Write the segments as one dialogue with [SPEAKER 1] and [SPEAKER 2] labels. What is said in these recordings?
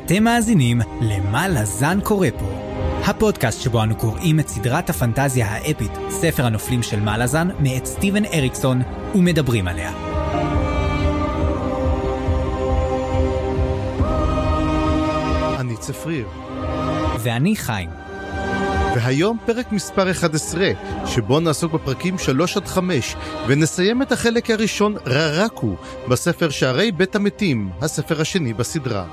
[SPEAKER 1] אתם מאזינים למה לזן קורא פה, הפודקאסט שבו אנו קוראים את סדרת הפנטזיה האפית, ספר הנופלים של מה לזן, מאת סטיבן אריקסון, ומדברים עליה.
[SPEAKER 2] אני צפריר.
[SPEAKER 1] ואני חיים.
[SPEAKER 2] והיום פרק מספר 11, שבו נעסוק בפרקים 3-5, ונסיים את החלק הראשון ררקו, בספר שערי בית המתים, הספר השני בסדרה.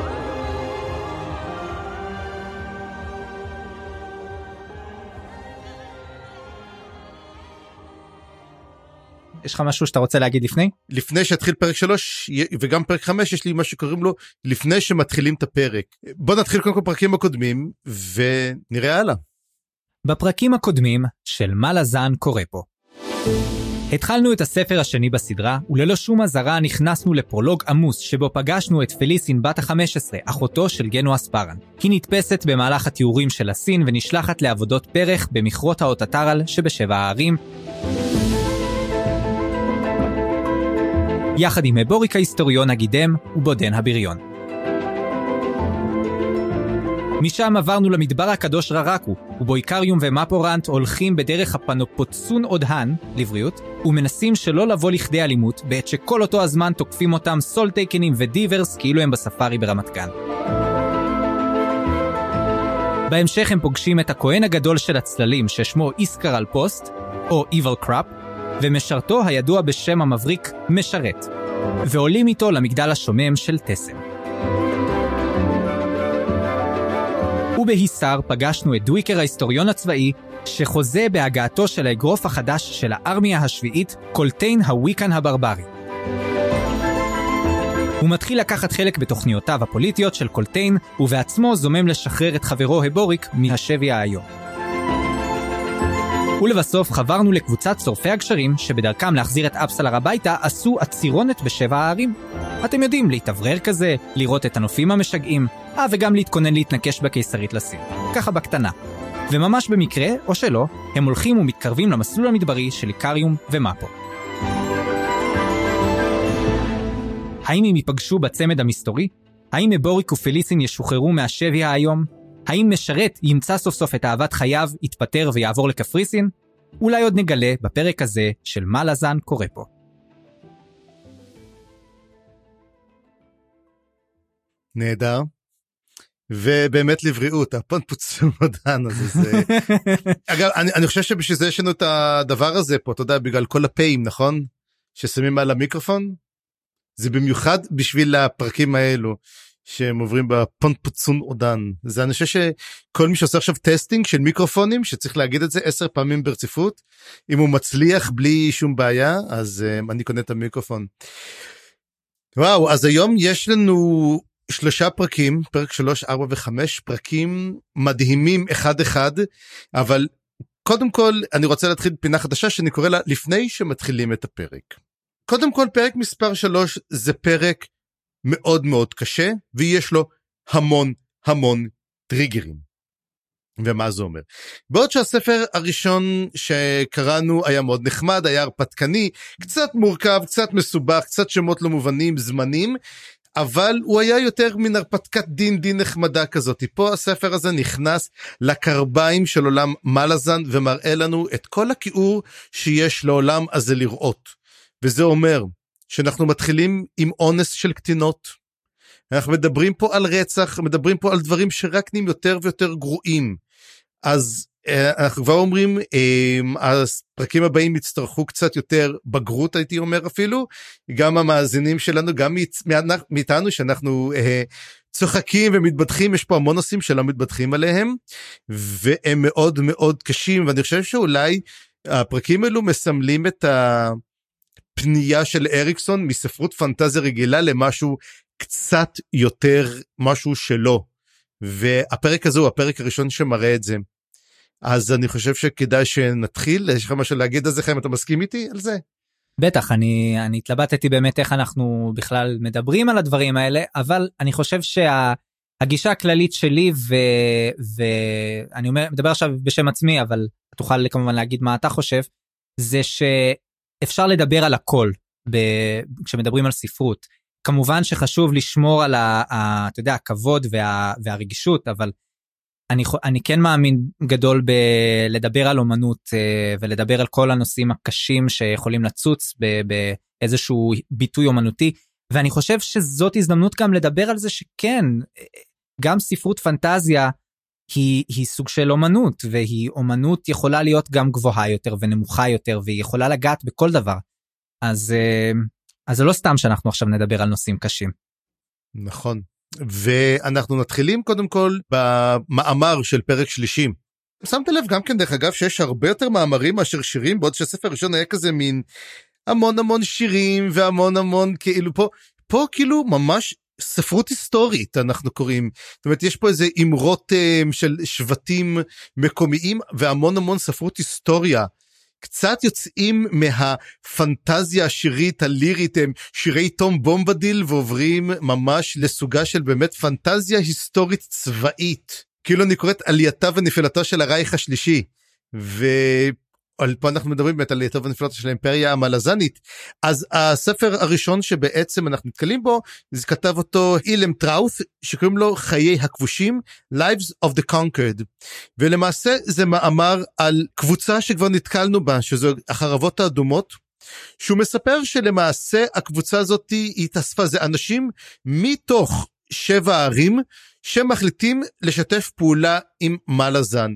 [SPEAKER 1] יש לך משהו שאתה רוצה להגיד לפני?
[SPEAKER 2] לפני שהתחיל פרק 3 וגם פרק 5 יש לי מה שקוראים לו לפני שמתחילים את הפרק. בוא נתחיל קודם כל פרקים הקודמים ונראה הלאה.
[SPEAKER 1] בפרקים הקודמים של מה לזן קורא פה. התחלנו את הספר השני בסדרה, וללא שום עזרה נכנסנו לפרולוג עמוס, שבו פגשנו את פליסין בת ה-15, אחותו של גנו אספרן. היא נתפסת במהלך התיאורים של הסין, ונשלחת לעבודות פרח במכרות האוטטרל שבשבע הערים, יחד עם מבוריק ההיסטוריון הגידם ובודן הבריון. משם עברנו למדבר הקדוש ררקו, ובו איקריום ומפורנט הולכים בדרך הפנופוצון אודהן, לבריאות, ומנסים שלא לבוא לכדי אלימות, בעת שכל אותו הזמן תוקפים אותם סולטייקנים ודיברס כאילו הם בספארי ברמת גן. בהמשך הם פוגשים את הכהן הגדול של הצללים ששמו איסקר על פוסט, או Evil Crop, ומשרתו הידוע בשם המבריק משרת, ועולים איתו למגדל השומם של תסם. ובהיסר פגשנו את דוויקר ההיסטוריון הצבאי, שחוזה בהגעתו של האגרוף החדש של הארמיה השביעית, קולטיין הוויקן הברברי. הוא מתחיל לקחת חלק בתוכניותיו הפוליטיות של קולטיין, ובעצמו זומם לשחרר את חברו הבוריק מהשבי האיום. ולבסוף חברנו לקבוצת שורפי הגשרים, שבדרכם להחזיר את אבסלר הביתה עשו עצירונת בשבע הערים. אתם יודעים, להתאוורר כזה, לראות את הנופים המשגעים, וגם להתכונן להתנקש בקיסרית לסין. ככה בקטנה. וממש במקרה, או שלא, הם הולכים ומתקרבים למסלול המדברי של איקריום ומפו. האם הם ייפגשו בצמד המסתורי? האם מבוריק ופליסין ישוחררו מהשבי היום? האם משרת ימצא סוף סוף את אהבת חייו, יתפטר ויעבור לקפריסין? אולי עוד נגלה בפרק הזה של מה לזן קורא פה.
[SPEAKER 2] נהדר. ובאמת לבריאות, הפנופוצון אודהן הזה זה... אגב, אני חושב שבשביל זה יש לנו את הדבר הזה פה, אתה יודע, בגלל כל הפעים, נכון? ששמים על המיקרופון? זה במיוחד בשביל הפרקים האלו. שהם עוברים בפנופוצון אודהן. זה אני חושב שכל מי שעושה עכשיו טסטינג של מיקרופונים, שצריך להגיד את זה 10 פעמים ברציפות, אם הוא מצליח בלי שום בעיה, אז אני קונה את המיקרופון. וואו, אז היום יש לנו 3 פרקים, פרק 3, 4 ו-5, פרקים מדהימים אחד, אבל קודם כל אני רוצה להתחיל פינה חדשה שאני קורא לה לפני שמתחילים את הפרק. קודם כל פרק מספר 3 זה פרק מאוד מאוד קשה, ויש לו המון טריגרים. ומה זה אומר? בעוד שהספר הראשון שקראנו היה מאוד נחמד, היה הרפתקני, קצת מורכב, קצת מסובך, קצת שמות לא מובנים, זמנים, אבל הוא היה יותר מן הרפתקת דין נחמדה כזאת. פה הספר הזה נכנס לקרביים של עולם מה לזן, ומראה לנו את כל הכיעור שיש לעולם הזה לראות. וזה אומר שאנחנו מתחילים עם אונס של קטינות, אנחנו מדברים פה על רצח, מדברים פה על דברים שרק נהיים יותר ויותר גרועים, אז אנחנו כבר אומרים, הפרקים הבאים יצטרכו קצת יותר בגרות, הייתי אומר אפילו, גם המאזינים שלנו, גם מאיתנו שאנחנו צוחקים ומתבדחים, יש פה המון נושאים שלא מתבדחים עליהם, והם מאוד מאוד קשים, ואני חושב שאולי הפרקים האלו מסמלים את פנייה של אריקסון מספרות פנטזיה רגילה למשהו קצת יותר משהו שלו, והפרק הזה הוא הפרק הראשון שמראה את זה. אז אני חושב שכדאי שנתחיל. יש לך משהו להגיד על זה, חיים, אתה מסכים איתי על זה?
[SPEAKER 1] בטח, אני התלבטתי באמת איך אנחנו בכלל מדברים על הדברים האלה, אבל אני חושב שהגישה הכללית שלי, ואני מדבר עכשיו בשם עצמי, אבל תוכל כמובן להגיד מה אתה חושב, זה שאפשר לדבר על הכל כשמדברים על ספרות. כמובן שחשוב לשמור על אתה יודע, הכבוד והרגישות, אבל אני כן מאמין גדול בלדבר על אומנות, ולדבר על כל הנושאים הקשים שיכולים לצוץ באיזשהו ביטוי אומנותי, ואני חושב שזאת הזדמנות גם לדבר על זה שכן, גם ספרות פנטזיה היא סוג של אומנות, והיא אומנות יכולה להיות גם גבוהה יותר ונמוכה יותר, והיא יכולה לגעת בכל דבר. אז זה לא סתם שאנחנו עכשיו נדבר על נושאים קשים.
[SPEAKER 2] נכון. ואנחנו מתחילים קודם כל במאמר של פרק שלישי. שמת לב גם כן דרך אגב שיש הרבה יותר מאמרים מאשר שירים, בעוד שהספר הראשון היה כזה מין המון שירים והמון כאילו פה כאילו ממש ספרות היסטורית אנחנו קוראים, זאת אומרת יש פה איזה אמרות של שבטים מקומיים והמון ספרות היסטוריה, קצת יוצאים מהפנטזיה השירית הלירית, הם שירי תום בומבדיל ועוברים ממש לסוגה של באמת פנטזיה היסטורית צבאית, כאילו אני קוראת עלייתה ונפילתה של הרייך השלישי, פה אנחנו מדברים באמת על עלייתה ונפילתה של האימפריה המלזנית. אז הספר הראשון שבעצם אנחנו נתקלים בו, זה כתב אותו אילם טראות' שקוראים לו חיי הכבושים, Lives of the Conquered, ולמעשה זה מאמר על קבוצה שכבר נתקלנו בה, שזו החרבות האדומות, שהוא מספר שלמעשה הקבוצה הזאת היא התאספה, זה אנשים מתוך 7 הערים שמחליטים לשתף פעולה עם מלאזן,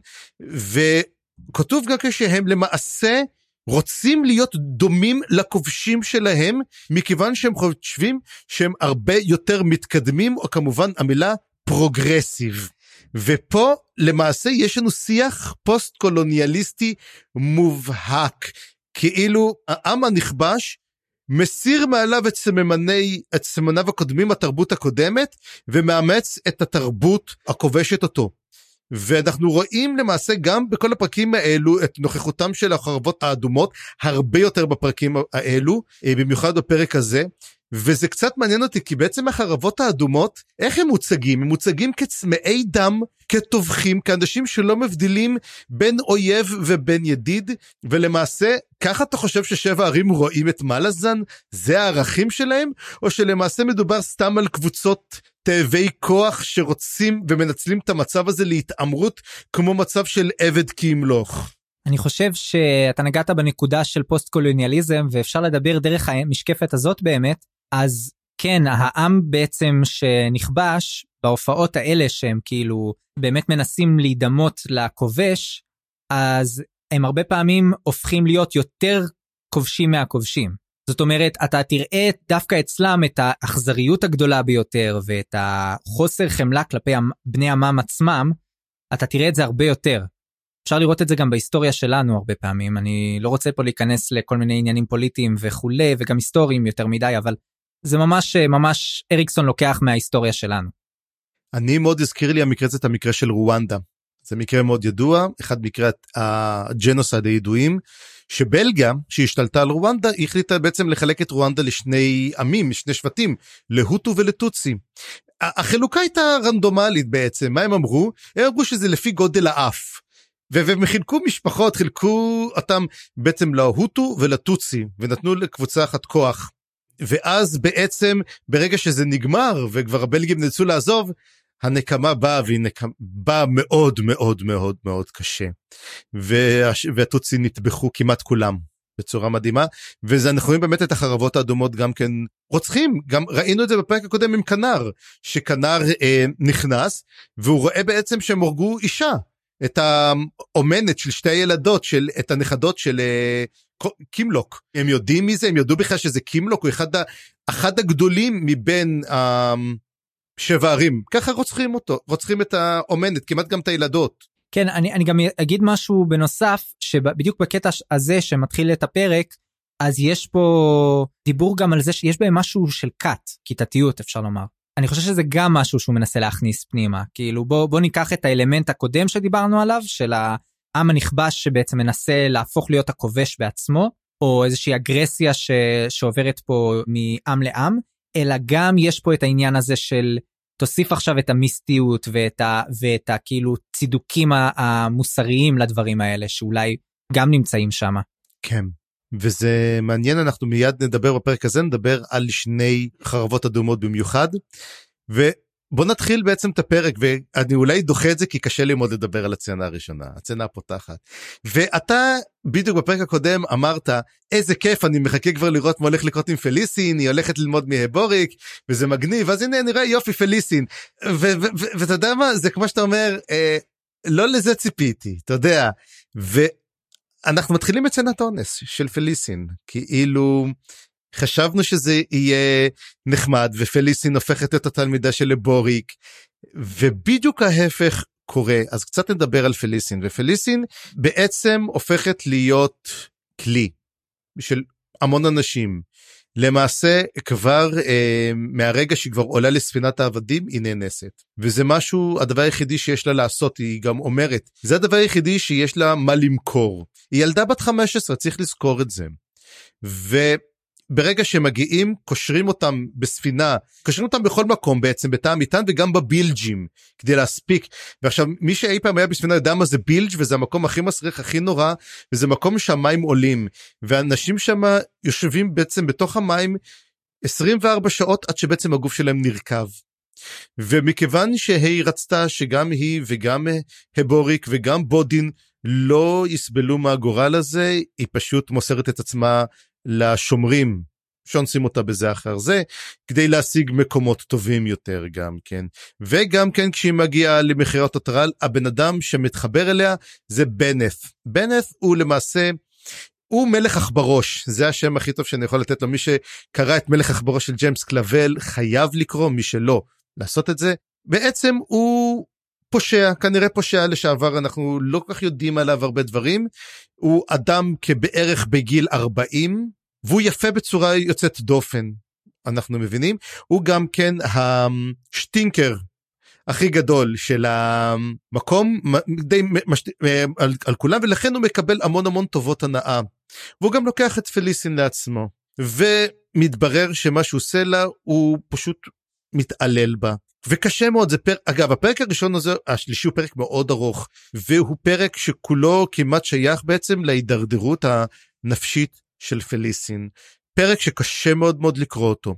[SPEAKER 2] וכתוב גם כשהם למעשה רוצים להיות דומים לכובשים שלהם, מכיוון שהם חושבים שהם הרבה יותר מתקדמים, או כמובן המילה פרוגרסיב. ופה למעשה יש לנו שיח פוסט קולוניאליסטי מובהק, כאילו העם הנכבש מסיר מעליו את סממניו הקודמים, התרבות הקודמת, ומאמץ את התרבות הכובשת אותו. ואנחנו רואים למעשה גם בכל הפרקים האלו את נוכחותם של החרבות האדומות, הרבה יותר בפרקים האלו, במיוחד בפרק הזה, וזה קצת מעניין אותי, כי בעצם החרבות האדומות, איך הם מוצגים? הם מוצגים כצמאי דם, כתובחים, כאנשים שלא מבדילים בין אויב ובין ידיד, ולמעשה, ככה אתה חושב ש7 ערים רואים את מלאזן? זה הערכים שלהם? או שלמעשה מדובר סתם על קבוצות תאבי כוח שרוצים ומנצלים את המצב הזה להתאמרות, כמו מצב של עבד כי ימלוך?
[SPEAKER 1] אני חושב שאתה נגעת בנקודה של פוסט קולוניאליזם, ואפשר לדבר דרך המשקפת הזאת באמת, אז כן, העם בעצם שנכבש, בהופעות האלה שהם כאילו באמת מנסים להידמות לכובש, אז הם הרבה פעמים הופכים להיות יותר כובשים מהכובשים. זאת אומרת, אתה תראה דווקא אצלם את האכזריות הגדולה ביותר, ואת החוסר חמלה כלפי בני עמם עצמם, אתה תראה את זה הרבה יותר. אפשר לראות את זה גם בהיסטוריה שלנו הרבה פעמים, אני לא רוצה פה להיכנס לכל מיני עניינים פוליטיים וכולי, וגם היסטוריים יותר מדי, אבל זה ממש אריקסון לוקח מההיסטוריה שלנו.
[SPEAKER 2] אני מאוד הזכיר לי המקרה, את המקרה של רואנדה, זה מקרה מאוד ידוע, אחד מקרה הג'נוסייד הידועים, שבלגיה שהשתלטה על רואנדה, היא החליטה בעצם לחלק את רואנדה לשני עמים, לשני שבטים, להוטו ולטוצי. החלוקה הייתה רנדומלית בעצם, מה הם אמרו? הם אמרו שזה לפי גודל האף, והם חילקו משפחות, חילקו אותם בעצם להוטו ולטוצי, ונתנו לקבוצה אחת כוח, ואז בעצם ברגע שזה נגמר, וכבר הבלגים נאלצו לעזוב, הנקמה באה, והיא באה מאוד מאוד מאוד מאוד קשה, והטוצי נטבחו כמעט כולם, בצורה מדהימה, וזה אנחנו רואים באמת את החרבות האדומות גם כן רוצחים, גם ראינו את זה בפרק הקודם עם כנר, שכנר נכנס, והוא רואה בעצם שהם הורגו אישה, את האומנת של 2 ילדות, את הנכדות של קימלוק, הם יודעים מזה, הם יודעו בכלל שזה קימלוק, הוא אחד הגדולים מבין 7 ערים, ככה רוצחים אותו, רוצחים את האומנת, כמעט גם את הילדות.
[SPEAKER 1] כן, אני גם אגיד משהו בנוסף, שבדיוק בקטע הזה שמתחיל את הפרק, אז יש פה דיבור גם על זה שיש בהם משהו של כיתתיות אפשר לומר. אני חושב שזה גם משהו שהוא מנסה להכניס פנימה, כאילו בוא ניקח את האלמנט הקודם שדיברנו עליו, של העם הנכבש שבעצם מנסה להפוך להיות הכובש בעצמו, או איזושהי אגרסיה שעוברת פה מעם לעם, אלא גם יש פה את העניין הזה של תוסיף עכשיו את המיסטיות ואת כאילו צידוקים המוסריים לדברים האלה, שאולי גם נמצאים שם.
[SPEAKER 2] כן. וזה מעניין, אנחנו מיד נדבר בפרק הזה, נדבר על שני חרבות אדומות במיוחד, ובוא נתחיל בעצם את הפרק, ואני אולי דוחה את זה כי קשה לי מאוד לדבר על הצצנה הראשונה, הצצנה הפותחת, ואתה בדיוק בפרק הקודם אמרת, איזה כיף, אני מחכה כבר לראות מה הולך לקרות עם פליסין, היא הולכת ללמוד מהבוריק, וזה מגניב, אז הנה נראה יופי פליסין, ואתה יודע מה, זה כמו שאתה אומר, לא לזה ציפיתי, אתה יודע, ואנחנו מתחילים את סצנת האונס של פליסין, כאילו חשבנו שזה יהיה נחמד, ופליסין הופכת את התלמידה של בוריק, ובדיוק ההפך קורה, אז קצת נדבר על פליסין, ופליסין בעצם הופכת להיות כלי, של המון אנשים, למעשה כבר מהרגע שהיא כבר עולה לספינת העבדים היא נאנסת, וזה משהו, הדבר היחידי שיש לה לעשות, היא גם אומרת, זה הדבר היחידי שיש לה מה למכור, היא ילדה בת 15, צריך לזכור את זה, וברגע שמגיעים קושרים אותם בספינה, קושרים אותם בכל מקום בעצם, בתא המטען וגם בבילג'ים, כדי להספיק, ועכשיו מי שאי פעם היה בספינה יודע מה זה בילג', וזה המקום הכי מסריח, הכי נורא, וזה מקום שהמים עולים, ואנשים שם יושבים בעצם בתוך המים 24 שעות, עד שבעצם הגוף שלהם נרכב, ומכיוון שהיא רצתה שגם היא וגם הבוריק וגם בודין לא יסבלו מהגורל הזה, היא פשוט מוסרת את עצמה לשומרים, שונצים אותה בזה אחר זה, כדי להשיג מקומות טובים יותר גם כן, וגם כן כשהיא מגיעה למחירות הטרל, הבן אדם שמתחבר אליה זה בנת, בנת הוא למעשה, הוא מלך אכברוש, זה השם הכי טוב שאני יכול לתת לו, מי שקרא את מלך אכברוש של ג'יימס קלבל, חייב לקרוא, מי שלא, לעשות את זה, בעצם הוא פושע, כנראה פושע לשעבר, אנחנו לא כל כך יודעים עליו הרבה דברים, הוא אדם כבערך בגיל 40, והוא יפה בצורה יוצאת דופן, אנחנו מבינים, הוא גם כן השטינקר הכי גדול של המקום, די על כולם, ולכן הוא מקבל המון המון טובות הנאה, והוא גם לוקח את פליסין לעצמו, ומתברר שמה שהוא עושה לה, הוא פשוט מתעלל בה, וקשה מאוד, זה פרק, אגב, הפרק הראשון הזה, השלישי הוא פרק מאוד ארוך, והוא פרק שכולו כמעט שייך בעצם להידרדרות הנפשית של פליסין, פרק שקשה מאוד מאוד לקרוא אותו,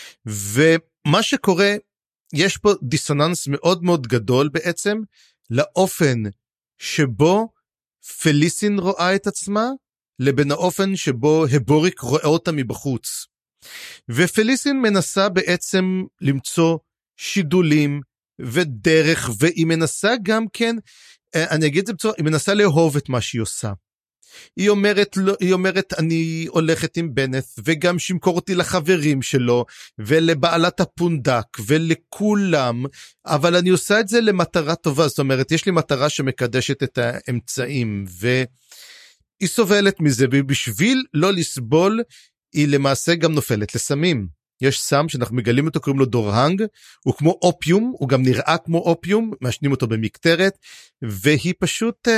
[SPEAKER 2] ומה שקורה, יש פה דיסוננס מאוד מאוד גדול בעצם, לאופן שבו פליסין רואה את עצמה, לבין האופן שבו הבוריק רואה אותה מבחוץ, ופליסין מנסה בעצם למצוא שידולים ודרך, והיא מנסה גם כן, אני אגיד את זה בצורה, היא מנסה לאהוב את מה שהיא עושה. היא אומרת, אני הולכת עם בנת, וגם שימכור אותי לחברים שלו, ולבעלת הפונדק, ולכולם, אבל אני עושה את זה למטרה טובה, זאת אומרת, יש לי מטרה שמקדשת את האמצעים, והיא סובלת מזה, ובשביל לא לסבול, היא למעשה גם נופלת לסמים. יש סם שאנחנו מגלים אותו, קוראים לו דורהנג, הוא כמו אופיום, הוא גם נראה כמו אופיום, משנים אותו במקטרת, והיא פשוט,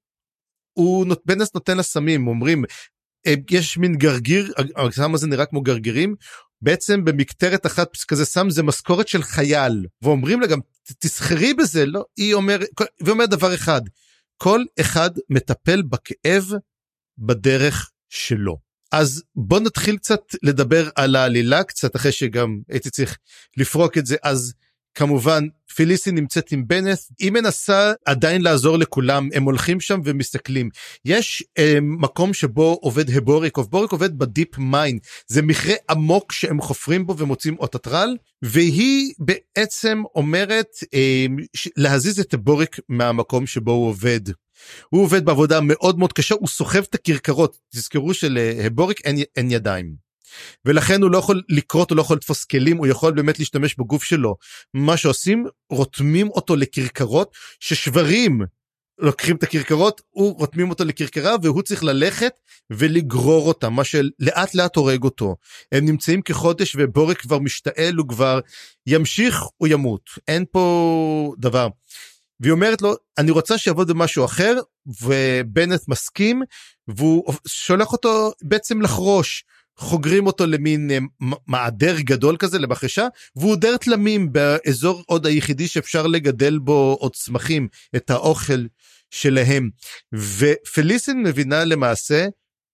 [SPEAKER 2] בנס נותן לסמים, אומרים, יש מין גרגיר, הסם הזה נראה כמו גרגירים, בעצם במקטרת אחת כזה סם, זה משכורת של חייל, ואומרים לה גם, תסחרי בזה, לא, היא אומרת דבר אחד, כל אחד מטפל בכאב בדרך שלו. אז בוא נתחיל קצת לדבר על העלילה, קצת אחרי שגם הייתי צריך לפרוק את זה, אז כמובן פליסין נמצאת עם בנת, היא מנסה עדיין לעזור לכולם, הם הולכים שם ומסתכלים, יש מקום שבו עובד הבוריק, הבוריק עובד בדיפ מיין, זה מכרה עמוק שהם חופרים בו ומוצאים אוטוטרל, והיא בעצם אומרת להזיז את הבוריק מהמקום שבו הוא עובד, הוא עובד בעבודה מאוד מאוד קשה, הוא סוחב את הכרכרות, תזכרו שלהבוריק אין ידיים, ולכן הוא לא יכול לקרות, הוא לא יכול לתפוס כלים, הוא יכול באמת להשתמש בגוף שלו, מה שעושים, רותמים אותו לכרכרות, ששברים לוקחים את הכרכרות, הוא רותמים אותו לכרכרה, והוא צריך ללכת ולגרור אותה, מה שלאט לאט הורג אותו, הם נמצאים כחודש, ובוריק כבר משתעל, הוא כבר ימשיך, הוא ימות, אין פה דבר, והיא אומרת לו, אני רוצה שיעבוד במשהו אחר, ובנט מסכים, והוא שולח אותו בעצם לחרוש, חוגרים אותו למין מעדר גדול כזה, לבחשה, והוא דר תלמים באזור עוד היחידי שאפשר לגדל בו עוד צמחים, את האוכל שלהם, ופליסין מבינה למעשה,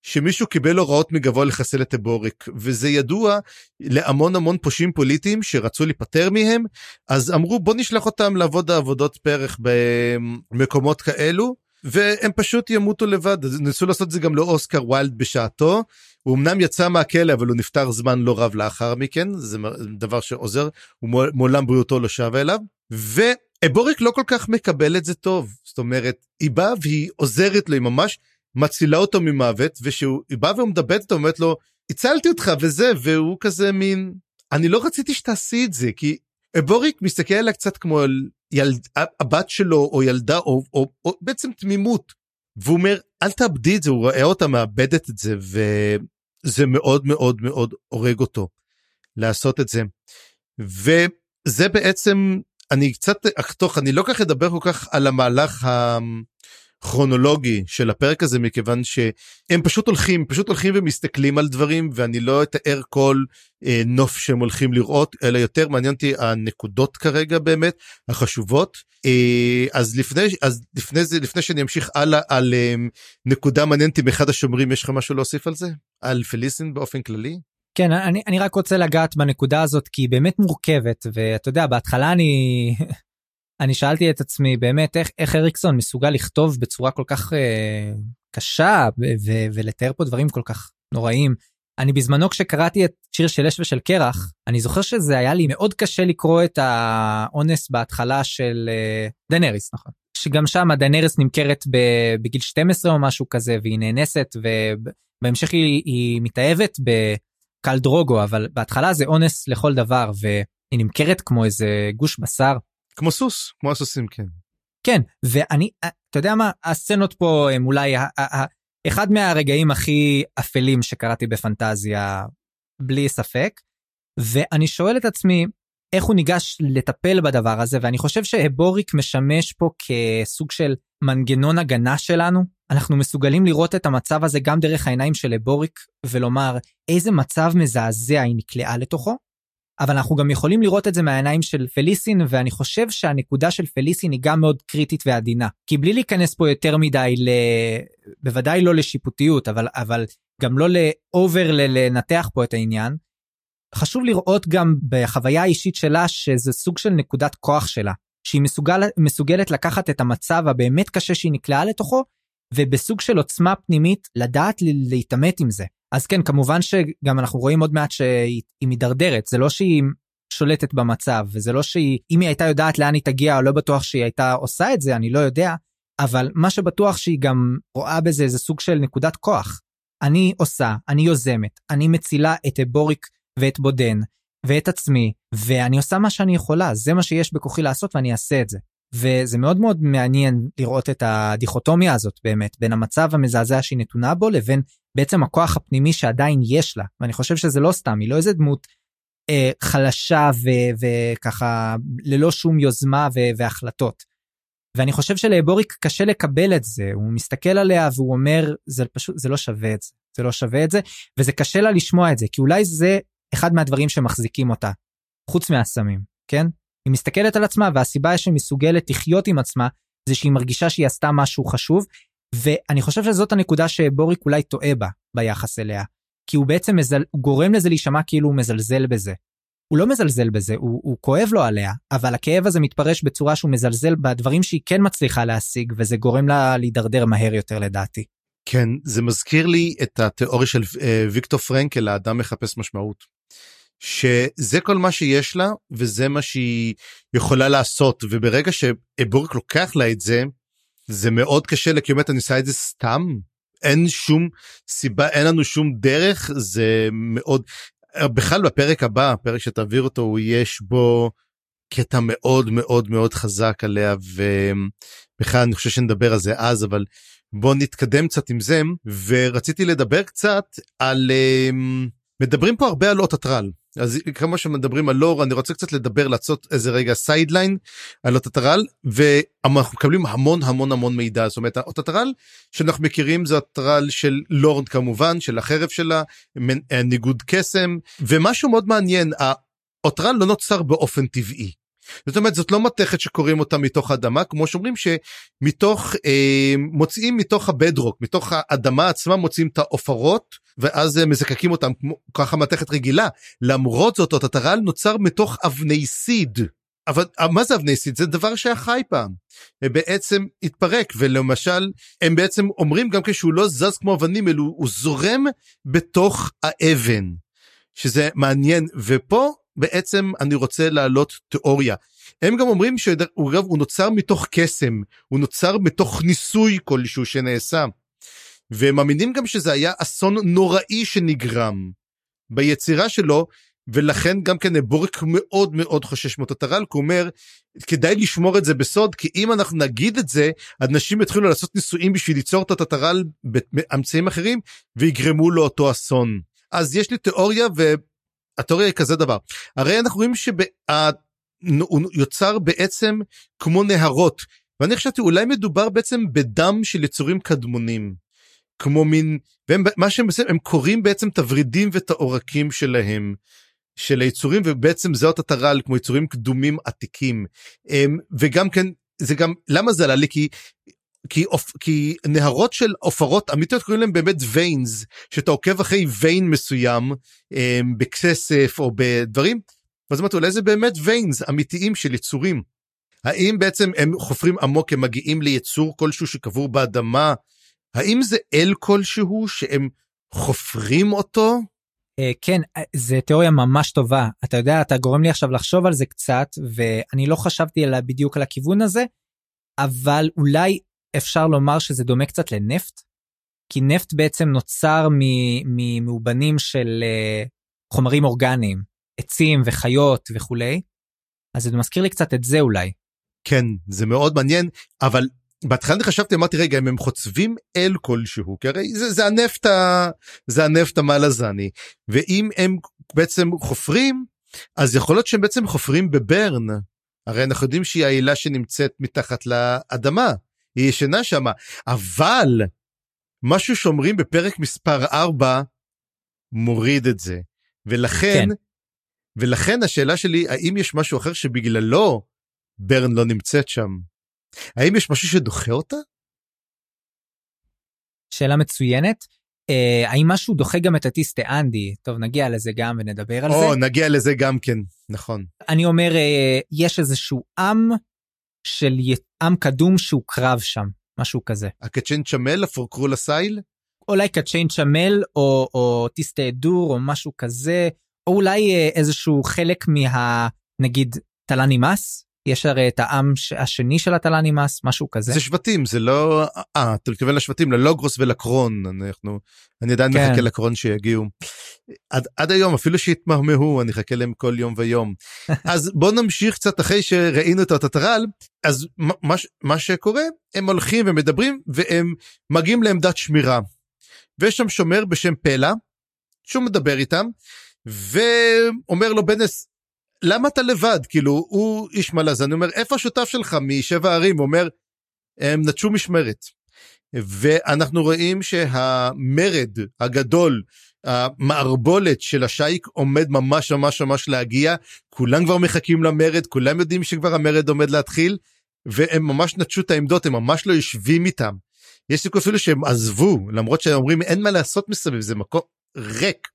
[SPEAKER 2] שמישהו קיבל הוראות מגבוה לחסל את אבוריק, וזה ידוע להמון המון פושעים פוליטיים שרצו להיפטר מהם, אז אמרו בוא נשלח אותם לעבוד עבודות פרח במקומות כאלו, והם פשוט ימותו לבד. ניסו לעשות זה גם לאוסקר ויילד בשעתו, הוא אמנם יצא מהכלא, אבל הוא נפטר זמן לא רב לאחר מכן, זה דבר שעוזר, ומעולם בריאותו לא שווה אליו, ואבוריק לא כל כך מקבל את זה טוב, זאת אומרת, היא באה והיא עוזרת לו, היא ממש מצילה אותו ממוות, ושהוא בא ומדברת אותו, אומרת לו, הצלתי אותך וזה, והוא כזה מין, אני לא רציתי שתעשי את זה, כי אבוריק מסתכל עליה קצת כמו הבת שלו, או ילדה, או בעצם תמימות, והוא אומר, אל תאבדי את זה, הוא רואה אותה מאבדת את זה, וזה מאוד מאוד מאוד הורג אותו, לעשות את זה, וזה בעצם, אני קצת אחתוך, אני לא כך אדבר כל כך על המהלך הכרונולוגי של הפרק הזה, מכיוון שהם פשוט הולכים ומסתכלים על דברים, ואני לא אתאר כל נוף שהם הולכים לראות, אלא יותר מעניין אותי הנקודות כרגע באמת, החשובות. אז לפני שאני אמשיך הלאה על נקודה מעניינת עם אחד השומרים, יש לך משהו להוסיף על זה? על פליסין באופן כללי?
[SPEAKER 1] כן, אני רק רוצה לגעת בנקודה הזאת, כי היא באמת מורכבת, ואתה יודע, בהתחלה אני שאלתי את עצמי באמת איך אריקסון מסוגל לכתוב בצורה כל כך קשה, ולתאר פה דברים כל כך נוראים. אני בזמנו כשקראתי את שיר של אש ושל קרח, אני זוכר שזה היה לי מאוד קשה לקרוא את האונס בהתחלה של דנריס, נכון? שגם שם דנריס נמכרת בגיל 12 או משהו כזה, והיא נאנסת, ובהמשך היא מתאהבת בקל דרוגו, אבל בהתחלה זה אונס לכל דבר, והיא נמכרת כמו איזה גוש בשר.
[SPEAKER 2] כמו סוס, כמו הסוסים, כן.
[SPEAKER 1] כן, ואני, אתה יודע מה, הסצנות פה הם אולי אחד מהרגעים הכי אפלים שקראתי בפנטזיה, בלי ספק, ואני שואל את עצמי, איך הוא ניגש לטפל בדבר הזה, ואני חושב שאבוריק משמש פה כסוג של מנגנון הגנה שלנו, אנחנו מסוגלים לראות את המצב הזה גם דרך העיניים של אבוריק, ולומר איזה מצב מזעזע היא נקלעה לתוכו, אבל אנחנו גם יכולים לראות את זה מהעיניים של פליסין, ואני חושב שהנקודה של פליסין היא גם מאוד קריטית ועדינה, כי בלי להיכנס פה יותר מדי, בוודאי לא לשיפוטיות, אבל גם לא לאובר לנתח פה את העניין, חשוב לראות גם בחוויה האישית שלה, שזה סוג של נקודת כוח שלה, שהיא מסוגלת לקחת את המצב הבאמת קשה שהיא נקלעה לתוכו, ובסוג של עוצמה פנימית לדעת להתאמת עם זה. אז כן, כמובן שגם אנחנו רואים עוד מעט שהיא מדרדרת, זה לא שהיא שולטת במצב, וזה לא שהיא, אם היא הייתה יודעת לאן היא תגיע, או לא בטוח שהיא הייתה עושה את זה, אני לא יודע, אבל מה שבטוח שהיא גם רואה בזה, זה סוג של נקודת כוח. אני עושה, אני יוזמת, אני מצילה את אבוריק ואת בודן, ואת עצמי, ואני עושה מה שאני יכולה, זה מה שיש בכוחי לעשות, ואני אעשה את זה. וזה מאוד מאוד מעניין לראות את הדיכוטומיה הזאת באמת, בין המצב המזעזע שהיא נתונה בו, לבין בעצם הכוח הפנימי שעדיין יש לה, ואני חושב שזה לא סתם, היא לא איזה דמות חלשה וככה ללא שום יוזמה והחלטות, ואני חושב שלאבוריק קשה לקבל את זה, הוא מסתכל עליה והוא אומר, זה פשוט, זה לא שווה את זה, זה לא שווה את זה, וזה קשה לה לשמוע את זה, כי אולי זה אחד מהדברים שמחזיקים אותה, חוץ מהסמים, כן? היא מסתכלת על עצמה, והסיבה שהיא מסוגלת לחיות עם עצמה, זה שהיא מרגישה שהיא עשתה משהו חשוב, ואני חושב שזאת הנקודה שבוריק אולי טועה בה, ביחס אליה, כי הוא בעצם הוא גורם לזה להישמע כאילו הוא מזלזל בזה. הוא לא מזלזל בזה, הוא כואב לו עליה, אבל הכאב הזה מתפרש בצורה שהוא מזלזל בדברים שהיא כן מצליחה להשיג, וזה גורם לה להידרדר מהר יותר לדעתי.
[SPEAKER 2] כן, זה מזכיר לי את התיאוריה של ויקטור פרנקל, האדם מחפש משמעות. שזה כל מה שיש לה, וזה מה שהיא יכולה לעשות, וברגע שאבוריק לוקח לה את זה, זה מאוד קשה לה, כי באמת אני עושה את זה סתם, אין שום סיבה, אין לנו שום דרך, זה מאוד, בכלל בפרק הבא, הפרק שתעביר אותו, יש בו קטע מאוד מאוד מאוד חזק עליה, ובכלל אני חושב שנדבר על זה אז, אבל בואו נתקדם קצת עם זה, ורציתי לדבר קצת על, מדברים פה הרבה על אוטוטרל, אז כמו שמדברים על לור, אני רוצה קצת לדבר, לעשות איזה רגע סיידליין על אוטוטרל, ואנחנו מקבלים המון המון המון מידע, זאת אומרת, האוטוטרל שאנחנו מכירים זה אוטוטרל של לורד כמובן, של החרב שלה, ניגוד קסם, ומשהו מאוד מעניין, האוטוטרל לא נוצר באופן טבעי, זאת אומרת, זאת לא מתכת שקוראים אותה מתוך האדמה, כמו שאומרים שמתוך, מוצאים מתוך הבדרוק, מתוך האדמה עצמה מוצאים את האופרות, ואז מזקקים אותם ככה מתכת רגילה. למרות זאת, הטטרל נוצר מתוך אבני סיד. אבל מה זה אבני סיד? זה דבר שהיה חי פעם. בעצם התפרק, ולמשל, הם בעצם אומרים גם כשהוא לא זז כמו אבנים, אלא הוא זורם בתוך האבן, שזה מעניין, ופה בעצם אני רוצה להעלות תיאוריה. הם גם אומרים שהוא נוצר מתוך קסם, הוא נוצר מתוך ניסוי כלשהו שנעשה, והם מאמינים גם שזה היה אסון נוראי שנגרם ביצירה שלו, ולכן גם כן בורק מאוד מאוד חושש מהטטרל, כי הוא אומר, כדאי לשמור את זה בסוד, כי אם אנחנו נגיד את זה, אנשים יתחילו לעשות ניסויים בשביל ליצור את הטטרל באמצעים אחרים, ויגרמו לו אותו אסון. אז יש לי תיאוריה, והתיאוריה היא כזה דבר. הרי אנחנו רואים שהוא יוצר בעצם כמו נהרות, ואני חשבתי, אולי מדובר בעצם בדם של יצורים קדמונים, כמו מין, ומה שהם עושים, הם קוראים בעצם את הורידים ואת העורקים שלהם, של היצורים, ובעצם זה הטטרל, כמו יצורים קדומים עתיקים, וגם כן, זה גם, למה זה עלה לי? כי נהרות של עופרות אמיתיות קוראים להם באמת ויינס, שאתה עוקב אחרי ויין מסוים, בכסף או בדברים, אז אמרתי, אולי זה באמת ויינס אמיתיים של יצורים, האם בעצם הם חופרים עמוק, הם מגיעים ליצור כלשהו שקבור באדמה, האם זה אל כלשהו שהם חופרים אותו?
[SPEAKER 1] כן, זו תיאוריה ממש טובה. אתה יודע, אתה גורם לי עכשיו לחשוב על זה קצת, ואני לא חשבתי בדיוק על הכיוון הזה, אבל אולי אפשר לומר שזה דומה קצת לנפט, כי נפט בעצם נוצר ממאובנים של חומרים אורגניים, עצים וחיות וכולי, אז זה מזכיר לי קצת את זה אולי.
[SPEAKER 2] כן, זה מאוד מעניין, אבל בהתחלה אני חשבתי, אמרתי רגע, אם הם חוצבים אל כלשהו, כי הרי זה הנפט המלזני, ואם הם בעצם חופרים, אז יכול להיות שהם בעצם חופרים בברן, הרי אנחנו יודעים שהיא העילה שנמצאת מתחת לאדמה, היא ישנה שמה, אבל משהו שאומרים בפרק מספר 4, מוריד את זה, ולכן השאלה שלי, האם יש משהו אחר שבגללו ברן לא נמצאת שם? האם יש משהו שדוחה אותה?
[SPEAKER 1] שאלה מצוינת. האם משהו דוחה גם את הטיסטה אנדי? טוב, נגיע לזה גם ונדבר על זה.
[SPEAKER 2] נגיע לזה גם כן, נכון.
[SPEAKER 1] אני אומר, יש איזשהו עם קדום שהוא קרב שם, משהו כזה.
[SPEAKER 2] הקצ'יין צ'מל, הפורקרו לסייל?
[SPEAKER 1] אולי קצ'יין צ'מל, או טיסטה דור, או משהו כזה, או אולי איזשהו חלק נגיד, תלנימאס? יש הרי את העם השני של התלנימאס, משהו כזה.
[SPEAKER 2] זה שבטים, זה לא, אתה מתכוון לשבטים, ללוגרוס ולקרון, אני עדיין מחכה לקרון שיגיעו. עד היום, אפילו שהתמהמהו, אני אחכה להם כל יום ויום. אז בואו נמשיך קצת אחרי שראינו את הטטרל, אז מה שקורה, הם הולכים ומדברים, והם מגיעים לעמדת שמירה. ויש שם שומר בשם פלה, שהוא מדבר איתם, ואומר לו בנס, למה אתה לבד? כאילו, הוא איש מלזן, הוא אומר, איפה השותף שלך משבע ערים? הוא אומר, הם נטשו משמרת. ואנחנו רואים שהמרד הגדול, המערבולת של השייק עומד ממש ממש ממש להגיע, כולם כבר מחכים למרד, כולם יודעים שכבר המרד עומד להתחיל, והם ממש נטשו את העמדות, הם ממש לא יושבים איתם. יש סיכוי אפילו שהם עזבו, למרות שאומרים, אין מה לעשות מסביב, זה מקום ריק.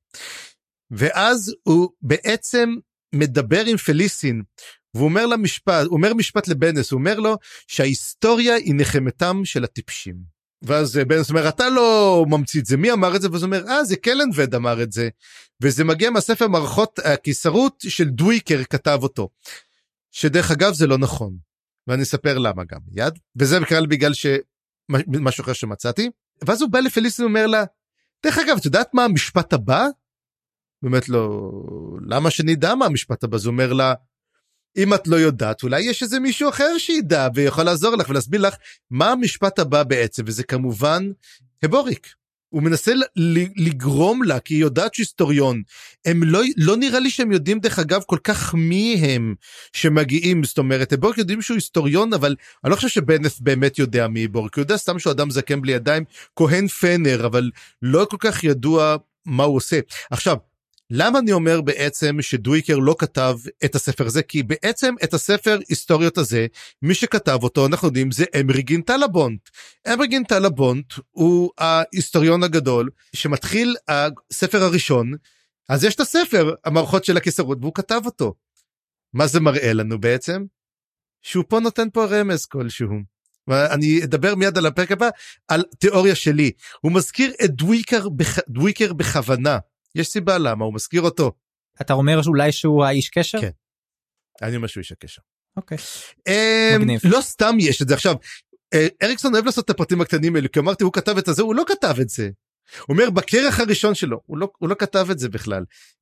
[SPEAKER 2] ואז הוא בעצם מדבר עם פליסין, והוא אומר משפט לבנס, הוא אומר לו שההיסטוריה היא נחמתם של הטיפשים. ואז בנס אומר, אתה לא ממציא את זה, מי אמר את זה? ואז הוא אומר, זה קלנבד אמר את זה, וזה מגיע מהספר מערכות הקיסרות של דוויקר כתב אותו, שדרך אגב זה לא נכון, ואני אספר למה גם מיד, וזה בגלל משהו אחר שמצאתי, ואז הוא בא לפליסין ואומר לה, דרך אגב, את יודעת מה המשפט הבא? באמת לא, למה שנדע מה המשפט הבא? זה אומר לה, אם את לא יודעת, אולי יש איזה מישהו אחר שידע, ויכול לעזור לך ולהסביר לך, מה המשפט הבא בעצם, וזה כמובן, הבוריק. הוא מנסה לגרום לה, כי היא יודעת שהיסטוריון, הם לא נראה לי שהם יודעים דרך אגב, כל כך מי הם שמגיעים, זאת אומרת, הבוריק יודעים שהוא היסטוריון, אבל אני לא חושב שבנף באמת יודע מי הבוריק, הוא יודע סתם שהוא אדם זקן בלי ידיים, כהן פנר, אבל לא כל כך ידוע מה הוא עושה. עכשיו, למה אני אומר בעצם שדוויקר לא כתב את הספר הזה? כי בעצם את הספר היסטוריות הזה, מי שכתב אותו, אנחנו יודעים, זה אמריגין טלבונט. אמריגין טלבונט הוא ההיסטוריון הגדול, שמתחיל הספר הראשון, אז יש את הספר, המערכות של הקיסרות, והוא כתב אותו. מה זה מראה לנו בעצם? שהוא פה נותן פה רמז כלשהו. ואני אדבר מיד על הפרק הבא, על תיאוריה שלי. הוא מזכיר את דוויקר בכוונה. יש סיבה למה, הוא מזכיר אותו.
[SPEAKER 1] אתה אומר אולי שהוא האיש קשר?
[SPEAKER 2] כן. אני אומר שהוא איש הקשר.
[SPEAKER 1] אוקיי. מגניב.
[SPEAKER 2] לא סתם יש את זה. עכשיו, אריקסון אוהב לעשות את הפרטים הקטנים האלה, כי אמרתי, הוא כתב את זה, הוא לא כתב את זה. הוא אומר, בכרך הראשון שלו, הוא לא כתב את זה בכלל.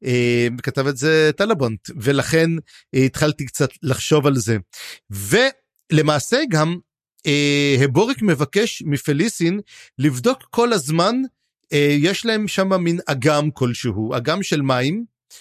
[SPEAKER 2] כתב את זה טלבונט, ולכן התחלתי קצת לחשוב על זה. ולמעשה גם, הבוריק מבקש מפליסין לבדוק כל הזמן, יש להם שם מין אגם כלשהו, אגם של מים,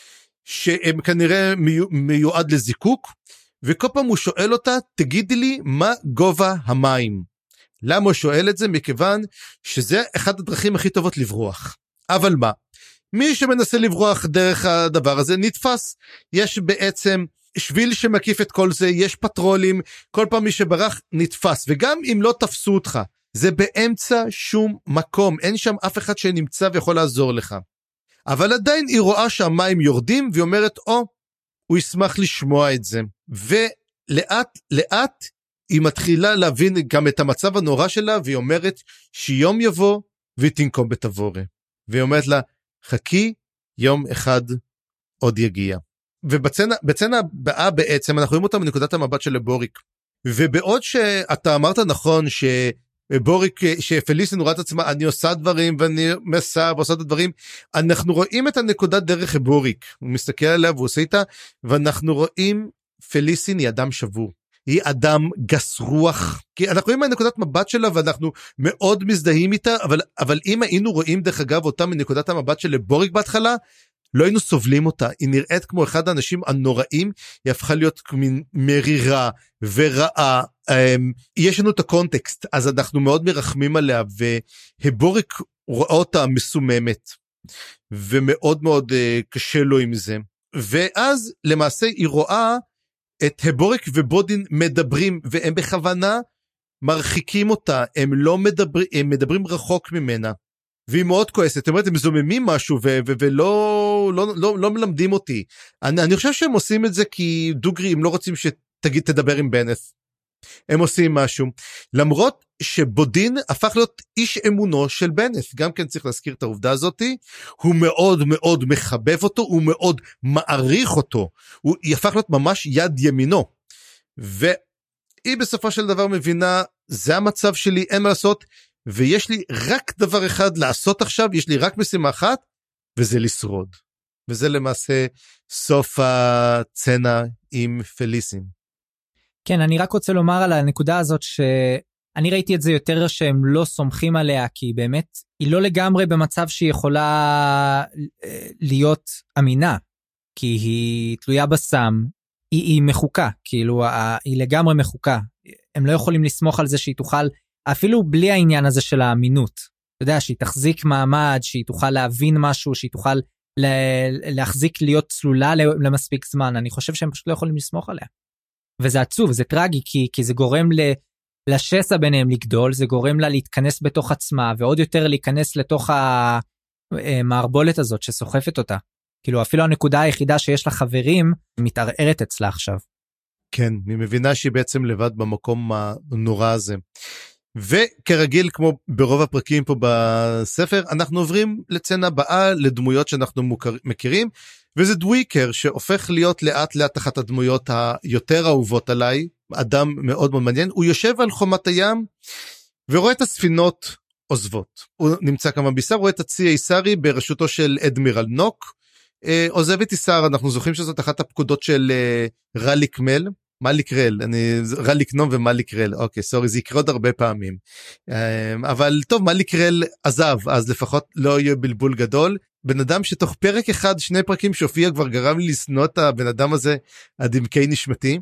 [SPEAKER 2] שהם כנראה מיועד לזיקוק, וכל פעם הוא שואל אותה, תגידי לי מה גובה המים. למה הוא שואל את זה? מכיוון שזה אחד הדרכים הכי טובות לברוח. אבל מה? מי שמנסה לברוח דרך הדבר הזה נתפס. יש בעצם שביל שמקיף את כל זה, יש פטרולים, כל פעם מי שברח נתפס, וגם אם לא תפסו אותך, זה באמצע שום מקום, אין שם אף אחד שנמצא ויכול לעזור לך. אבל עדיין היא רואה שהמים יורדים, והיא אומרת, הוא ישמח לשמוע את זה. ולאט לאט היא מתחילה להבין גם את המצב הנורא שלה, והיא אומרת שיום יבוא והיא תנקום בתבורה. והיא אומרת לה, חכי, יום אחד עוד יגיע. ובצנה הבאה בעצם אנחנו רואים אותה מנקודת המבט של בוריק. ובעוד שאתה אמרת נכון שבוריק, שפליסין רואה את עצמה, אני עושה דברים ואני מסע ועושה את הדברים, אנחנו רואים את הנקודת דרך בוריק. הוא מסתכל עליה והוא עושה איתה, ואנחנו רואים פליסין היא אדם שבור. היא אדם גס רוח, כי אנחנו רואים מהנקודת מבט שלה, ואנחנו מאוד מזדהים איתה, אבל אם היינו רואים דרך אגב אותה מנקודת המבט של בוריק בהתחלה, לא היינו סובלים אותה, היא נראית כמו אחד האנשים הנוראים, היא הפכה להיות מרירה ורעה, יש לנו את הקונטקסט, אז אנחנו מאוד מרחמים עליה, והבוריק רואה אותה מסוממת, ומאוד מאוד קשה לו עם זה, ואז למעשה היא רואה, את הבוריק ובודין מדברים, והם בכוונה מרחיקים אותה, הם לא מדברים, הם מדברים רחוק ממנה, והיא מאוד כועסת, זאת אומרת, הם זוממים משהו, ולא מלמדים אותי. אני חושב שהם עושים את זה, כי דוגרי, הם לא רוצים שתדבר עם בנס. הם עושים משהו. למרות שבודין הפך להיות איש אמונו של בנס, גם כן צריך להזכיר את העובדה הזאת, הוא מאוד מאוד מחבב אותו, הוא מאוד מעריך אותו, הוא הפך להיות ממש יד ימינו, והיא בסופו של דבר מבינה, זה המצב שלי, אין מה לעשות, ויש לי רק דבר אחד לעשות עכשיו, יש לי רק משימה אחת, וזה לשרוד. וזה למעשה סוף הצנה עם פליסין.
[SPEAKER 1] כן, אני רק רוצה לומר על הנקודה הזאת שאני ראיתי את זה יותר שהם לא סומכים עליה, כי באמת היא לא לגמרי במצב שהיא יכולה להיות אמינה, כי היא תלויה בסם, היא מחוקה, כאילו היא לגמרי מחוקה, הם לא יכולים לסמוך על זה שהיא תוכל, אפילו בלי העניין הזה של האמינות, אתה יודע, שהיא תחזיק מעמד, שהיא תוכל להבין משהו, שהיא תוכל להחזיק להיות צלולה למספיק זמן, אני חושב שהם פשוט לא יכולים לסמוך עליה. וזה עצוב, זה טרגי, כי זה גורם לשסע ביניהם לגדול, זה גורם לה להתכנס בתוך עצמה, ועוד יותר להיכנס לתוך המערבולת הזאת שסוחפת אותה. כאילו אפילו הנקודה היחידה שיש לה חברים, מתערערת אצלה עכשיו.
[SPEAKER 2] כן, אני מבינה שהיא בעצם לבד במקום הנורא הזה. וכרגיל, כמו ברוב הפרקים פה בספר, אנחנו עוברים לצנה הבאה, לדמויות שאנחנו מכירים, וזה דוויקר שהופך להיות לאט לאט אחת הדמויות היותר אהובות עליי, אדם מאוד מאוד מעניין, הוא יושב על חומת הים, ורואה את הספינות עוזבות. הוא נמצא כמה בישר, רואה את הצי היסרי בראשותו של אדמירל נוק, עוזב את יסר, אנחנו זוכרים שזאת אחת הפקודות של רליק מל, מליק רל, רליק נום ומליק רל, אוקיי, סורי, זה יקרה עוד הרבה פעמים, אבל טוב, מליק רל עזב, אז לפחות לא יהיה בלבול גדול, בן אדם שתוך פרק אחד, 2 פרקים שהופיע כבר גרם לי לשנוא את הבן אדם הזה, עד עמקי נשמתי,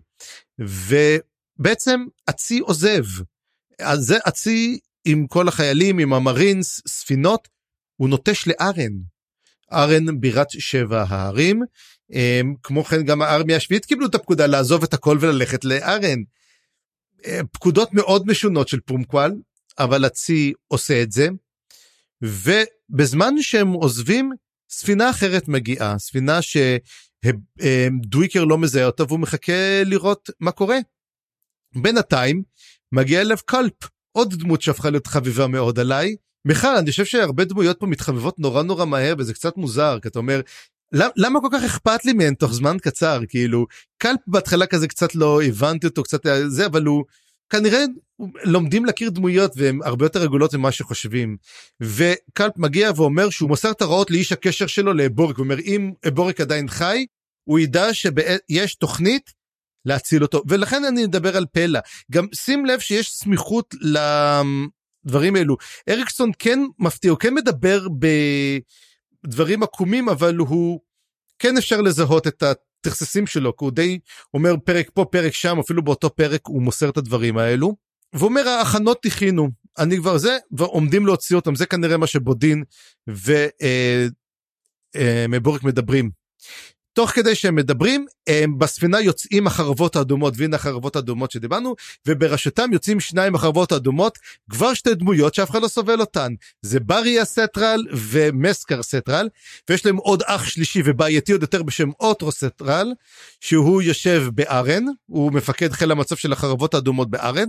[SPEAKER 2] ובעצם הצי עוזב, אז זה הצי עם כל החיילים, עם המרינס, ספינות, הוא נוטש לארן, ארן בירת 7 הערים. כמו כן גם הארמיה השביעית קיבלו את הפקודה לעזוב את הכל וללכת לארן. פקודות מאוד משונות של פרומקוואל, אבל הצי עושה את זה, ובזמן שהם עוזבים, ספינה אחרת מגיעה, ספינה שדוויקר לא מזהה אותה, והוא מחכה לראות מה קורה. בינתיים מגיע אליו קלפ, עוד דמות שהפכה להיות חביבה מאוד עליי. מיכל, אני חושב שהרבה דמויות פה מתחבבות נורא נורא מהר, וזה קצת מוזר, כי אתה אומר, למה כל כך אכפת לי מהן תוך זמן קצר? כאילו, קלפ בהתחלה כזה קצת לא הבנתי אותו, קצת זה, אבל הוא כנראה לומדים להכיר דמויות, והן הרבה יותר רגולות ממה שחושבים. וקלפ מגיע ואומר שהוא מוסר את הרעות לאיש הקשר שלו לאבוריק, הוא אומר, אם אבוריק עדיין חי, הוא ידע שיש תוכנית להציל אותו, ולכן אני אדבר על פלה. גם שים לב שיש סמיכות לדברים האלו. אריקסון כן מפתיע, הוא כן מדבר בדברים עקומים, אבל הוא כן אפשר לזהות את התכססים שלו, כי הוא די אומר פרק פה, פרק שם, אפילו באותו פרק הוא מוסר את הדברים האלו, ואומר ההכנות תכינו, אני כבר זה, ועומדים להוציא אותם, זה כנראה מה שבודין ומבוריק מדברים. תוך כדי שהם מדברים, בספינה יוצאים החרבות האדומות, והנה החרבות האדומות שדיברנו, ובראשתם יוצאים 2 החרבות האדומות, כבר 2 דמויות שאף אחד לא סובל אותן, זה בריה סטרל ומסקר סטרל, ויש להם עוד אח שלישי ובעייתי עוד יותר בשם אוטרו סטרל, שהוא יושב בארן, הוא מפקד חיל המצב של החרבות האדומות בארן,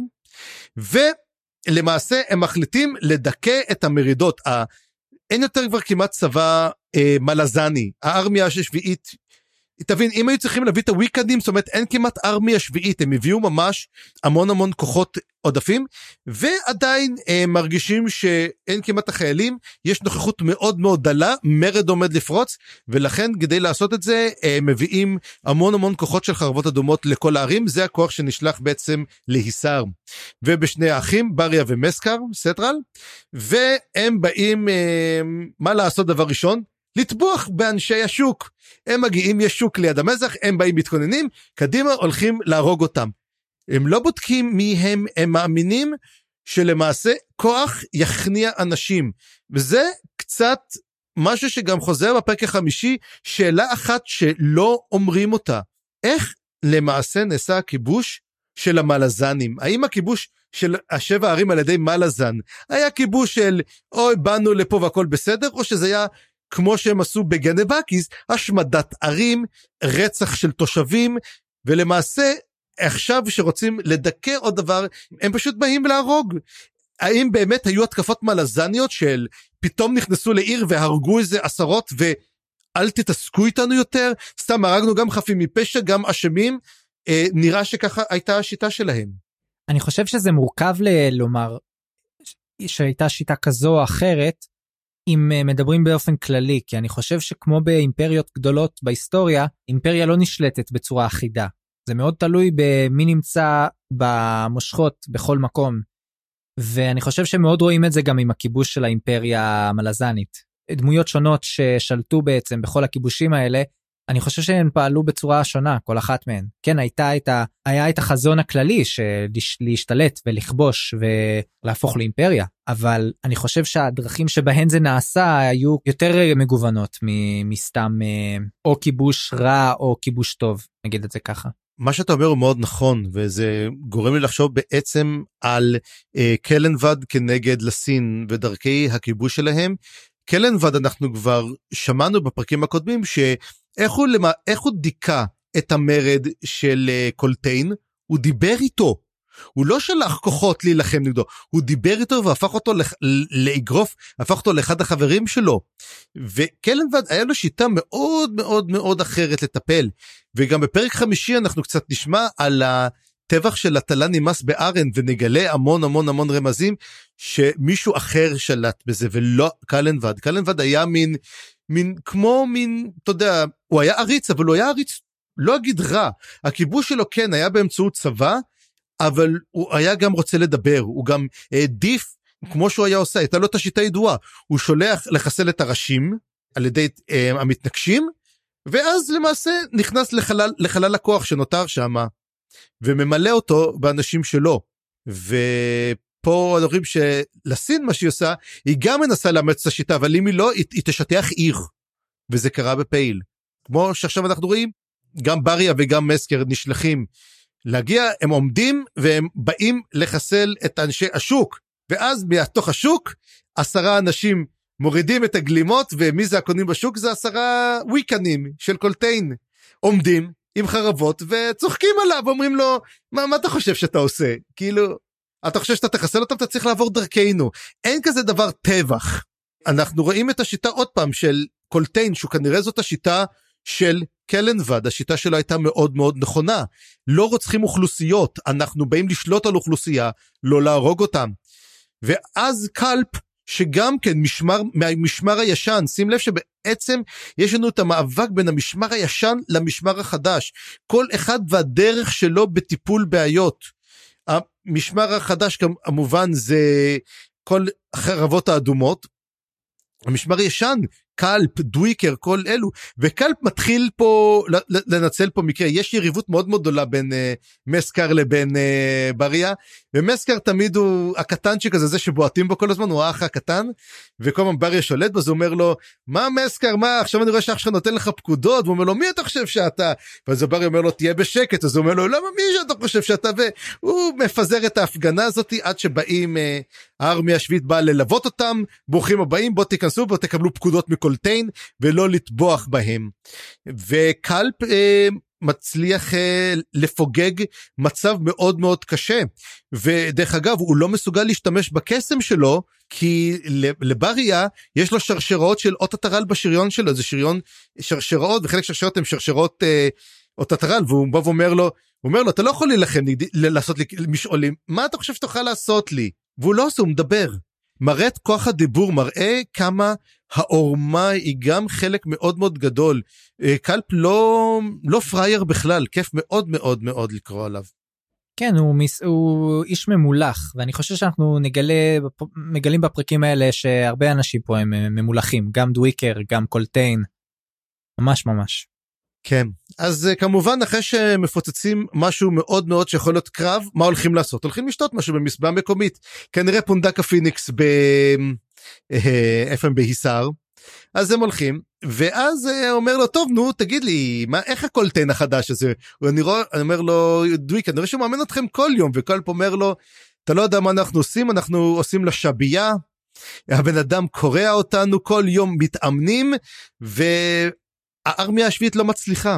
[SPEAKER 2] ולמעשה הם מחליטים לדכא את המרידות, אין יותר כבר כמעט צבא מלזני, הארמיה השביעית, תבין, אם היו צריכים להביא את הוויקדים, זאת אומרת, אין כמעט ארמיה שביעית, הם הביאו ממש המון כוחות עודפים, ועדיין מרגישים שאין כמעט החיילים, יש נוכחות מאוד מאוד דלה, מרד עומד לפרוץ, ולכן כדי לעשות את זה, מביאים המון כוחות של חרבות אדומות לכל הערים, זה הכוח שנשלח בעצם להיסר, ובשני האחים, בריה ומסקר, סטרל, והם באים, מה לעשות דבר ראשון? לטבוח באנשי השוק, הם מגיעים, יש שוק ליד המזח, הם באים מתכוננים, קדימה הולכים להרוג אותם, הם לא בודקים מי הם, הם מאמינים שלמעשה כוח יכניע אנשים, וזה קצת משהו שגם חוזר בפרק החמישי, שאלה אחת שלא אומרים אותה, איך למעשה נעשה הכיבוש של המלזנים, האם הכיבוש של 7 הערים על ידי מלזן, היה כיבוש של אוי באנו לפה והכל בסדר, או שזה היה כמו שהם עשו בגנבקיס, השמדת ערים, רצח של תושבים, ולמעשה עכשיו שרוצים לדכא עוד דבר, הם פשוט באים להרוג. האם באמת היו התקפות מלזניות של פתאום נכנסו לעיר והרגו איזה 10 ואל תתעסקו איתנו יותר, סתם הרגנו גם חפים מפשע, גם אשמים, נראה שככה הייתה השיטה שלהם.
[SPEAKER 1] אני חושב שזה מורכב לומר שהייתה שיטה כזו או אחרת, אם מדברים באופן כללי, כי אני חושב שכמו באימפריות גדולות בהיסטוריה, אימפריה לא נשלטת בצורה אחידה. זה מאוד תלוי במי נמצא במושכות בכל מקום. ואני חושב שמאוד רואים את זה גם עם הכיבוש של האימפריה המלזנית. דמויות שונות ששלטו בעצם בכל הכיבושים האלה, אני חושב שהן פעלו בצורה שונה, כל אחת מהן. כן, היה את החזון הכללי להשתלט ולכבוש ולהפוך לאימפריה, אבל אני חושב שהדרכים שבהן זה נעשה היו יותר מגוונות מסתם או כיבוש רע או כיבוש טוב, נגיד את זה ככה.
[SPEAKER 2] מה שאתה אומר הוא מאוד נכון, וזה גורם לי לחשוב בעצם על קלנבד כנגד לסין ודרכי הכיבוש שלהם. קלנבד אנחנו כבר שמענו בפרקים הקודמים שאיך הוא דיכה את המרד של קולטיין, הוא דיבר איתו, הוא לא שלח כוחות להילחם נגדו, הוא דיבר איתו והפך אותו לאגרוף, הפך אותו לאחד החברים שלו, וקלנבד היה לו שיטה מאוד מאוד מאוד אחרת לטפל, וגם בפרק 5 אנחנו קצת נשמע על הטבח של הטלה נימס בארן, ונגלה המון רמזים שמישהו אחר שלט בזה, ולא קלנבד. קלנבד היה כמו אתה יודע, הוא היה עריץ, אבל הוא היה עריץ, לא אגיד רע, הכיבוש שלו כן היה באמצעות צבא, אבל הוא היה גם רוצה לדבר, הוא גם העדיף, כמו שהוא היה עושה, הייתה לו את השיטה ידועה, הוא שולח לחסל את הראשים, על ידי המתנגשים, ואז למעשה נכנס לחלל הכוח שנותר שם, וממלא אותו באנשים שלו, ופה אנחנו רואים שלסין מה שהיא עושה, היא גם מנסה לאמץ את השיטה, אבל אם היא לא, היא תשטח עיר, וזה קרה בפעיל. כמו שעכשיו אנחנו רואים, גם בריה וגם מסקר נשלחים להגיע, הם עומדים והם באים לחסל את אנשי השוק, ואז מתוך השוק 10 אנשים מורידים את הגלימות, ומי זה הקונים בשוק? זה 10 וויקנים של קולטיין, עומדים עם חרבות וצוחקים עליו, אומרים לו, מה אתה חושב שאתה עושה? כאילו, אתה חושב שאתה תחסל אותם, אתה צריך לעבור דרכנו. אין כזה דבר טבח. אנחנו רואים את השיטה עוד פעם של קולטיין, שהוא כנראה זאת השיטה של קלנבד, השיטה שלו הייתה מאוד מאוד נכונה. לא רוצחים אוכלוסיות, אנחנו באים לשלוט על אוכלוסייה, לא להרוג אותם. ואז קלפ, שגם כן מהמשמר הישן, שים לב שבעצם יש לנו את המאבק בין המשמר הישן למשמר החדש, כל אחד והדרך שלו בטיפול בעיות. המשמר החדש כמובן זה כל החרבות האדומות, המשמר הישן, קלפ, דוויקר, כל אלו, וקלפ מתחיל פה לנצל פה מקרה, יש יריבות מאוד מאוד גדולה בין מסקר לבין בריה, ומסקר תמיד הוא הקטנצ'יק הזה, זה שבועטים בו כל הזמן, הוא האח הקטן, וכל פעם בריה שולט בו, זה אומר לו, מה מסקר, מה, עכשיו אני רואה שאח שלך נותן לך פקודות, והוא אומר לו, מי אתה חושב שאתה? ואז בריה אומר לו, תהיה בשקט, אז הוא אומר לו, למה מי שאתה חושב שאתה? והוא מפזר את ההפגנה הזאת, עד שבאים, הארמיה השביעית באה ללוות אותם, ברוכים הבאים, בוא תיכנסו, בוא תקבלו פקודות קולטיין ולא לטבוח בהם. וקלפ מצליח לפוגג מצב מאוד מאוד קשה, ודרך אגב הוא לא מסוגל להשתמש בקסם שלו, כי לבריה יש לו שרשראות של אות הטרל בשריון שלו, זה שריון שרשראות, וחלק שרשראות הן שרשראות אות הטרל, והוא בא ואומר לו, אתה לא יכול לעשות לי משעולים, מה אתה חושב שתוכל לעשות לי? והוא לא עושה, הוא מדבר. מראה את כוח הדיבור, מראה כמה העורמה היא גם חלק מאוד מאוד גדול. קלפ לא פרייר בכלל, כיף מאוד מאוד מאוד לקרוא עליו.
[SPEAKER 1] כן, הוא איש ממולח, ואני חושב שאנחנו מגלים בפרקים האלה שהרבה אנשים פה הם ממולחים, גם דוויקר, גם קולטיין, ממש ממש.
[SPEAKER 2] כן, אז כמובן אחרי שמפוצצים משהו מאוד מאוד שיכול להיות קרב, מה הולכים לעשות? הולכים לשתות משהו במסבה מקומית, כנראה פונדק הפיניקס איפה הם בהיסר, אז הם הולכים, ואז אומר לו, טוב נו תגיד לי, איך הקולטיין החדש הזה? אני אומר לו, דוויק, אני רואה שהוא מאמן אתכם כל יום, וקלפ אומר לו, אתה לא יודע מה אנחנו עושים לשבייה, הבן אדם קורא אותנו כל יום מתאמנים, הארמיה השביעית לא מצליחה,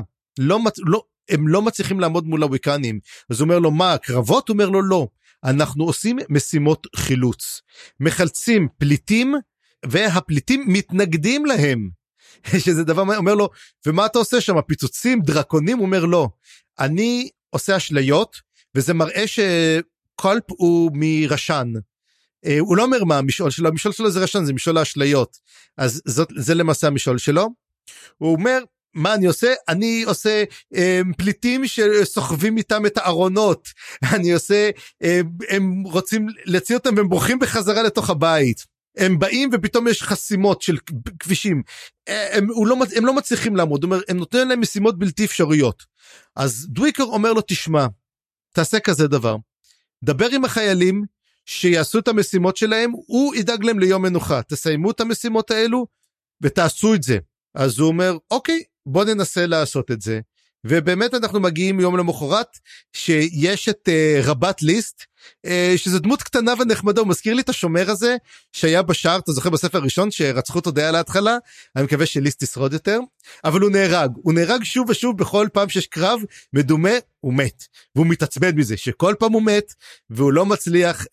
[SPEAKER 2] הם לא מצליחים לעמוד מול הוויקנים, אז הוא אומר לו, מה, קרבות? הוא אומר לו, לא, אנחנו עושים משימות חילוץ, מחלצים פליטים, והפליטים מתנגדים להם, שזה דבר, אומר לו, ומה אתה עושה שם, פיצוצים, דרקונים? הוא אומר לו, אני עושה אשליות, וזה מראה שקולפ הוא מרשן, הוא לא אומר מה המשעול שלו, המשעול שלו זה רשן, זה משעול האשליות, אז זה למעשה המשעול שלו, הוא אומר, מה אני עושה? אני עושה פליטים שסוחבים איתם את הארונות, אני עושה, הם רוצים להציע אותם והם בורחים בחזרה לתוך הבית, הם באים ופתאום יש חסימות של כבישים, הם לא מצליחים לעמוד, הם נותנים להם משימות בלתי אפשריות, אז דוויקר אומר לו, תשמע, תעשה כזה דבר, דבר עם החיילים שיעשו את המשימות שלהם, הוא ידאג להם ליום מנוחה, תסיימו את המשימות האלו ותעשו את זה. אז הוא אומר, אוקיי, בוא ננסה לעשות את זה, ובאמת אנחנו מגיעים יום למחרת, שיש את רבת ליסט, שזו דמות קטנה ונחמדה, הוא מזכיר לי את השומר הזה, שהיה בשער, אתה זוכר בספר הראשון, שרצחו אותו די על ההתחלה, אני מקווה שליסט ישרוד יותר, אבל הוא נהרג שוב ושוב, בכל פעם שיש קרב מדומה, הוא מת, והוא מתעצבן מזה, שכל פעם הוא מת, והוא לא מצליח,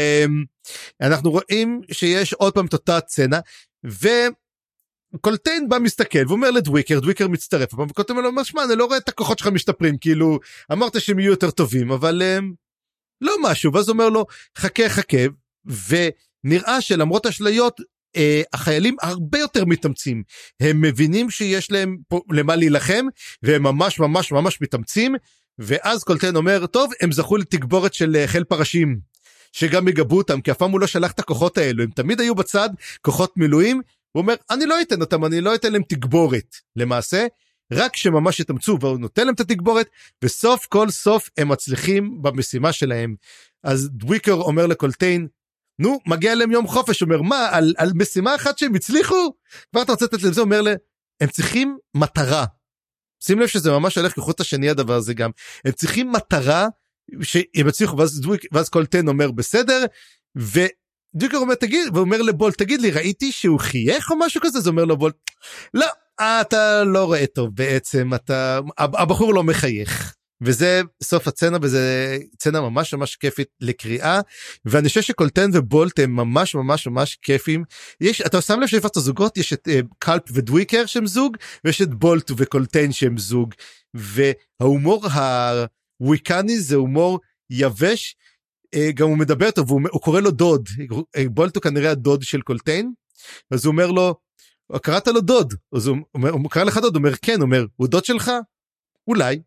[SPEAKER 2] ואנחנו רואים שיש עוד פעם את אותה צנה, קולטיין בא מסתכל ואומר לדוויקר, דוויקר מצטרף, וקולטיין אומר, שמע, אני לא רואה את הכוחות שלך משתפרים, כאילו, אמרת שהם יהיו יותר טובים, אבל לא משהו, ואז אומר לו, חכה, ונראה שלמרות השליות, החיילים הרבה יותר מתאמצים, הם מבינים שיש להם פה למה להילחם, והם ממש ממש ממש מתאמצים, ואז קולטיין אומר, טוב, הם זכו לתגבורת של חיל פרשים, שגם יגבו אותם, כי אף פעם הוא לא שלח את הכוחות האלו, הם תמיד היו בצד, כוחות מילואים, הוא אומר, אני לא אתן אותם, אני לא אתן להם תגבורת, למעשה, רק שממש יתאמצו, והוא נותן להם את התגבורת, וסוף כל סוף הם מצליחים במשימה שלהם. אז דוויקר אומר לקולטיין, נו, מגיע להם יום חופש, הוא אומר, מה, על משימה אחת שהם הצליחו? כבר אתה רוצה לתת לזה, הוא אומר הם צריכים מטרה. שים לב שזה ממש הולך כחוט השני הדבר הזה גם. הם צריכים מטרה שהם יצליחו, ואז קולטיין אומר בסדר, ודוויקר אומר תגיד, ואומר לבולט, תגיד לי, ראיתי שהוא חייך או משהו כזה? זה אומר לו בולט, לא, אתה לא רואה טוב בעצם, הבחור לא מחייך. וזה סוף הצצנה, וזה צצנה ממש ממש כיפית לקריאה, ואני חושב שקולטיין ובולט הם ממש ממש ממש כיפים. אתה שם לב שאיפה את הזוגות, יש את קלפ ודוויקר שהם זוג, ויש את בולט וקולטיין שהם זוג, וההומור הוויקני זה הומור יבש, גם הוא מדבר טוב, הוא קורא לו דוד, בולט הוא כנראה הדוד של קולטיין, אז הוא אומר לו, קראת לו דוד, אז הוא קרא לך דוד, הוא אומר כן, הוא אומר, הוא דוד שלך? אולי.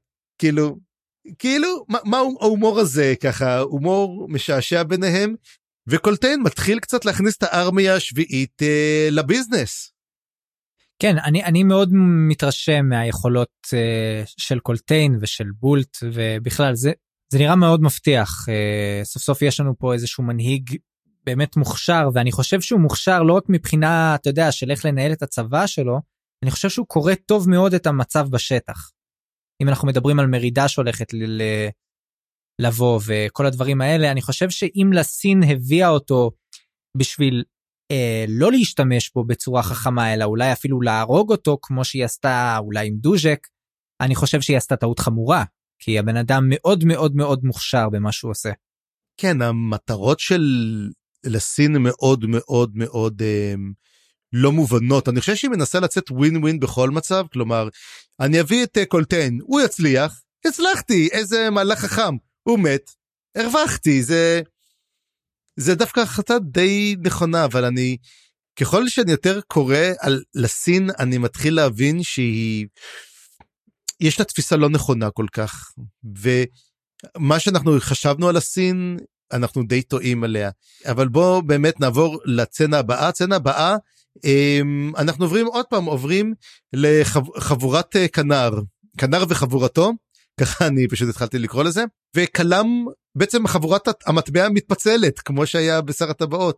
[SPEAKER 2] כאילו, מה ההומור הזה ככה, הומור משעשע ביניהם, וקולטיין מתחיל קצת להכניס את הארמיה השביעית לביזנס.
[SPEAKER 1] כן, אני מאוד מתרשם מהיכולות של קולטיין ושל בולט, ובכלל זה נראה מאוד מבטיח, סוף סוף יש לנו פה איזשהו מנהיג באמת מוכשר, ואני חושב שהוא מוכשר לא רק מבחינה, אתה יודע, של איך לנהל את הצבא שלו, אני חושב שהוא קורא טוב מאוד את המצב בשטח. אם אנחנו מדברים על מרידה שהולכת לבוא וכל הדברים האלה, אני חושב שאם לסין הביאה אותו בשביל לא להשתמש בו בצורה חכמה, אלא אולי אפילו להרוג אותו, כמו שהיא עשתה אולי עם דוז'ק, אני חושב שהיא עשתה טעות חמורה, כי הבן אדם מאוד מאוד מאוד מוכשר במה שהוא עושה.
[SPEAKER 2] כן, המטרות של לסין מאוד מאוד מאוד לא מובנות. אני חושב שהיא מנסה לצאת ווין ווין בכל מצב, כלומר, אני אביא את קולטיין, הוא יצליח, הצלחתי, איזה מהלך חכם, הוא מת, הרווחתי, זה דווקא החלטה די נכונה, אבל ככל שאני יותר קורא על לסין, אני מתחיל להבין יש לה תפיסה לא נכונה כל כך, ומה שאנחנו חשבנו על הסין, אנחנו די טועים עליה, אבל בואו באמת נעבור לצנה הבאה. הצנה הבאה, אנחנו עוברים לחבורת כנר וחבורתו, ככה אני פשוט התחלתי לקרוא לזה, וקלם בעצם חבורת המטבע מתפצלת, כמו שהיה בשר הטבעות,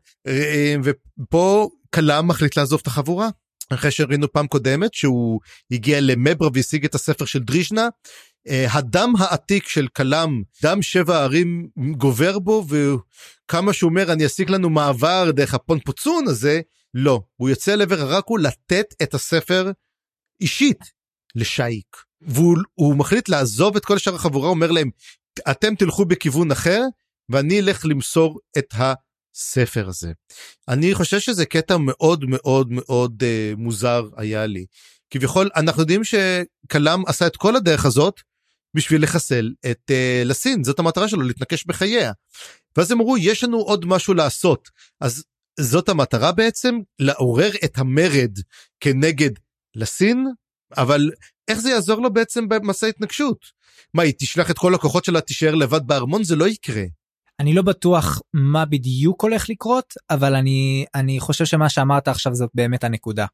[SPEAKER 2] ופה קלם מחליט לעזוב את החבורה, אחרי שראינו פעם קודמת, שהוא הגיע למברה והשיג את הספר של דריז'נה, הדם העתיק של קלם, דם 7 הערים גובר בו, וכמה שהוא אומר, אני אשיג לנו מעבר דרך הפונפוצון הזה, לא, הוא יוצא לעבר הרקו לתת את הספר אישית לשייק, והוא מחליט לעזוב את כל שאר החבורה, הוא אומר להם, אתם תלכו בכיוון אחר, ואני אלך למסור את הספר הזה. אני חושב שזה קטע מאוד מאוד מאוד מוזר היה לי, כביכול אנחנו יודעים שקלם עשה את כל הדרך הזאת, בשביל לחסל את לסין, זאת המטרה שלו, להתנקש בחייה, ואז הם אמרו, יש לנו עוד משהו לעשות, אז זאת המטרה בעצם, לעורר את המרד כנגד לסין, אבל איך זה יעזור לו בעצם במסע התנגשות? מה, היא תשלח את כל הכוחות שלה, תישאר לבד בארמון? זה לא יקרה.
[SPEAKER 1] אני לא בטוח מה בדיוק הולך לקרות, אבל אני חושב שמה שאמרת עכשיו זאת באמת הנקודה.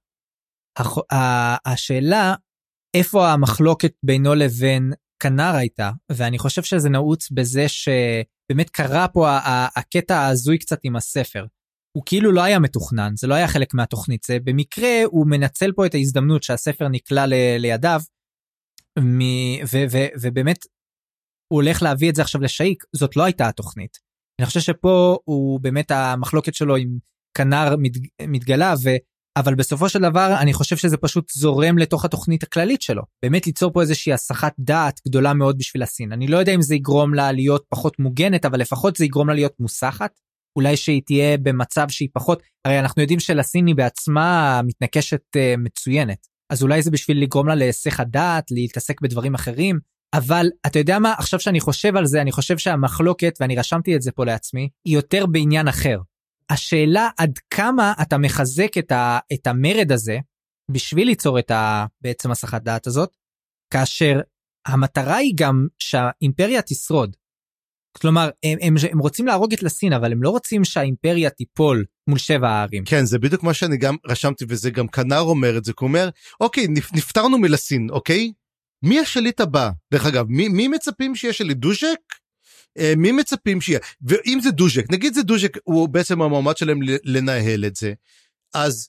[SPEAKER 1] השאלה, איפה המחלוקת בינו לבין כנר הייתה, ואני חושב שזה נעוץ בזה שבאמת קרה פה הקטע הזוי קצת עם הספר. הוא כאילו לא היה מתוכנן, זה לא היה חלק מהתוכנית, זה במקרה הוא מנצל פה את ההזדמנות שהספר נקלע לידיו, ובאמת הוא הולך להביא את זה עכשיו לשייק, זאת לא הייתה התוכנית. אני חושב שפה הוא באמת המחלוקת שלו עם כנר מתגלה, אבל בסופו של דבר אני חושב שזה פשוט זורם לתוך התוכנית הכללית שלו, באמת ליצור פה איזושהי הסחת דעת גדולה מאוד בשביל הסין. אני לא יודע אם זה יגרום לה להיות פחות מוגנת, אבל לפחות זה יגרום לה להיות מוסחת, אולי שהיא תהיה במצב שהיא פחות, הרי אנחנו יודעים שלסין היא בעצמה מתנקשת מצוינת, אז אולי זה בשביל לגרום לה להיסח הדעת, להתעסק בדברים אחרים, אבל אתה יודע מה, עכשיו שאני חושב על זה, אני חושב שהמחלוקת, ואני רשמתי את זה פה לעצמי, היא יותר בעניין אחר. השאלה עד כמה אתה מחזק את המרד הזה, בשביל ליצור בעצם הסחת דעת הזאת, כאשר המטרה היא גם שהאימפריה תשרוד. כלומר, הם רוצים להרוג את לסין, אבל הם לא רוצים שהאימפריה תיפול מול 7 הערים.
[SPEAKER 2] כן, זה בדיוק מה שאני גם רשמתי, וזה גם כנר אומר את זה, הוא אומר, אוקיי, נפטרנו מלסין, אוקיי? מי השליט הבא? דרך אגב, מי מצפים שיהיה שליט? דוז'ק? מי מצפים שיהיה? ואם זה דוז'ק, נגיד זה דוז'ק, הוא בעצם המועמד שלהם לנהל את זה, אז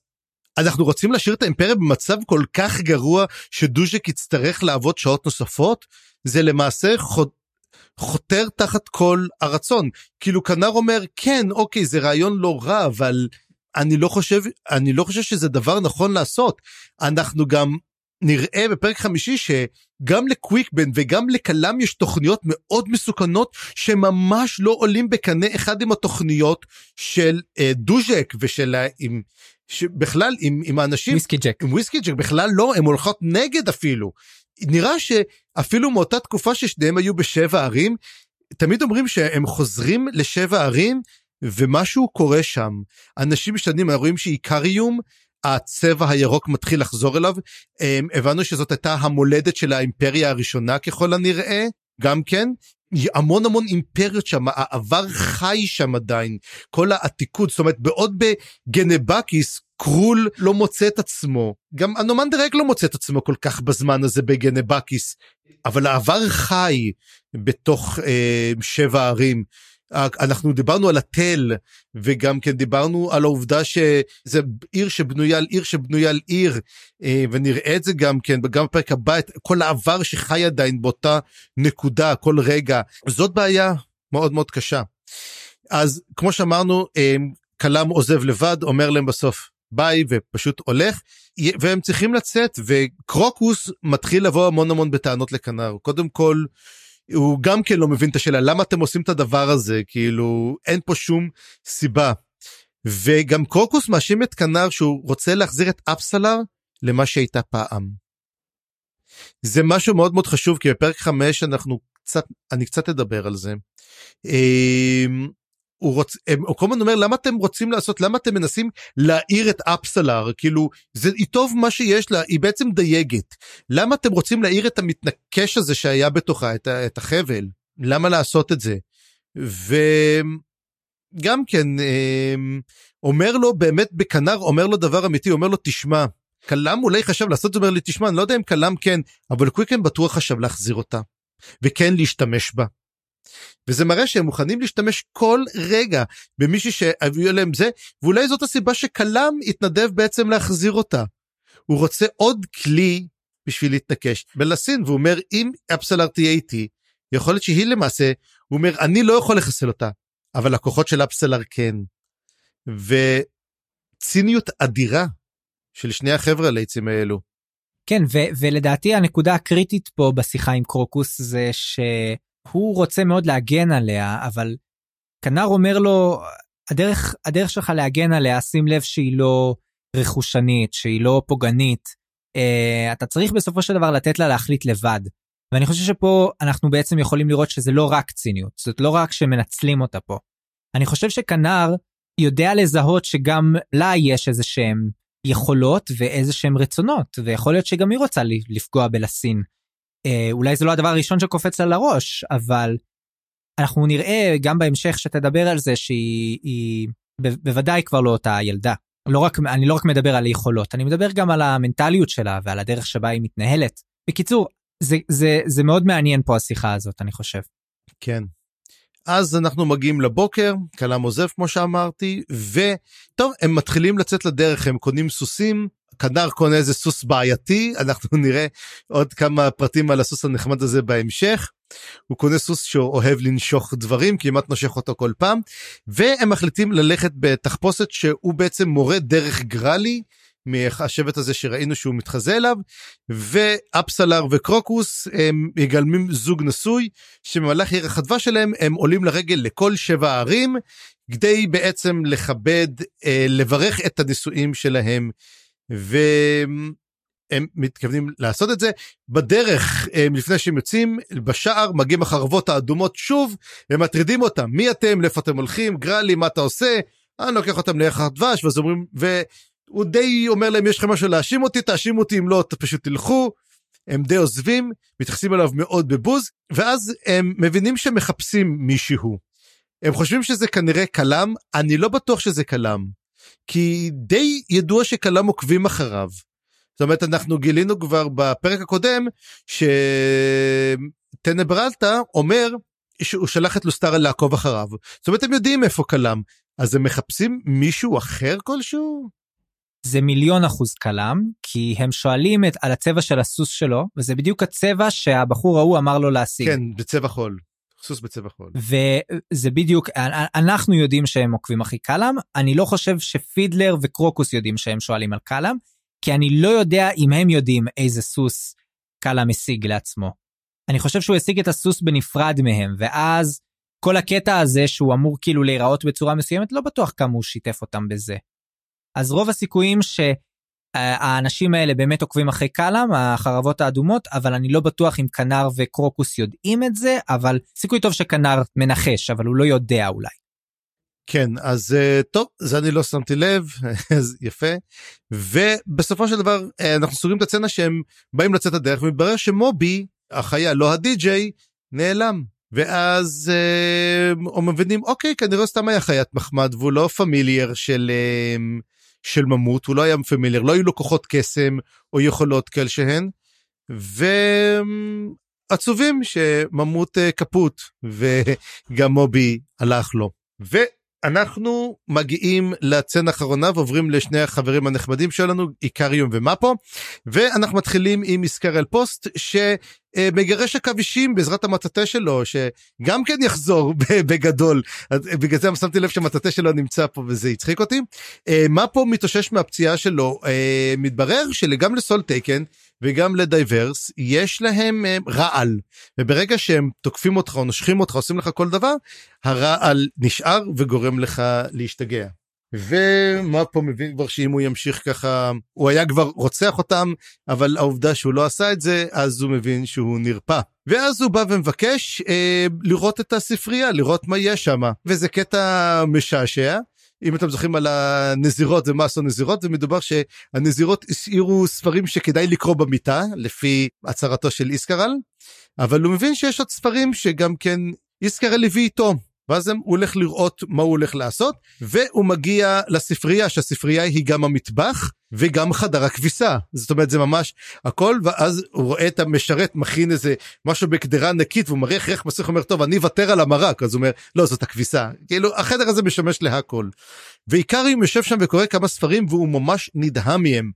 [SPEAKER 2] אנחנו רוצים להשאיר את האימפריה במצב כל כך גרוע שדוז'ק יצטרך לעבוד שעות נוספות, זה למעשה חותר תחת כל הרצון. כאילו קנר אומר, כן, אוקיי, זה רעיון לא רע, אבל אני לא חושב שזה דבר נכון לעשות. אנחנו גם נראה בפרק 5 שגם לקוויקבן וגם לקלם יש תוכניות מאוד מסוכנות שממש לא עולים בקנה אחד עם התוכניות של דוז'ק ושל בכלל עם האנשים עם וויסקי ג'ק בכלל לא, הם הולכות נגד אפילו. נראה שאפילו מאותה תקופה ששניהם היו בשבע ערים, תמיד אומרים שהם חוזרים לשבע ערים ומשהו קורה שם. אנשים משתנים, רואים שאיקריום הצבע הירוק מתחיל לחזור אליו, הבנו שזאת הייתה המולדת של האימפריה הראשונה ככל הנראה, גם כן, המון אימפריות שם, העבר חי שם עדיין, כל העתיקות, זאת אומרת בעוד בגנבקיס, קרול לא מוצא את עצמו, גם הנומנדרק לא מוצא את עצמו כל כך בזמן הזה בגנבקיס, אבל העבר חי בתוך שבע ערים, אנחנו דיברנו על התל, וגם כן דיברנו על העובדה שזה עיר שבנויה על עיר שבנויה על עיר, ונראה את זה גם כן, גם בפרק הבא, כל העבר שחי עדיין באותה נקודה, כל רגע, זאת בעיה מאוד מאוד קשה. אז כמו שאמרנו, קלם עוזב לבד, אומר להם בסוף ביי, ופשוט הולך, והם צריכים לצאת, וקרוקוס מתחיל לבוא המון בטענות לקנר, קודם כל, הוא גם כן לא מבין את השאלה, למה אתם עושים את הדבר הזה, כאילו אין פה שום סיבה, וגם קרוקוס מאשים את קנר שהוא רוצה להחזיר את אפסלר למה שהייתה פעם. זה משהו מאוד מאוד חשוב, כי בפרק 5 אני קצת אדבר על זה. הוא כל הזמן אומר, למה אתם רוצים לעשות, למה אתם מנסים להעיר את אפסלר, כאילו, זה טוב מה שיש לה, היא בעצם דייגת, למה אתם רוצים להעיר את המתנקש הזה שהיה בתוכה, את החבל, למה לעשות את זה, וגם כן, אומר לו באמת בקנר, אומר לו דבר אמיתי, אומר לו תשמע, קלם אולי חשב לעשות, זה אומר לי תשמע, אני לא יודע אם קלם כן, אבל קוויקן בטוח חשב להחזיר אותה, וכן להשתמש בה, וזה מראה שהם מוכנים להשתמש כל רגע במישהי שהביאו להם זה, ואולי זאת הסיבה שקלם התנדב בעצם להחזיר אותה. הוא רוצה עוד כלי בשביל להתנקש בלסין, והוא אומר, אם אפסלר תהיה איתי, יכול להיות שהיא למעשה, הוא אומר, אני לא יכול לחסל אותה, אבל הכוחות של אפסלר כן. וציניות אדירה של שני החבר'ה לעצים האלו.
[SPEAKER 1] כן, ולדעתי הנקודה הקריטית פה בשיחה עם קרוקוס זה הוא רוצה מאוד להגן עליה, אבל קנר אומר לו, הדרך שלך להגן עליה, שים לב שהיא לא רכושנית, שהיא לא פוגענית, אתה צריך בסופו של דבר לתת לה להחליט לבד, ואני חושב שפה אנחנו בעצם יכולים לראות שזה לא רק ציניות, זאת לא רק שמנצלים אותה פה, אני חושב שקנר יודע לזהות שגם לה יש איזה שהם יכולות ואיזה שהם רצונות, ויכול להיות שגם היא רוצה לפגוע בלסין, אולי זה לא הדבר הראשון שקופץ לה לראש, אבל אנחנו נראה גם בהמשך שתדבר על זה שהיא בוודאי כבר לא אותה ילדה. אני לא רק מדבר על היכולות, אני מדבר גם על המנטליות שלה ועל הדרך שבה היא מתנהלת. בקיצור, זה מאוד מעניין פה השיחה הזאת, אני חושב.
[SPEAKER 2] כן. אז אנחנו מגיעים לבוקר, קלם עוזב כמו שאמרתי, וטוב, הם מתחילים לצאת לדרך, הם קונים סוסים, קנר קונה איזה סוס בעייתי, אנחנו נראה עוד כמה פרטים על הסוס הנחמד הזה בהמשך, הוא קונה סוס שהוא אוהב לנשוך דברים, כמעט נושך אותו כל פעם, והם מחליטים ללכת בתחפושת שהוא בעצם מורה דרך גרלי, מהשבט הזה שראינו שהוא מתחזה אליו, ואפסלר וקרוקוס הם מגלמים זוג נשוי, שממלך ירח הדבש שלהם הם עולים לרגל לכל 7 ערים, כדי בעצם לכבד, לברך את הנישואים שלהם, והם מתכוונים לעשות את זה. בדרך, לפני שהם יוצאים בשער, מגיעים החרבות האדומות שוב, הם מטרידים אותם, מי אתם, לאיפה אתם הולכים, גרלי, מה אתה עושה, אני לוקח אותם לירח הדבש, ואז אומרים, הוא די אומר להם, יש לכם משהו להאשים אותי, תאשים אותי, אם לא, פשוט תלכו, הם די עוזבים, מתייחסים עליו מאוד בבוז, ואז הם מבינים שהם מחפשים מישהו, הם חושבים שזה כנראה קלם, אני לא בטוח שזה קלם, כי די ידוע שקלם עוקבים אחריו, זאת אומרת, אנחנו גילינו כבר בפרק הקודם, שטנברלטה אומר, שהוא שלח את לוסטרה לעקוב אחריו, זאת אומרת, הם יודעים איפה קלם, אז הם מחפשים מישהו אחר כלשהו?
[SPEAKER 1] זה 1,000,000% קלאם, כי הם שואלים על הצבע של הסוס שלו, וזה בדיוק הצבע שהבחור ההוא אמר לו להשיג.
[SPEAKER 2] כן, בצבע חול. סוס בצבע חול.
[SPEAKER 1] וזה בדיוק, אנחנו יודעים שהם עוקבים אחרי קלאם, אני לא חושב שפידלר וקרוקוס יודעים שהם שואלים על קלאם, כי אני לא יודע אם הם יודעים איזה סוס קלאם השיג לעצמו. אני חושב שהוא השיג את הסוס בנפרד מהם, ואז כל הקטע הזה שהוא אמור כאילו להיראות בצורה מסוימת, לא בטוח כמה הוא שיתף אותם בזה. אז רוב הסיכויים שהאנשים האלה באמת עוקבים אחרי קלאם, החרבות האדומות, אבל אני לא בטוח אם קנר וקרוקוס יודעים את זה, אבל סיכוי טוב שקנר מנחש, אבל הוא לא יודע אולי.
[SPEAKER 2] כן, אז טוב, זה אני לא שמתי לב, אז יפה. ובסופו של דבר אנחנו סוגרים את הצצנה שהם באים לצאת הדרך, ומתברר שמובי, החיה, לא הדי-ג'יי, נעלם. ואז הם מבינים, אוקיי, כנראה סתם היה חיית מחמד, והוא לא פמיליאר של ממות, הוא לא היה פמיליאר, לא היו לו כוחות קסם או יכולות כלשהן, ועצובים שממות כפות, וגם מובי הלך לו. ואנחנו מגיעים לצנה האחרונה, ועוברים לשני החברים הנחמדים שלנו, איקריום ומאפו, ואנחנו מתחילים עם איסקרל פוסט, שמגרש הכבישים בעזרת המטאטה שלו, שגם כן יחזור בגדול, בגלל זה שמתי לב שהמטאטה שלו נמצא פה, וזה יצחיק אותי. מאפו מתאושש מהפציעה שלו, מתברר שגם לסול טייקן, וגם לדייברס, יש להם רעל, וברגע שהם תוקפים אותך, או נושכים אותך, עושים לך כל דבר, הרעל נשאר וגורם לך להשתגע. ומה פה מבין כבר שאם הוא ימשיך ככה, הוא היה כבר רוצח אותם, אבל העובדה שהוא לא עשה את זה, אז הוא מבין שהוא נרפא. ואז הוא בא ומבקש לראות את הספרייה, לראות מה יש שם, וזה קטע משעשע. אם אתם זוכרים על הנזירות ומה עשו נזירות, ומדובר שהנזירות השאירו ספרים שכדאי לקרוא במיטה, לפי הצהרתו של איסקרל, אבל הוא מבין שיש עוד ספרים שגם כן איסקרל הביא איתו, ואז הוא הולך לראות מה הוא הולך לעשות, והוא מגיע לספרייה, שהספרייה היא גם המטבח, וגם חדר הכביסה, זאת אומרת זה ממש הכל, ואז הוא רואה את המשרת מכין איזה משהו בקדרה ענקית, והוא מראה איך מסריח, אומר טוב אני אוותר על המרק, אז הוא אומר לא זאת הכביסה, כאילו החדר הזה משמש להכל, ואיקריום יושב שם וקורא כמה ספרים, והוא ממש נדהם מהם,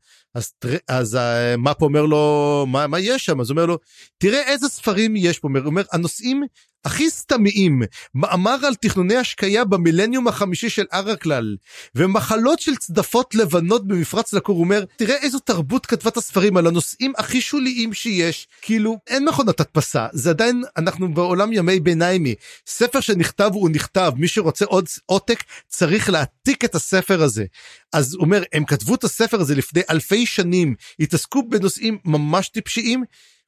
[SPEAKER 2] אז מאפ אומר לו מה יש שם, אז הוא אומר לו תראה איזה ספרים יש פה, הוא אומר הנושאים הכי סתמיים, מאמר על תכנוני השקיה במילניום החמישי של ארקלל, ומחלות של צדפות לבנות במפרץ לקור, הוא אומר, תראה איזו תרבות כתבה את הספרים על הנושאים הכי שוליים שיש, כאילו אין מכונת הדפסה, זה עדיין אנחנו בעולם ימי ביניימי, ספר שנכתב הוא נכתב, מי שרוצה עוד עותק צריך להעתיק את הספר הזה, אז הוא אומר, הם כתבו את הספר הזה לפני אלפי שנים, התעסקו בנושאים ממש טיפשיים,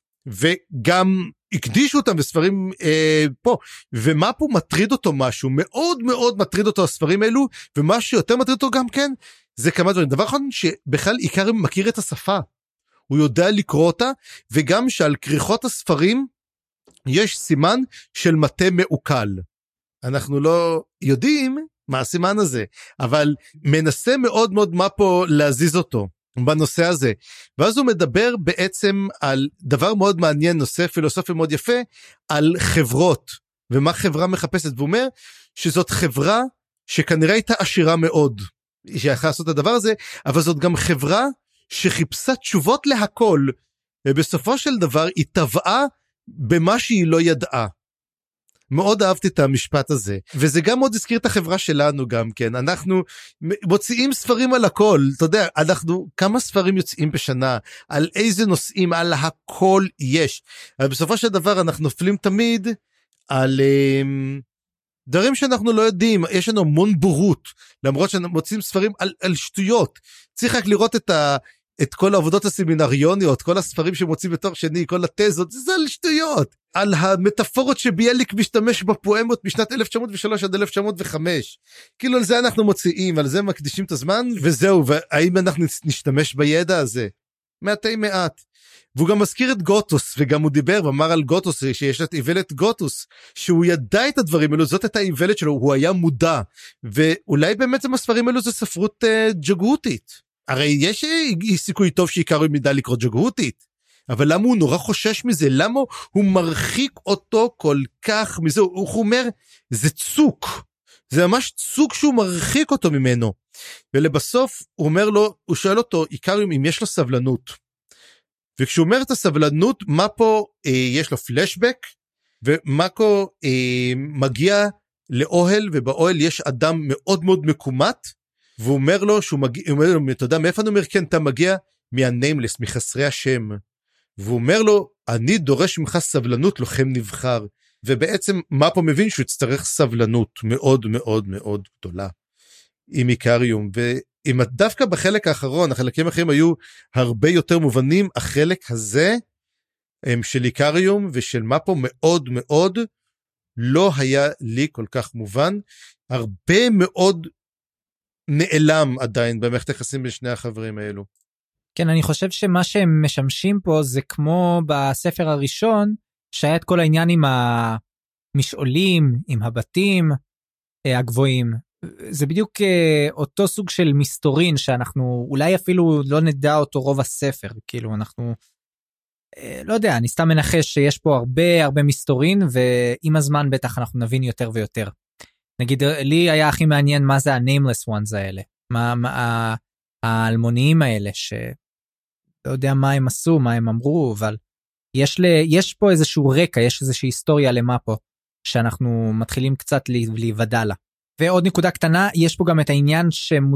[SPEAKER 2] וגם הקדישו אותם בספרים פה, ומה פה מטריד אותו משהו, מאוד מאוד מטריד אותו הספרים האלו, ומה שיותר מטריד אותו גם כן, זה כמה דברים, דבר אחד שבכלל איקריום מכיר את השפה, הוא יודע לקרוא אותה, וגם שעל כריכות הספרים, יש סימן של מטה מעוקל, אנחנו לא יודעים מה הסימן הזה, אבל מנסה מאוד מאוד מה פה להזיז אותו, בנושא הזה, ואז הוא מדבר בעצם על דבר מאוד מעניין, נושא פילוסופי מאוד יפה, על חברות, ומה חברה מחפשת, והוא אומר שזאת חברה שכנראה הייתה עשירה מאוד, שיכולה לעשות את הדבר הזה, אבל זאת גם חברה שחיפשה תשובות להכל, ובסופו של דבר היא טבעה במה שהיא לא ידעה. מאוד אהבתי את המשפט הזה, וזה גם מאוד הזכיר את החברה שלנו גם כן, אנחנו מוציאים ספרים על הכל, אתה יודע, אנחנו כמה ספרים יוצאים בשנה, על איזה נושאים, על הכל יש, אבל בסופו של דבר אנחנו נופלים תמיד על דברים שאנחנו לא יודעים, יש לנו המון בורות, למרות שמוצאים ספרים על שטויות, צריך רק לראות את כל העבודות הסמינריוניות, כל הספרים שמוצאים בתואר שני, כל התזות, זה על שטויות, על המטאפורות שביאליק משתמש בפואמות משנת 1903 עד 1905, כאילו על זה אנחנו מוציאים, על זה מקדישים את הזמן, וזהו, והאם אנחנו נשתמש בידע הזה? מעטי מעט. והוא גם מזכיר את גוטוס, וגם הוא דיבר ואמר על גוטוס, שיש את איוולת גוטוס, שהוא ידע את הדברים האלו, זאת את האיוולת שלו, הוא היה מודע, ואולי באמת הספרים האלו זה ספרות ג'גהותית. הרי יש סיכוי טוב שאיקריום ידע לקרוא ג'גהותית, אבל למה הוא נורא חושש מזה? למה הוא מרחיק אותו כל כך מזה? הוא אומר, זה צוק, זה ממש צוק שהוא מרחיק אותו ממנו. ולבסוף הוא שואל אותו, איקריום, אם יש לו סבלנות. וכשהוא אומר את הסבלנות, מפו יש לו פלשבק, ומאקו מגיע לאוהל, ובאוהל יש אדם מאוד מאוד מקומט, והוא אומר לו, אתה יודע מאיפה אני אומר, כן, אתה מגיע מהניימלס, מחסרי השם, והוא אומר לו, אני דורש ממך סבלנות, לוחם נבחר, ובעצם מפו מבין שהוא יצטרך סבלנות מאוד מאוד מאוד גדולה, עם איקריום, ואם דווקא בחלק האחרון, החלקים האחרים היו הרבה יותר מובנים, החלק הזה, של איקריום ושל מפו מאוד מאוד, לא היה לי כל כך מובן, הרבה מאוד נעלם עדיין במערכת היחסים בין שני החברים האלו.
[SPEAKER 1] כן, אני חושב שמה שהם משמשים פה זה כמו בספר הראשון, שהיה את כל העניין עם המשעולים, עם הבתים הגבוהים. זה בדיוק אותו סוג של מסתורין, שאנחנו אולי אפילו לא נדע אותו רוב הספר, כאילו אנחנו, לא יודע, אני סתם מנחש שיש פה הרבה מסתורין, ועם הזמן בטח אנחנו נבין יותר ויותר. נגיד, לי היה הכי מעניין מה זה ה-nameless ones האלה, מה האלמוניים האלה, שלא יודע מה הם עשו, מה הם אמרו, אבל יש פה איזשהו רקע, יש איזושהי היסטוריה למה פה, שאנחנו מתחילים קצת להיוודע לה. ועוד נקודה קטנה, יש פה גם את העניין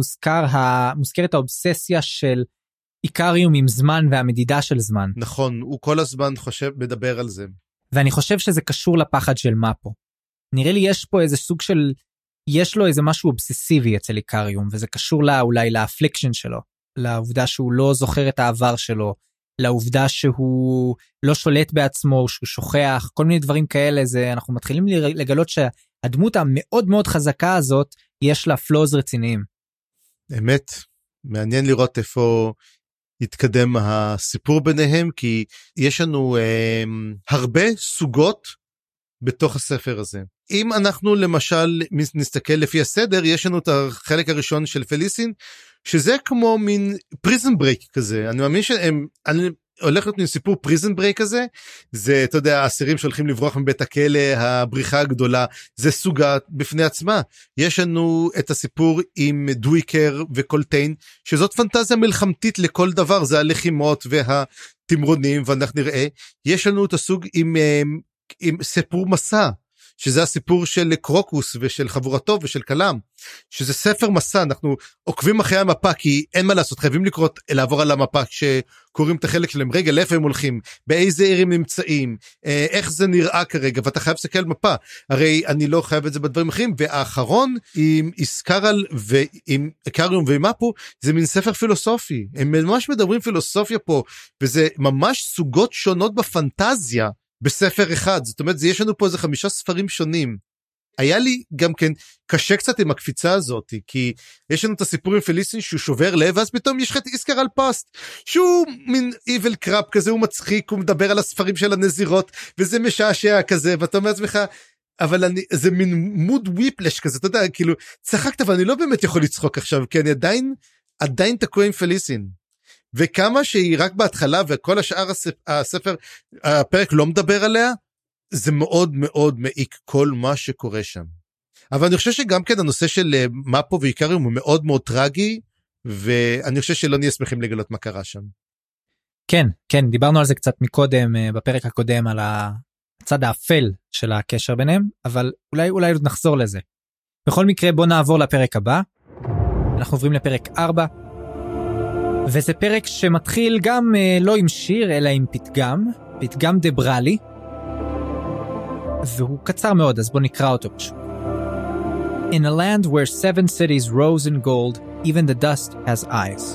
[SPEAKER 1] שמוזכרת האובססיה של איקריום עם זמן והמדידה של זמן.
[SPEAKER 2] נכון, הוא כל הזמן מדבר על זה.
[SPEAKER 1] ואני חושב שזה קשור לפחד של מפו. נראה לי יש פה איזה סוג של, יש לו איזה משהו אובססיבי אצל איקריום, וזה קשור אולי לאפליקשן שלו, לעובדה שהוא לא זוכר את העבר שלו, לעובדה שהוא לא שולט בעצמו, שהוא שוכח, כל מיני דברים כאלה, אנחנו מתחילים לגלות שהדמות המאוד מאוד חזקה הזאת, יש לה פלוז רציניים.
[SPEAKER 2] אמת, מעניין לראות איפה יתקדם הסיפור ביניהם, כי יש לנו הרבה סוגות בתוך הספר הזה. אם אנחנו למשל נסתכל לפי הסדר, יש לנו את החלק הראשון של פליסין, שזה כמו מין פריזן ברייק כזה. אני מאמין אני הולך להיות סיפור פריזן ברייק הזה, זה, אתה יודע, האסירים שהולכים לברוח מבית הכלא, הבריחה הגדולה, זה סוגה בפני עצמה. יש לנו את הסיפור עם דוויקר וקולטיין, שזאת פנטזיה מלחמתית לכל דבר, זה הלחימות והתמרונים, ואנחנו נראה. יש לנו את הסוג עם סיפור מסע, שזה הסיפור של קרוקוס ושל חבורתו ושל קלם, שזה ספר מסע, אנחנו עוקבים אחרי המפה, כי אין מה לעשות, חייבים לעבור על המפה שקוראים את החלק שלהם, רגע, לאיפה הם הולכים, באיזה עיר הם נמצאים, איך זה נראה כרגע, ואתה חייב לסתכל על מפה, הרי אני לא חייב את זה בדברים אחרים, והאחרון עם איסקרל ועם איקריום ועם מפו, זה מין ספר פילוסופי, הם ממש מדברים פילוסופיה פה, וזה ממש סוגות שונות בפנטזיה, בספר אחד, זאת אומרת, יש לנו פה איזה 5 ספרים שונים. היה לי גם כן קשה קצת עם הקפיצה הזאת, כי יש לנו את הסיפור עם פליסין שהוא שובר לב, ואז פתאום יש לך את איסקרל פאסט, שהוא מין איבל קראפ כזה, הוא מצחיק, הוא מדבר על הספרים של הנזירות, וזה משעשע כזה, ואתה אומר לעצמך, אבל זה מין מוד וויפלש כזה, אתה יודע, כאילו, צחקת, אבל אני לא באמת יכול לצחוק עכשיו, כי אני עדיין תקוע עם פליסין. וכמה שהיא רק בהתחלה וכל השאר הספר, הפרק לא מדבר עליה, זה מאוד מאוד מעיק כל מה שקורה שם. אבל אני חושב שגם כן הנושא של מפו ואיקריום הוא מאוד מאוד טרגי, ואני חושב שלא נהיה שמחים לגלות מה קרה שם.
[SPEAKER 1] כן, דיברנו על זה קצת מקודם, בפרק הקודם, על הצד האפל של הקשר ביניהם, אבל אולי נחזור לזה. בכל מקרה בוא נעבור לפרק הבא, אנחנו עוברים לפרק 4, וזה פרק שמתחיל גם לא עם שיר, אלא עם פתגם דברלי, והוא קצר מאוד, אז בוא נקרא אותו פשוט. In a land where 7 cities rose in gold, even the dust has eyes.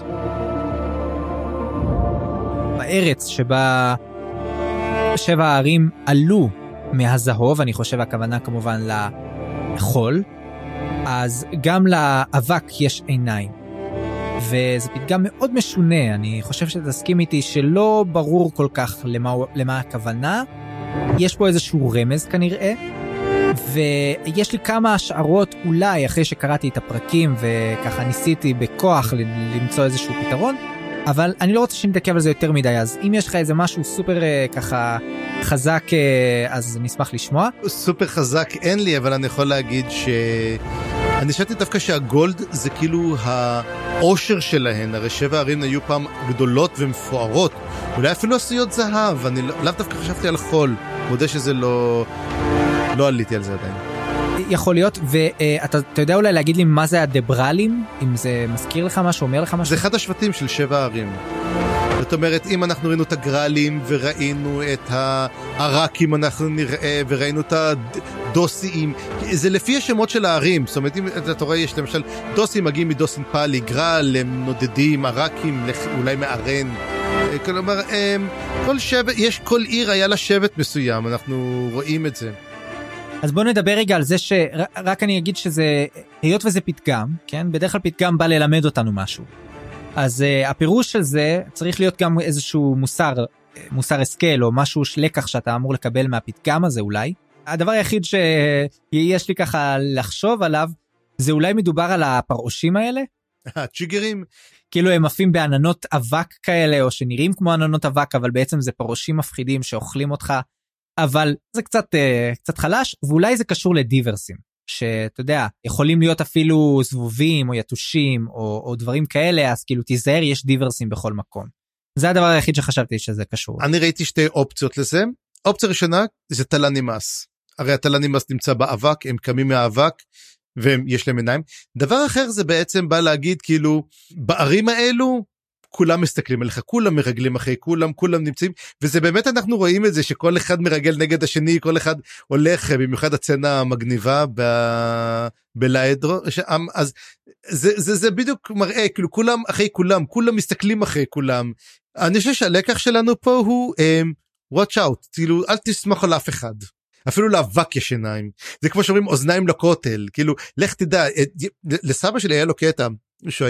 [SPEAKER 1] בארץ שבה 7 הערים עלו מהזהוב, אני חושב הכוונה כמובן לחול, אז גם לאבק יש עיניים. וזה פתגם מאוד משונה, אני חושב שתסכים איתי שלא ברור כל כך למה הכוונה, יש פה איזשהו רמז כנראה, ויש לי כמה השערות אולי אחרי שקראתי את הפרקים וככה ניסיתי בכוח למצוא איזשהו פתרון, אבל אני לא רוצה שנתעכב על זה יותר מדי, אז אם יש לך איזה משהו סופר ככה חזק, אז נשמח לשמוע.
[SPEAKER 2] סופר חזק אין לי, אבל אני יכול להגיד שאני אני חשבתי דווקא שהגולד זה כאילו העושר שלהן, הרי 7 הערים היו פעם גדולות ומפוארות, אולי אפילו עשויות זהב, אני לאו דווקא חשבתי על חול, מודה שזה לא עליתי על זה עדיין.
[SPEAKER 1] יכול להיות, ואתה יודע אולי להגיד לי מה זה הדברלים? אם זה מזכיר לך משהו, אומר לך משהו?
[SPEAKER 2] זה אחד השבטים של 7 הערים. זאת אומרת, אם אנחנו ראינו את הגרלים וראינו את הערקים, אנחנו נראה, וראינו את הדוסיים, זה לפי השמות של הערים. זאת אומרת, אם אתה רואה, יש למשל, דוסיים מגיעים מדוסין פאלי, גרל, הם נודדים, ערקים, אולי מערן. כלומר, כל עיר היה לה שבט מסוים, אנחנו רואים את זה.
[SPEAKER 1] אז בואו נדבר רגע על זה שרק אני אגיד שזה, היות וזה פתגם, כן? בדרך כלל פתגם בא ללמד אותנו משהו. אז הפירוש של זה צריך להיות גם איזשהו מוסר השכל, או משהו לקח שאתה אמור לקבל מהפתגם הזה אולי. הדבר היחיד שיש לי ככה לחשוב עליו, זה אולי מדובר על הפרעושים האלה.
[SPEAKER 2] צ'יגרים.
[SPEAKER 1] כאילו הם עפים בעננות אבק כאלה, או שנראים כמו עננות אבק, אבל בעצם זה פרעושים מפחידים שאוכלים אותך. אבל זה קצת חלש, ואולי זה קשור לדיברסים, שאתה יודע, יכולים להיות אפילו זבובים או יתושים או דברים כאלה, אז כאילו תיזהר, יש דיברסים בכל מקום. זה הדבר היחיד שחשבתי שזה קשור.
[SPEAKER 2] אני ראיתי 2 אופציות לזה. אופציה ראשונה זה תלנימס. הרי התלנימס נמצא באבק, הם קמים מהאבק, ויש להם עיניים. דבר אחר זה בעצם בא להגיד כאילו, בערים האלו, כולם מסתכלים עליך, כולם מרגלים אחרי, כולם נמצאים, וזה באמת אנחנו רואים את זה, שכל אחד מרגל נגד השני, כל אחד הולך, במיוחד הצנה המגניבה בלאדרו, אז זה בדיוק מראה, כאילו כולם אחרי כולם מסתכלים אחרי כולם. אני חושב שהלקח שלנו פה הוא, watch out, כאילו אל תסמוך על אף אחד. אפילו לאבק יש עיניים, זה כמו שאומרים אוזניים לכותל, כאילו לך תדע, לסבא שלי היה לו קטע, שהוא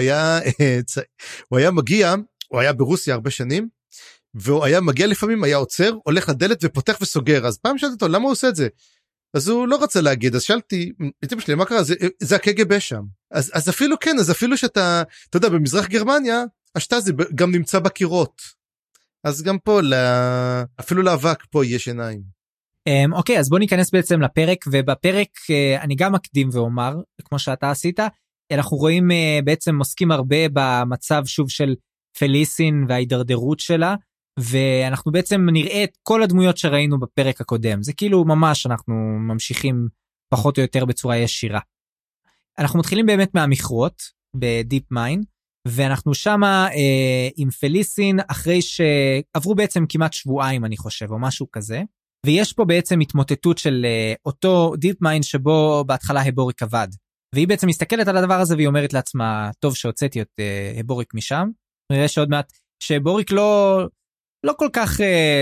[SPEAKER 2] היה מגיע, הוא היה ברוסיה הרבה שנים, והוא היה מגיע לפעמים, היה עוצר, הולך לדלת ופותח וסוגר, אז פעם שאלתי אותו, למה הוא עושה את זה? אז הוא לא רצה להגיד, אז שאלתי, איתם שלי, מה קרה? זה הקג"ב שם. אז אפילו כן, אז אפילו שאתה, אתה יודע, במזרח גרמניה, השטאזי גם נמצא בקירות. אז גם פה, אפילו לאבק פה יש עיניים.
[SPEAKER 1] אוקיי, אז בוא ניכנס בעצם לפרק, ובפרק אני גם מקדים ואומר, כמו שאתה עשית, אנחנו רואים בעצם עוסקים הרבה במצב שוב של פליסין וההידרדרות שלה, ואנחנו בעצם נראה את כל הדמויות שראינו בפרק הקודם, זה כאילו ממש אנחנו ממשיכים פחות או יותר בצורה ישירה. אנחנו מתחילים באמת מהמכרות בדיפ מיין, ואנחנו שמה עם פליסין אחרי שעברו בעצם כמעט שבועיים אני חושב, או משהו כזה, ויש פה בעצם התמוטטות של אותו דיפ מיין שבו בהתחלה הבוריק עבד. והיא בעצם מסתכלת על הדבר הזה והיא אומרת לעצמה, טוב שהוצאתי את הבוריק משם, נראה שעוד מעט שבוריק לא כל כך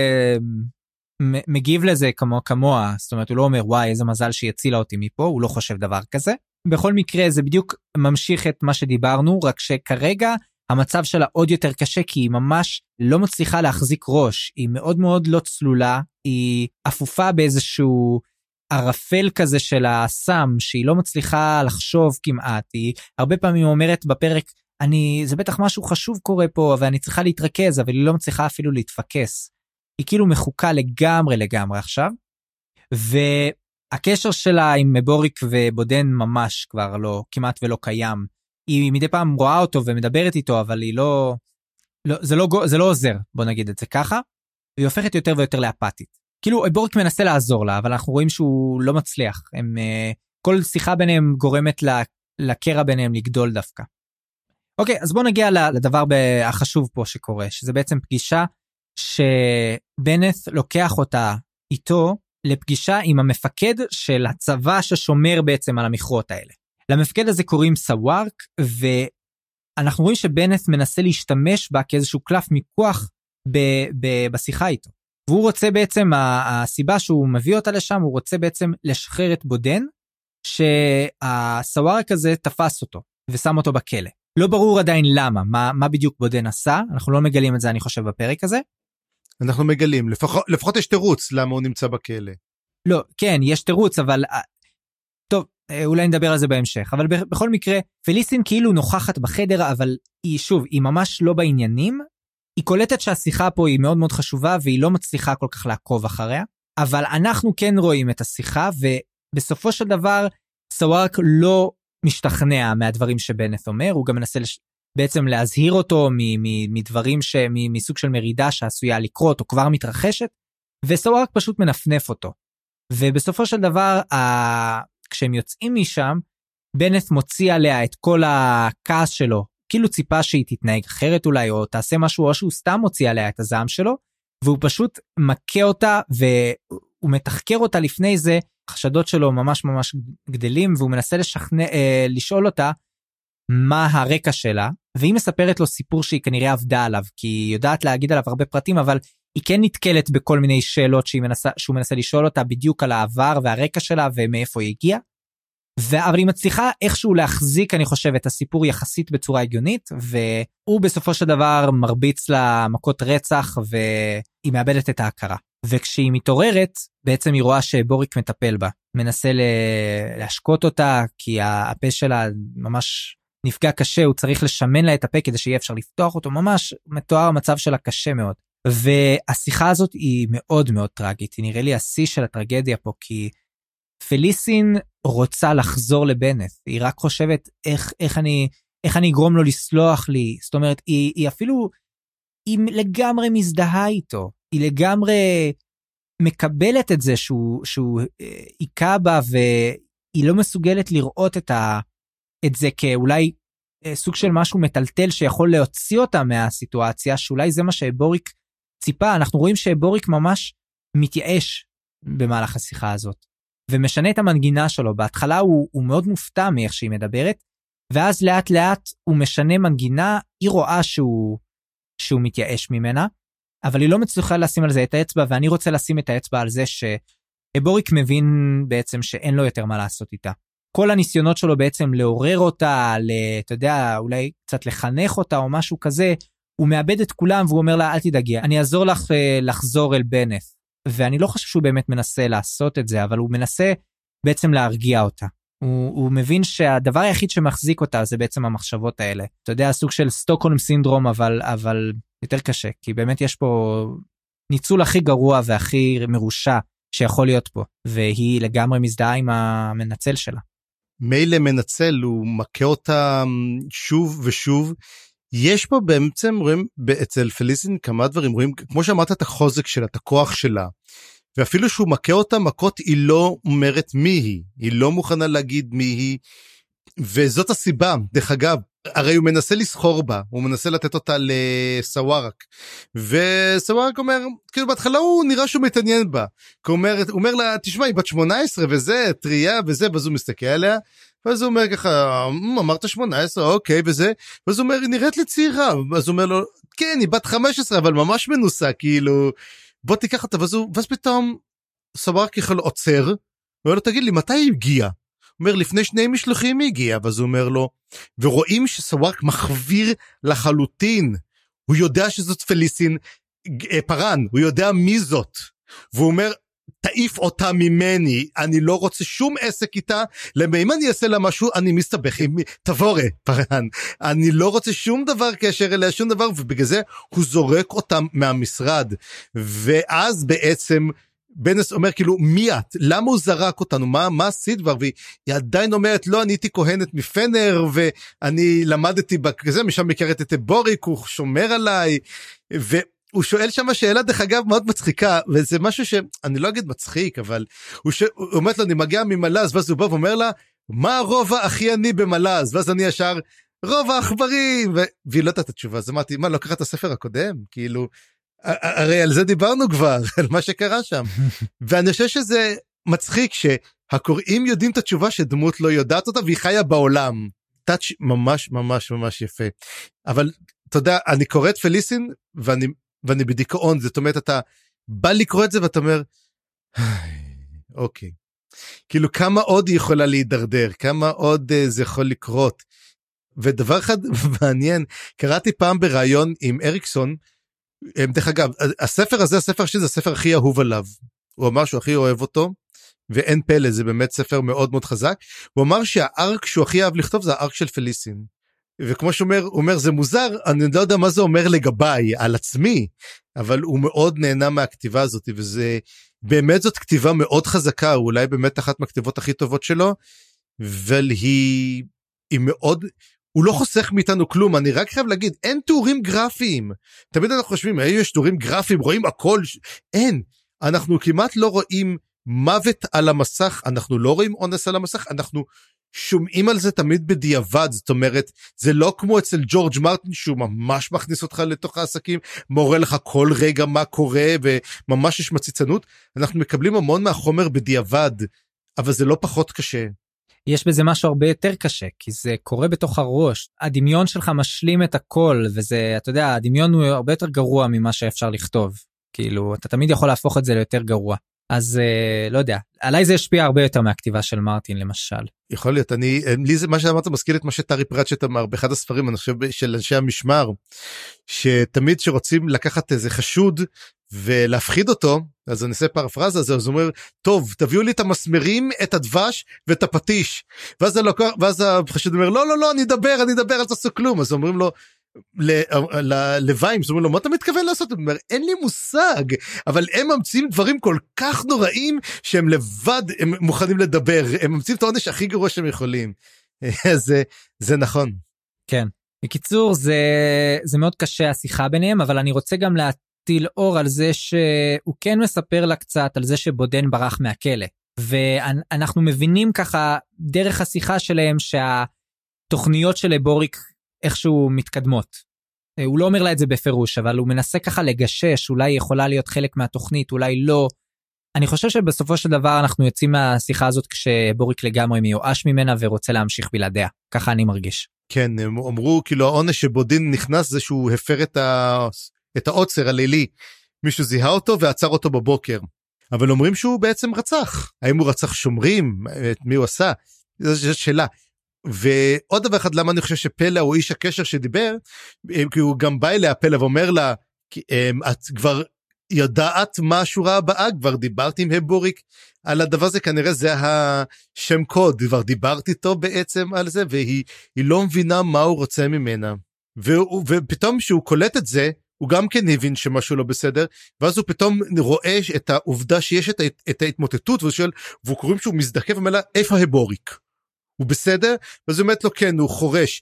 [SPEAKER 1] מגיב לזה כמוה, זאת אומרת הוא לא אומר וואי איזה מזל שיצילה אותי מפה, הוא לא חושב דבר כזה. בכל מקרה זה בדיוק ממשיך את מה שדיברנו, רק שכרגע המצב שלה עוד יותר קשה, כי היא ממש לא מצליחה להחזיק ראש, היא מאוד מאוד לא צלולה, היא אפופה באיזשהו ערפל כזה של הסם, שהיא לא מצליחה לחשוב כמעט, היא הרבה פעמים אומרת בפרק, זה בטח משהו חשוב קורה פה, ואני צריכה להתרכז, אבל היא לא מצליחה אפילו להתפקס, היא כאילו מחוקה לגמרי עכשיו, והקשר שלה עם מבוריק ובודן ממש כבר לא, כמעט ולא קיים, היא מדי פעם רואה אותו ומדברת איתו, אבל היא זה לא עוזר, בוא נגיד את זה ככה, והיא הופכת יותר ויותר לאפתית. כאילו בוריק מנסה לעזור לה, אבל אנחנו רואים שהוא לא מצליח. כל שיחה ביניהם גורמת לקרע ביניהם לגדול דווקא. אוקיי, אז בוא נגיע לדבר החשוב פה שקורה, שזה בעצם פגישה שבנת לוקח אותה איתו לפגישה עם המפקד של הצבא ששומר בעצם על המכרות האלה. למפקד הזה קוראים סווארק, ואנחנו רואים שבנת מנסה להשתמש בה כאיזשהו קלף מיקוח בשיחה איתו. והוא רוצה בעצם, הסיבה שהוא מביא אותה לשם, הוא רוצה בעצם לשחרר את בודן, שהסווארק הזה תפס אותו, ושם אותו בכלא. לא ברור עדיין למה, מה בדיוק בודן עשה, אנחנו לא מגלים את זה אני חושב בפרק הזה.
[SPEAKER 2] אנחנו מגלים, לפחות יש תירוץ למה הוא נמצא בכלא.
[SPEAKER 1] לא, כן, יש תירוץ, אבל טוב, אולי נדבר על זה בהמשך, אבל בכל מקרה, פליסין כאילו נוכחת בחדר, אבל היא ממש לא בעניינים, היא קולטת שהשיחה פה היא מאוד מאוד חשובה, והיא לא מצליחה כל כך לעקוב אחריה, אבל אנחנו כן רואים את השיחה, ובסופו של דבר, סווארק לא משתכנע מהדברים שבנט אומר, הוא גם מנסה בעצם להזהיר אותו מדברים מסוג של מרידה שעשויה לקרות או כבר מתרחשת, וסווארק פשוט מנפנף אותו. ובסופו של דבר, כשהם יוצאים משם, בנט מוציא עליה את כל הכעס שלו, כאילו ציפה שהיא תתנהג אחרת אולי, או תעשה משהו, או שהוא סתם מוציא עליה את הזעם שלו, והוא פשוט מכה אותה, והוא מתחקר אותה לפני זה, החשדות שלו ממש ממש גדלים, והוא מנסה לשאול אותה, מה הרקע שלה, והיא מספרת לו סיפור שהיא כנראה עבדה עליו, כי היא יודעת להגיד עליו הרבה פרטים, אבל היא כן נתקלת בכל מיני שאלות שהוא מנסה לשאול אותה בדיוק על העבר והרקע שלה ומאיפה היא הגיעה, אבל היא מצליחה איכשהו להחזיק, אני חושב, את הסיפור יחסית בצורה הגיונית, והוא בסופו של דבר מרביץ לה מכות רצח, והיא מאבדת את ההכרה. וכשהיא מתעוררת, בעצם היא רואה שבוריק מטפל בה, מנסה להשקות אותה, כי הפה שלה ממש נפגע קשה, הוא צריך לשמן לה את הפה כדי שיהיה אפשר לפתוח אותו, ממש מתואר המצב שלה קשה מאוד. והשיחה הזאת היא מאוד מאוד טרגית, היא נראה לי השיא של הטרגדיה פה, כי פליסין רוצה לחזור לבנט, היא רק חושבת איך אני אגרום לו לסלוח לי, זאת אומרת, היא אפילו, היא לגמרי מזדהה איתו, היא לגמרי מקבלת את זה שהוא עיקה בה, והיא לא מסוגלת לראות את זה כאולי סוג של משהו מטלטל שיכול להוציא אותה מהסיטואציה, שאולי זה מה שבוריק ציפה. אנחנו רואים שבוריק ממש מתייאש במהלך השיחה הזאת, ומשנה את המנגינה שלו. בהתחלה הוא מאוד מופתע מאיך שהיא מדברת, ואז לאט לאט הוא משנה מנגינה, היא רואה שהוא מתייאש ממנה, אבל היא לא מצליחה לשים על זה את האצבע, ואני רוצה לשים את האצבע על זה שבוריק מבין בעצם שאין לו יותר מה לעשות איתה. כל הניסיונות שלו בעצם לעורר אותה, אתה יודע, אולי קצת לחנך אותה או משהו כזה, הוא מאבד את כולם והוא אומר לה, אל תדאגי, אני אעזור לך לחזור אל בנט. ואני לא חושב שהוא באמת מנסה לעשות את זה, אבל הוא מנסה בעצם להרגיע אותה. הוא מבין שהדבר היחיד שמחזיק אותה זה בעצם המחשבות האלה. אתה יודע, סוג של סטוקהולם סינדרום, אבל יותר קשה, כי באמת יש פה ניצול הכי גרוע והכי מרושע שיכול להיות פה, והיא לגמרי מזדהה עם המנצל שלה.
[SPEAKER 2] מילא מנצל, הוא מכה אותה שוב ושוב. יש פה בעצם, רואים אצל פליסין כמה דברים, רואים, כמו שאמרת, את החוזק שלה, את הכוח שלה, ואפילו שהוא מכה אותה מכות, היא לא אומרת מי היא לא מוכנה להגיד מי היא, וזאת הסיבה. דרך אגב, הרי הוא מנסה לסחור בה, הוא מנסה לתת אותה לסווארק, וסווארק אומר, כאילו בהתחלה הוא נראה שהוא מתעניין בה, הוא אומר לה, תשמע, היא בת 18 וזה, טריה וזה, ואז הוא מסתכל עליה, ואז הוא אומר ככה, אמרת 18, אוקיי, וזה, ואז הוא אומר, היא נראית לי צעירה, ואז הוא אומר לו, כן, היא בת 15, אבל ממש מנוסה, כאילו, בוא תיקח אותה, ואז פתאום סווארק יכול עוצר, הוא אומר לו, תגיד לי, מתי היא הגיעה? הוא אומר, לפני 2 משלוחים היא הגיעה, ואז הוא אומר לו, ורואים שסווארק מחוויר לחלוטין, הוא יודע שזאת פליסין פרן, הוא יודע מי זאת, והוא אומר, תעיף אותה ממני, אני לא רוצה שום עסק איתה, אם אני אעשה לה משהו, אני מסתבך עם תבורה, פרן, אני לא רוצה שום דבר קשר אליה, שום דבר, ובגלל זה הוא זורק אותם מהמשרד, ואז בעצם, בנס אומר כאילו, מי את? למה הוא זרק אותנו? מה עשית כבר? והיא עדיין אומרת, לא, אני הייתי כהנת מפנר, ואני למדתי בכזה, משם מכרת את בוריק, הוא שומר עליי, והוא שואל שם שאלה, דרך אגב, מאוד מצחיקה, וזה משהו שאני לא אגיד מצחיק, אבל הוא אומר לו, אני מגיע ממלז, ואז הוא בא ואומר לה, מה הרובע הכי עני במלז? ואז אני ישר, רובע עכברים, והיא לא יודעת את התשובה, אז אמרתי, מה, לא קראת את הספר הקודם? כאילו, הרי על זה דיברנו כבר, על מה שקרה שם. ואני חושב שזה מצחיק שהקוראים יודעים את התשובה שדמות לא יודעת אותה, והיא חיה בעולם. טאץ' ממש ממש ממש יפה. אבל אתה יודע, אני קורא את פליסין, ואני בדיכאון, זאת אומרת, אתה בא לקרוא את זה ואתה אומר, אוקיי. כאילו כמה עוד היא יכולה להידרדר, כמה עוד זה יכול לקרות. ודבר אחד מעניין, קראתי פעם ברעיון עם אריקסון, דרך אגב, הספר הזה, הספר שלי, זה הספר הכי אהוב עליו. הוא אמר שהוא הכי אוהב אותו, ואין פלא, זה באמת ספר מאוד מאוד חזק. הוא אמר שהארק שהוא הכי אהב לכתוב, זה הארק של פליסין. וכמו שאומר, הוא אומר, זה מוזר, אני לא יודע מה זה אומר לגביי, על עצמי, אבל הוא מאוד נהנה מהכתיבה הזאת, וזה, באמת זאת כתיבה מאוד חזקה, אולי באמת אחת מהכתיבות הכי טובות שלו, אבל היא היא מאוד, הוא לא חוסך מאיתנו כלום, אני רק חייב להגיד, אין תיאורים גרפיים, תמיד אנחנו חושבים, יש תיאורים גרפיים, רואים הכל, אין, אנחנו כמעט לא רואים מוות על המסך, אנחנו לא רואים אונס על המסך, אנחנו שומעים על זה תמיד בדיעבד, זאת אומרת, זה לא כמו אצל ג'ורג' מרטין, שהוא ממש מכניס אותך לתוך העסקים, מורה לך כל רגע מה קורה, וממש יש מציצנות, אנחנו מקבלים המון מהחומר בדיעבד, אבל זה לא פחות קשה.
[SPEAKER 1] יש בזה משהו הרבה יותר קשה, כי זה קורה בתוך הראש, הדמיון שלך משלים את הכל, וזה, אתה יודע, הדמיון הוא הרבה יותר גרוע ממה שאפשר לכתוב, כאילו, אתה תמיד יכול להפוך את זה ליותר גרוע. אז לא יודע, עליי זה השפיע הרבה יותר מהכתיבה של מרטין למשל.
[SPEAKER 2] יכול להיות, לי זה מה שאמרת מזכיר את מה שטרי פראצ'ט אמר באחד הספרים, אני חושב של אנשי המשמר, שתמיד שרוצים לקחת איזה חשוד ולהפחיד אותו, אז אני אעשה פרפרזה, אז הוא אומר, טוב, תביאו לי את המסמרים, את הדבש ואת הפטיש, ואז החשוד אומר, לא, אני אדבר, אל תעשו כלום, אז אומרים לו, לוויים, זאת אומרת לו, מה אתה מתכוון לעשות? הוא אומר, אין לי מושג, אבל הם ממציאים דברים כל כך נוראים, שהם לבד, הם מוכנים לדבר, הם ממציאים את העונש הכי גרוע שהם יכולים, זה נכון.
[SPEAKER 1] כן, בקיצור, זה מאוד קשה השיחה ביניהם, אבל אני רוצה גם להטיל אור על זה שהוא כן מספר לה קצת, על זה שבודן ברח מהכלא, ואנחנו מבינים ככה, דרך השיחה שלהם, שהתוכניות של בוריק, איכשהו מתקדמות. הוא לא אומר לה את זה בפירוש, אבל הוא מנסה ככה לגשש, אולי יכולה להיות חלק מהתוכנית, אולי לא. אני חושב שבסופו של דבר אנחנו יוצאים מהשיחה הזאת כשבוריק לגמרי מיואש ממנה ורוצה להמשיך בלעדיה. ככה אני מרגיש.
[SPEAKER 2] כן, הם אמרו כאילו העונש שבודין נכנס זה שהוא הפר את העוצר הלילי. מישהו זיהה אותו ועצר אותו בבוקר. אבל אומרים שהוא בעצם רצח. האם הוא רצח שומרים? את מי הוא עשה? זו שאלה. ועוד דבר אחד, למה אני חושב שפלא הוא איש הקשר שדיבר, כי הוא גם בא אליה פלא ואומר לה, את כבר יודעת מה השורה הבאה, כבר דיברתי עם הבוריק על הדבר הזה, כנראה זה השם קוד, כבר דיברתי איתו בעצם על זה, והיא לא מבינה מה הוא רוצה ממנה, ופתאום שהוא קולט את זה, הוא גם כן הבין שמשהו לא בסדר, ואז הוא פתאום רואה את העובדה שיש את ההתמוטטות, והוא קוראים שהוא מזדקף ואומר לה, איפה הבוריק? הוא בסדר? ואז הוא אומרת לו כן, הוא חורש,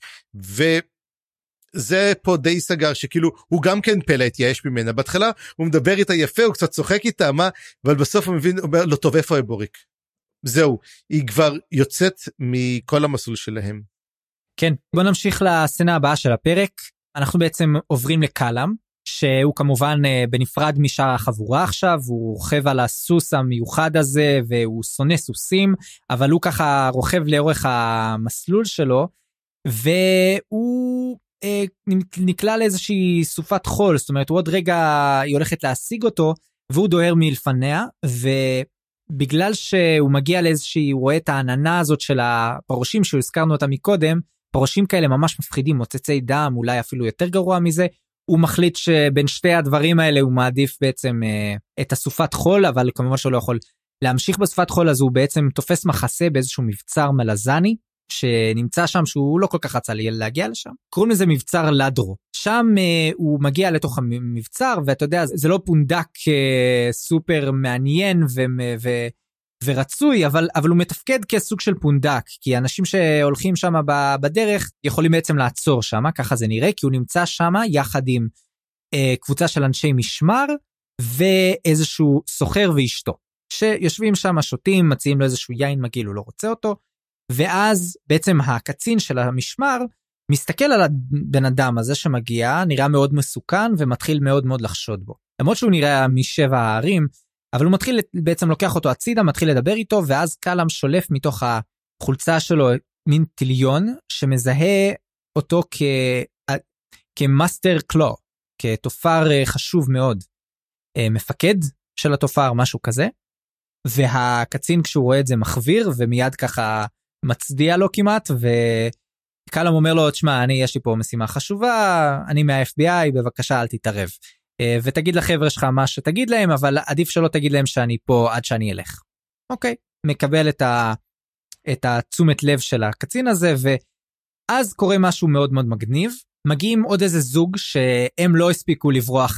[SPEAKER 2] וזה פה די סגר, שכאילו הוא גם כן פלא התייאש ממנה, בהתחלה הוא מדבר איתה יפה, הוא קצת צוחק איתה, אבל בסוף הוא מבין, הוא אומר לו טוב, איפה הבוריק? זהו, היא כבר יוצאת מכל המסלול שלהם.
[SPEAKER 1] כן, בוא נמשיך לסצנה הבאה של הפרק, אנחנו בעצם עוברים לקלאם, שהוא כמובן בנפרד משאר החבורה עכשיו, הוא רוכב על הסוס המיוחד הזה, והוא שונא סוסים, אבל הוא ככה רוכב לאורך המסלול שלו, והוא נקלע לאיזושהי סופת חול, זאת אומרת, הוא עוד רגע היא הולכת להשיג אותו, והוא דוהר מלפניה, ובגלל שהוא מגיע לאיזושהי, הוא רואה את העננה הזאת של הפרושים, שהזכרנו אותה מקודם, פרושים כאלה ממש מפחידים, מוצצי דם, אולי אפילו יותר גרוע מזה, הוא מחליט שבין שתי הדברים האלה הוא מעדיף בעצם את הסופת חול, אבל כמובן שהוא לא יכול להמשיך בסופת חול, אז הוא בעצם תופס מחסה באיזשהו מבצר מלזני, שנמצא שם שהוא לא כל כך רצה להגיע לשם. קוראים לזה מבצר לדרו. שם הוא מגיע לתוך המבצר, ואתה יודע, זה לא פונדק סופר מעניין ורצוי, אבל הוא מתפקד כסוג של פונדק, כי אנשים שהולכים שם בדרך יכולים בעצם לעצור שם, ככה זה נראה, כי הוא נמצא שם יחד עם קבוצה של אנשי משמר, ואיזשהו סוחר ואשתו, שיושבים שם, שותים, מציעים לו איזשהו יין מגעיל, הוא לא רוצה אותו, ואז בעצם הקצין של המשמר, מסתכל על הבן אדם הזה שמגיע, נראה מאוד מסוכן, ומתחיל מאוד מאוד לחשוד בו. למרות שהוא נראה משבע הערים, אבל הוא מתחיל, בעצם לוקח אותו הצידה, מתחיל לדבר איתו, ואז קלאם שולף מתוך החולצה שלו מין טיליון, שמזהה אותו כמאסטר קלו, כתופר חשוב מאוד, מפקד של התופר, משהו כזה, והקצין כשהוא רואה את זה מחוויר, ומיד ככה מצדיע לו כמעט, וקלאם אומר לו, תשמע, יש לי פה משימה חשובה, אני מה-FBI, בבקשה אל תתערב. ותגיד לחבר'ה שלך מה שתגיד להם, אבל עדיף שלא תגיד להם שאני פה עד שאני אלך. אוקיי, מקבל את התשומת לב של הקצין הזה, ואז קורה משהו מאוד מאוד מגניב, מגיעים עוד איזה זוג שהם לא הספיקו לברוח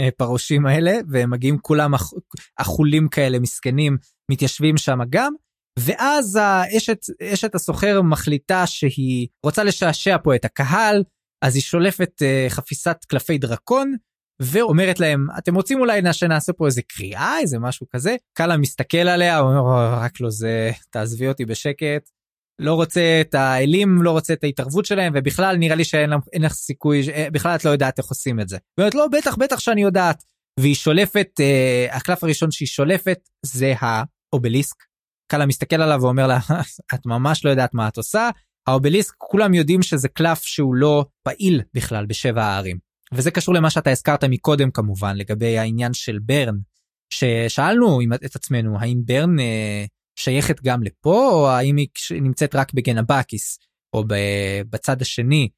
[SPEAKER 1] מהפרושים האלה, והם מגיעים כולם החולים כאלה מסכנים, מתיישבים שם גם, ואז אשת הסוחר מחליטה שהיא רוצה לשעשע פה את הקהל, אז היא שולפת חפיסת קלפי דרקון, ואומרת להם, אתם רוצים אולי שנעשה פה איזה קריאה, איזה משהו כזה? קאלאם מסתכל עליה, אומר, רק לא זה, תעזבי אותי בשקט, לא רוצה את האלים, לא רוצה את ההתערבות שלהם, ובכלל נראה לי שאין לך סיכוי, בכלל את לא יודעת איך עושים את זה. ואומרת, לא, בטח שאני יודעת. והיא שולפת, הקלף הראשון שהיא שולפת, זה האובליסק. קאלאם מסתכל עליו ואומר לה, את ממש לא יודעת מה את עושה. האובליסק, כולם יודעים שזה קלף שהוא לא פעיל בכלל בשבע הערים. וזה קשור למה שאתה הזכרת מקודם כמובן, לגבי העניין של ברן, ששאלנו את עצמנו, האם ברן שייכת גם לפה, או האם היא נמצאת רק בגנבקיס, או בצד השני.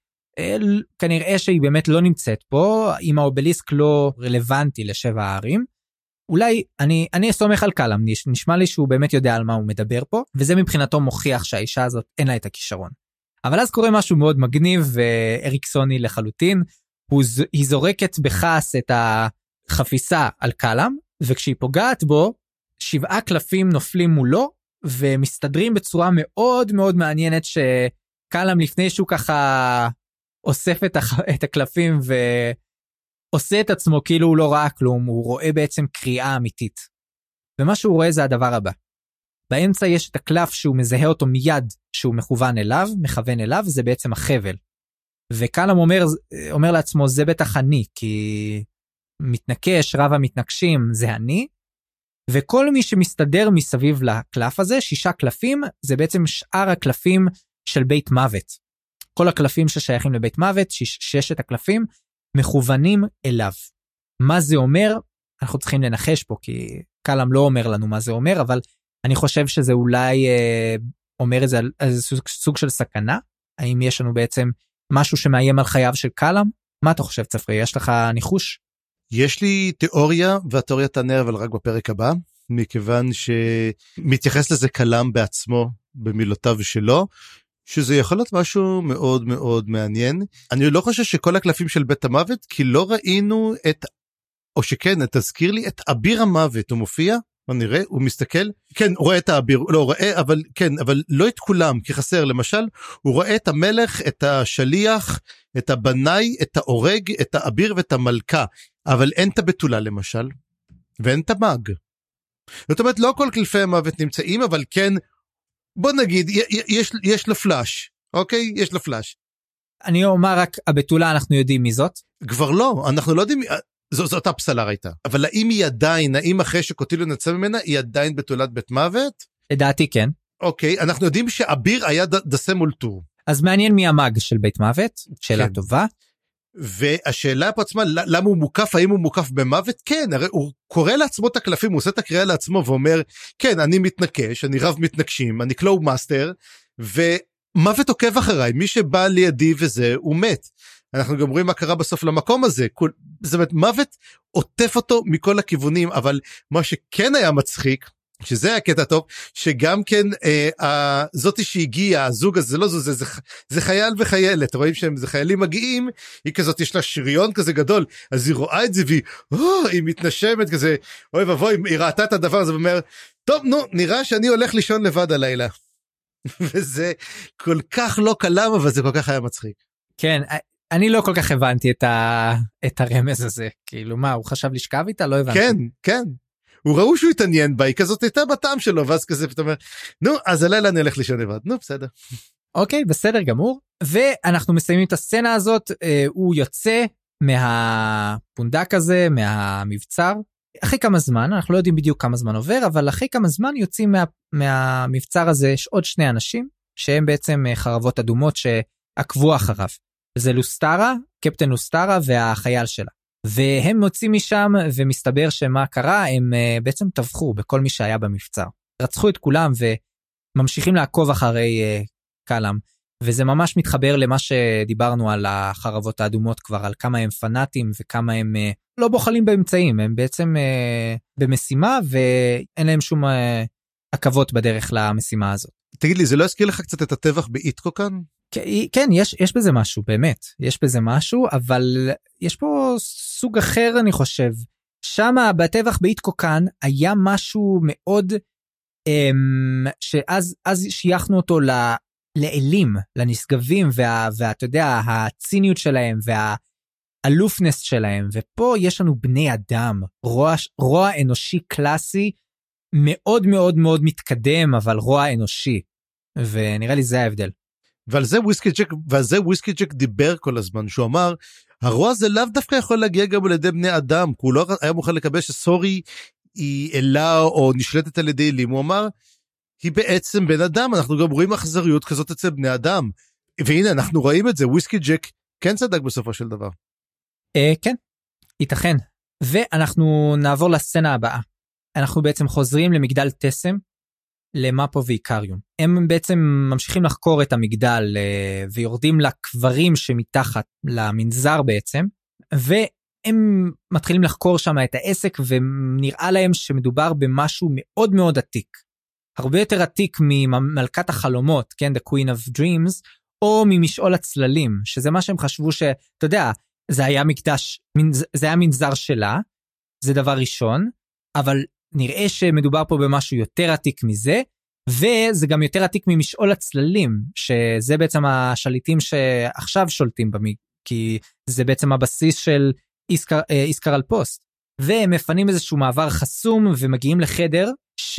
[SPEAKER 1] כנראה שהיא באמת לא נמצאת פה, אם האובליסק לא רלוונטי לשבע הערים. אולי, אני סומך על קאלאם, נשמע לי שהוא באמת יודע על מה הוא מדבר פה, וזה מבחינתו מוכיח שהאישה הזאת אין לה את הכישרון. אבל אז קורה משהו מאוד מגניב ואריקסוני לחלוטין, היא זורקת בחס את החפיסה על קאלאם, וכשהיא פוגעת בו, 7 קלפים נופלים מולו, ומסתדרים בצורה מאוד מאוד מעניינת, שקאלאם לפני שהוא ככה אוסף את הקלפים, ועושה את עצמו כאילו הוא לא ראה כלום, הוא רואה בעצם קריאה אמיתית. ומה שהוא רואה זה הדבר הבא. באמצע יש את הקלף שהוא מזהה אותו מיד, שהוא מכוון אליו, מכוון אליו, זה בעצם החבל. וקאלאם אומר לעצמו, זה בטח אני, כי מתנקש, רב המתנקשים, זה אני, וכל מי שמסתדר מסביב לקלף הזה, 6 קלפים, זה בעצם שאר הקלפים של בית מוות. כל הקלפים ששייכים לבית מוות, 6 הקלפים, מכוונים אליו. מה זה אומר? אנחנו צריכים לנחש פה, כי קאלאם לא אומר לנו מה זה אומר, אבל אני חושב שזה אולי אומר את זה על סוג של סכנה. האם יש לנו בעצם משהו שמאיים על חייו של קאלאם? מה אתה חושב, צפרי? יש לך ניחוש?
[SPEAKER 2] יש לי תיאוריה, והתיאוריה תענה אבל רק בפרק הבא, מכיוון שמתייחס לזה קאלאם בעצמו, במילותיו שלו, שזה יכול להיות משהו מאוד מאוד מעניין. אני לא חושב שכל הקלפים של בית המוות, כי לא ראינו או שכן, תזכיר לי, את אביר המוות, הוא מופיע? בוא נראה, הוא מסתכל, כן, הוא רואה את האביר, לא, רואה, אבל כן, אבל לא את כולם, כי חסר, למשל, הוא רואה את המלך, את השליח, את הבנאי, את האורג, את האביר ואת המלכה, אבל אין את הבתולה למשל, ואין את המאג. זאת אומרת, לא כל קלפי המוות נמצאים, אבל כן, בוא נגיד, יש לו פלאש, אוקיי? יש לו פלאש.
[SPEAKER 1] אני אומר רק, הבתולה אנחנו יודעים מי זאת?
[SPEAKER 2] כבר לא, אנחנו לא יודעים, זאת הפסלה הייתה. אבל האם היא עדיין, האם אחרי שקוטילון יצא ממנה, היא עדיין בתולת בית מוות?
[SPEAKER 1] לדעתי כן.
[SPEAKER 2] אוקיי, אנחנו יודעים שאביר היה דסה מולטור.
[SPEAKER 1] אז מעניין מי המאג של בית מוות, שאלה כן. טובה.
[SPEAKER 2] והשאלה פה עצמה, למה הוא מוקף, האם הוא מוקף במוות? כן, הרי הוא קורא לעצמו את הקלפים, הוא עושה את הקריאה לעצמו ואומר, כן, אני מתנקש, אני רב מתנקשים, אני קלואו מאסטר, ומוות עוקב אחריי, מי שבא לידי וזה, הוא מת. אנחנו גם רואים מה קרה בסוף למקום הזה, זאת אומרת, מוות עוטף אותו מכל הכיוונים, אבל מה שכן היה מצחיק, שזה היה קטע טוב, שגם כן זאתי שהגיעה, הזוג הזה, לא זה חייל וחיילת, רואים שהם זה חיילים מגיעים, היא כזאת יש לה שריון כזה גדול, אז היא רואה את זה והיא מתנשמת כזה, אוי ובוי, היא ראתה את הדבר הזה ואומר, טוב נו, נראה שאני הולך לישון לבד הלילה. וזה כל כך לא קלם, אבל זה כל כך היה מצחיק.
[SPEAKER 1] כן, אני לא כל כך הבנתי את הרמז הזה, כאילו מה, הוא חשב לשכב איתה? לא הבנתי.
[SPEAKER 2] כן, כן. הוא ראו שהוא התעניין בה, היא כזאת הייתה בטעם שלו, ואז כזה, פתאום אומר, נו, אז הלילה אני הולך לישון לבד, נו, בסדר.
[SPEAKER 1] אוקיי, בסדר גמור, ואנחנו מסיימים את הסצנה הזאת, הוא יוצא מהפונדק הזה, מהמבצר, אחרי כמה זמן, אנחנו לא יודעים בדיוק כמה זמן עובר, אבל אחרי כמה זמן יוצאים מהמבצר הזה, יש עוד 2 אנשים, שהם בעצם חרבות אדומות שעקבו אחריו. זה לוסטרה, קפטן לוסטרה והחייל שלה. והם מוצאים משם ומסתבר שמה קרה, הם בעצם טבחו בכל מי שהיה במבצר. רצחו את כולם וממשיכים לעקוב אחרי קאלאם. וזה ממש מתחבר למה שדיברנו על החרבות האדומות כבר, על כמה הם פנאטים וכמה הם לא בוחלים באמצעים, הם בעצם במשימה ואין להם שום עקבות בדרך למשימה הזאת.
[SPEAKER 2] תגיד לי, זה לא הזכיר לך קצת את הטבח באיטקו כאן?
[SPEAKER 1] כן, יש בזה משהו, באמת. יש בזה משהו, אבל יש פה סוג אחר, אני חושב. שם בטבח באיטקו כאן היה משהו מאוד שאז שייכנו אותו לאלים, לנשגבים, ואתה יודע, הציניות שלהם, והאלופנס שלהם, ופה יש לנו בני אדם, רוע אנושי קלאסי, מאוד מאוד מאוד מתקדם, אבל רוע אנושי, ונראה לי זה ההבדל.
[SPEAKER 2] ועל זה וויסקי ג'ק דיבר כל הזמן, שהוא אמר, הרוע זה לאו דווקא יכול להגיע גם על ידי בני אדם, כי הוא לא היה מוכן לקבל שסורי היא אלה או נשלטת על ידי אלים, הוא אמר, היא בעצם בן אדם, אנחנו גם רואים אכזריות כזאת אצל בני אדם, והנה אנחנו רואים את זה, וויסקי ג'ק כן צדק בסופו של דבר.
[SPEAKER 1] כן, ייתכן, ואנחנו נעבור לסצנה הבאה, אנחנו בעצם חוזרים למגדל תסם, למאפו ואיקריום. הם בעצם ממשיכים לחקור את המגדל ויורדים לקברים שמתחת למנזר בעצם, והם מתחילים לחקור שם את העסק ונראה להם שמדובר במשהו מאוד מאוד עתיק. הרבה יותר עתיק ממלכת החלומות, כן, The Queen of Dreams, או ממשעול הצללים, שזה מה שהם חשבו שאתה יודע, זה היה מקדש, זה היה מנזר שלה, זה דבר ראשון, אבל נראה שמדובר פה במשהו יותר עתיק מזה, וזה גם יותר עתיק ממשעול הצללים, שזה בעצם השליטים שעכשיו שולטים כי זה בעצם הבסיס של איסקר על פוסט. והם מפנים איזשהו מעבר חסום, ומגיעים לחדר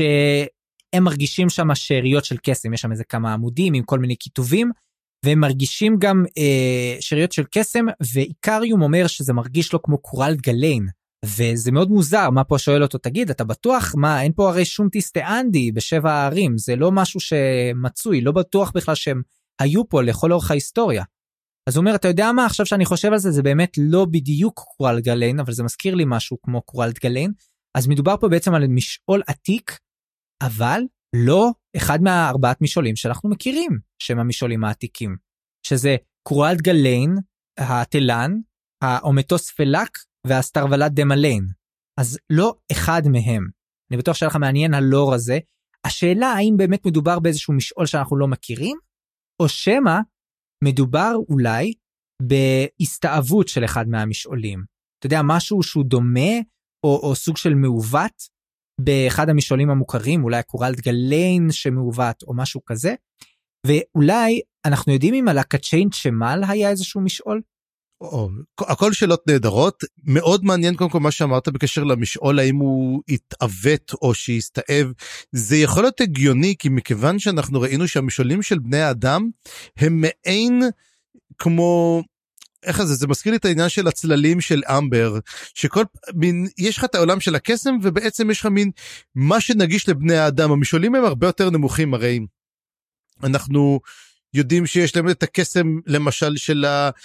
[SPEAKER 1] שהם מרגישים שם שאריות של קסם, יש שם איזה כמה עמודים עם כל מיני כיתובים, והם מרגישים גם שאריות של קסם, ואיקריום אומר שזה מרגיש לו כמו קורלד גליין, וזה מאוד מוזר, מה פה שואל אותו, תגיד, אתה בטוח? מה, אין פה הרי שום טיסטאנדי בשבע הערים, זה לא משהו שמצוי, לא בטוח בכלל שהם היו פה לכל אורך ההיסטוריה. אז הוא אומר, אתה יודע מה, עכשיו שאני חושב על זה, זה באמת לא בדיוק קורלד גליין, אבל זה מזכיר לי משהו כמו קורלד גליין, אז מדובר פה בעצם על משעול עתיק, אבל לא אחד מהארבעת משעולים שאנחנו מכירים, שהם המשעולים העתיקים, שזה קורלד גליין, התלן, האומטוס פלק, והסטרוולת דמליין. אז לא אחד מהם. אני בטוח שלך מעניין הלור הזה. השאלה האם באמת מדובר באיזשהו משעול שאנחנו לא מכירים, או שמה מדובר אולי בהסתאבות של אחד מהמשעולים. אתה יודע, משהו שהוא דומה, או סוג של מעוות, באחד המשעולים המוכרים, אולי קורלד גליין שמעוות, או משהו כזה. ואולי אנחנו יודעים אם על הקצ'יין שמל היה איזשהו משעול?
[SPEAKER 2] הכל שאלות נהדרות, מאוד מעניין קודם כל מה שאמרת בקשר למשעול, האם הוא התאבט או שהסתאב, זה יכול להיות הגיוני, כי מכיוון שאנחנו ראינו שהמשעולים של בני האדם, הם מעין כמו, איך זה מזכיר לי את העניין של הצללים של אמבר, שכל מין, יש לך את העולם של הקסם, ובעצם יש לך מין, מה שנגיש לבני האדם, המשעולים הם הרבה יותר נמוכים, הרי אנחנו יודעים שיש להם את הקסם, למשל של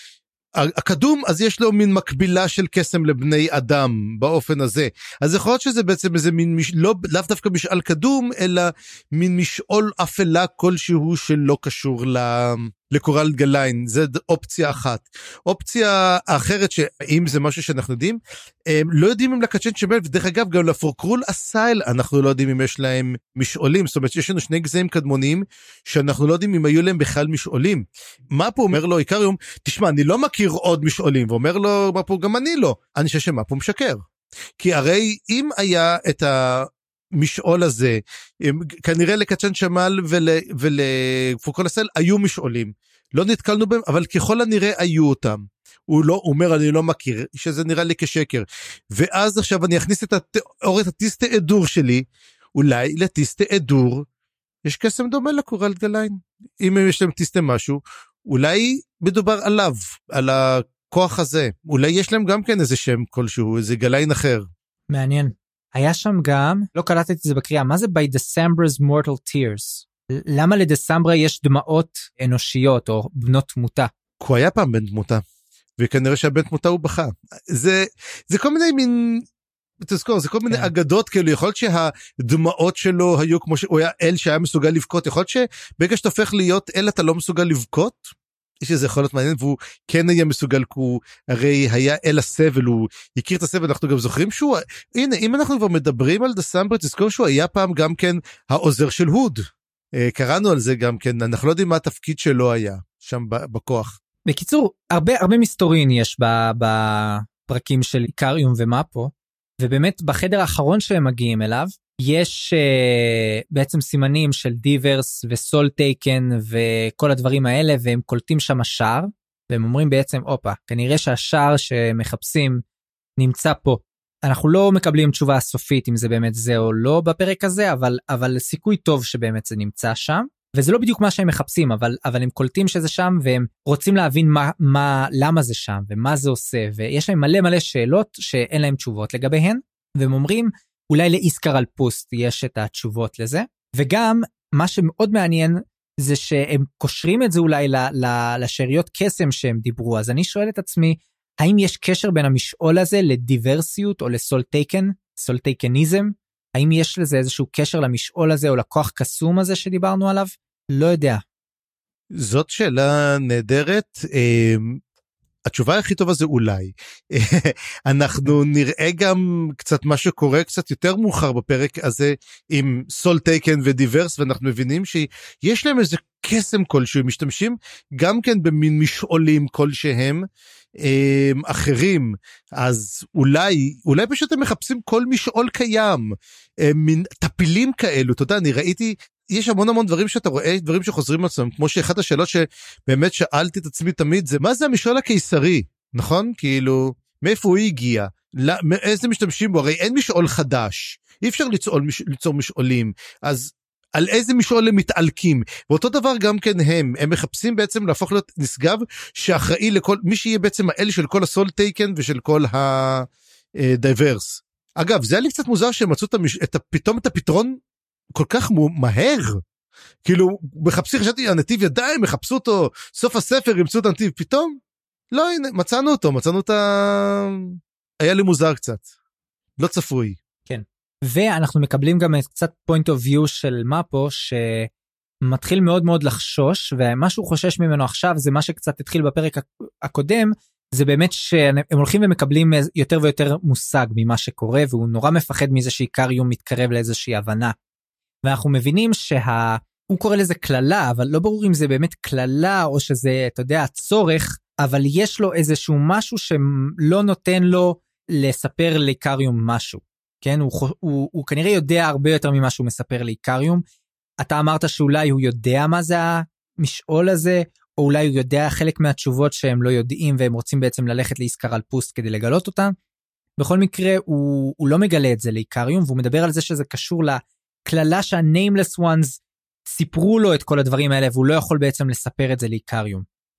[SPEAKER 2] הקדום, אז יש לו מין מקבילה של קסם לבני אדם באופן הזה. אז יכול להיות שזה בעצם איזה מין, לאו דווקא משעול קדום, אלא מין משעול אפלה כלשהו שלא קשור לקורלד גליין. זה אופציה אחת. אופציה אחרת, שאם זה משהו שאנחנו יודעים, לא יודעים אם לקצ'יין שמל, ודרך אגב גם לפורקרול אסייל, אנחנו לא יודעים אם יש להם משעולים. זאת אומרת, יש לנו שני גזעים קדמוניים, שאנחנו לא יודעים אם היו להם בכלל משעולים. מה פה אומר לו איקריום? תשמע, אני לא מכיר עוד משעולים, ואומר לו, מה פה גם אני לא. אני חושב שמה פה משקר. כי הרי אם היה את המשעול הזה, כנראה לקצ'יין שמל ולפורקרול אסייל היו משעולים. לא נתקלנו בהם, אבל ככל הנראה היו אותם. הוא אומר, אני לא מכיר, שזה נראה לי כשקר. ואז עכשיו אני אכניס את התיאוריית הטיסטה אדור שלי, אולי לטיסטה אדור, יש קסם דומה לקורלד גליין. אם יש להם טיסטה משהו, אולי מדובר עליו, על הכוח הזה. אולי יש להם גם כן איזה שם כלשהו, איזה גליין אחר.
[SPEAKER 1] מעניין. היה שם גם, לא קלטתי את זה בקריאה, מה זה by December's mortal tears? למה לדסמברה יש דמעות אנושיות או בנות תמותה?
[SPEAKER 2] הוא היה פעם בן תמותה, וכנראה שהבן תמותה הוא בכה. זה כל מיני מין, תזכור, זה כל מיני אגדות כאלו, יכול להיות שהדמעות שלו היו כמו שהוא היה אל שהיה מסוגל לבכות, יכול להיות שברגע שאתה הופך להיות אל אתה לא מסוגל לבכות, יש איזה יכול להיות מעניין, והוא כן היה מסוגל, כי הוא הרי היה אל הסבל, הוא הכיר את הסבל, אנחנו גם זוכרים שהוא, הנה, אם אנחנו כבר מדברים על דסמבר, תזכור שהוא היה פעם גם כן העוזר של הוד, קראנו על זה גם כן, אנחנו לא יודעים מה התפקיד שלו היה, שם בכוח.
[SPEAKER 1] בקיצור, הרבה מסתורין יש בפרקים של איקריום ומאפו, ובאמת בחדר האחרון שהם מגיעים אליו, יש בעצם סימנים של דיברס וסול טייקן וכל הדברים האלה, והם קולטים שם שער, והם אומרים בעצם, אופה, כנראה שהשער שמחפשים נמצא פה. אנחנו לא מקבלים תשובה סופית אם זה באמת זה או לא בפרק הזה, אבל סיכוי טוב שבאמת זה נמצא שם, וזה לא בדיוק מה שהם מחפשים, אבל הם קולטים שזה שם, והם רוצים להבין למה זה שם, ומה זה עושה, ויש להם מלא מלא שאלות שאין להם תשובות לגביהן, והם אומרים, אולי לאיסקר על פוסט יש את התשובות לזה, וגם מה שמאוד מעניין, זה שהם קושרים את זה אולי לשאריות קסם שהם דיברו, אז אני שואל את עצמי, האם יש קשר בין המשעול הזה לדיברסיות או לסולטייקן, סולטייקניזם? האם יש לזה איזשהו קשר למשעול הזה או לכוח קסום הזה שדיברנו עליו? לא יודע.
[SPEAKER 2] זאת שאלה נהדרת. התשובה הכי טובה זה אולי. אנחנו נראה גם קצת מה שקורה קצת יותר מאוחר בפרק הזה עם סול טייקן ודיברס, ואנחנו מבינים שיש להם איזה קסם כלשהו, משתמשים גם כן במין משעולים כלשהם אחרים, אז אולי פשוט הם מחפשים כל משעול קיים, מין טפילים כאלו, אתה יודע, אני ראיתי, יש המון דברים שאתה רואה, דברים שחוזרים עצמם, כמו שאחת השאלות שבאמת שאלתי את עצמי תמיד, זה מה זה המשעול הקיסרי, נכון? כאילו, מאיפה הוא הגיע? איזה משתמשים בו? הרי אין משעול חדש, אי אפשר ליצור משעולים, אז על איזה משעול הם מתעלקים, ואותו דבר גם כן הם מחפשים בעצם להפוך להיות נשגב, שאחראי לכל, מי שיהיה בעצם האל של כל הסול טייקן ושל כל הדייברס. אגב, זה היה לי קצת מוזר שהם מצאו פתאום את הפתרון כל כך מהר, כאילו מחפשים, חשבתי הנתיב ידיים, מחפשו אותו, סוף הספר ימצאו את הנתיב, פתאום, לא, הנה, מצאנו את היה לי מוזר קצת, לא צפוי.
[SPEAKER 1] כן. ואנחנו מקבלים גם קצת point of view של מפו, שמתחיל מאוד מאוד לחשוש, ומה שהוא חושש ממנו עכשיו, זה מה שקצת התחיל בפרק הקודם, זה באמת שהם הולכים ומקבלים יותר ויותר מושג ממה שקורה, והוא נורא מפחד מזה שאיקריום מתקרב לאיזושהי הבנה. ואנחנו מבינים הוא קורא לזה כללה, אבל לא ברור אם זה באמת כללה, או שזה, אתה יודע, הצורך, אבל יש לו איזשהו משהו שלא נותן לו לספר לאיקריום משהו. כן, הוא כנראה יודע הרבה יותר ממה שהוא מספר לאיקריום. אתה אמרת שאולי הוא יודע מה זה המשעול הזה, או אולי הוא יודע חלק מהתשובות שהם לא יודעים, והם רוצים בעצם ללכת לאיסקר על פוסט כדי לגלות אותם. בכל מקרה, הוא לא מגלה את זה לאיקריום, והוא מדבר על זה שזה קשור לכללה שה-nameless ones סיפרו לו את כל הדברים האלה, והוא לא יכול בעצם לספר את זה לאיקריום.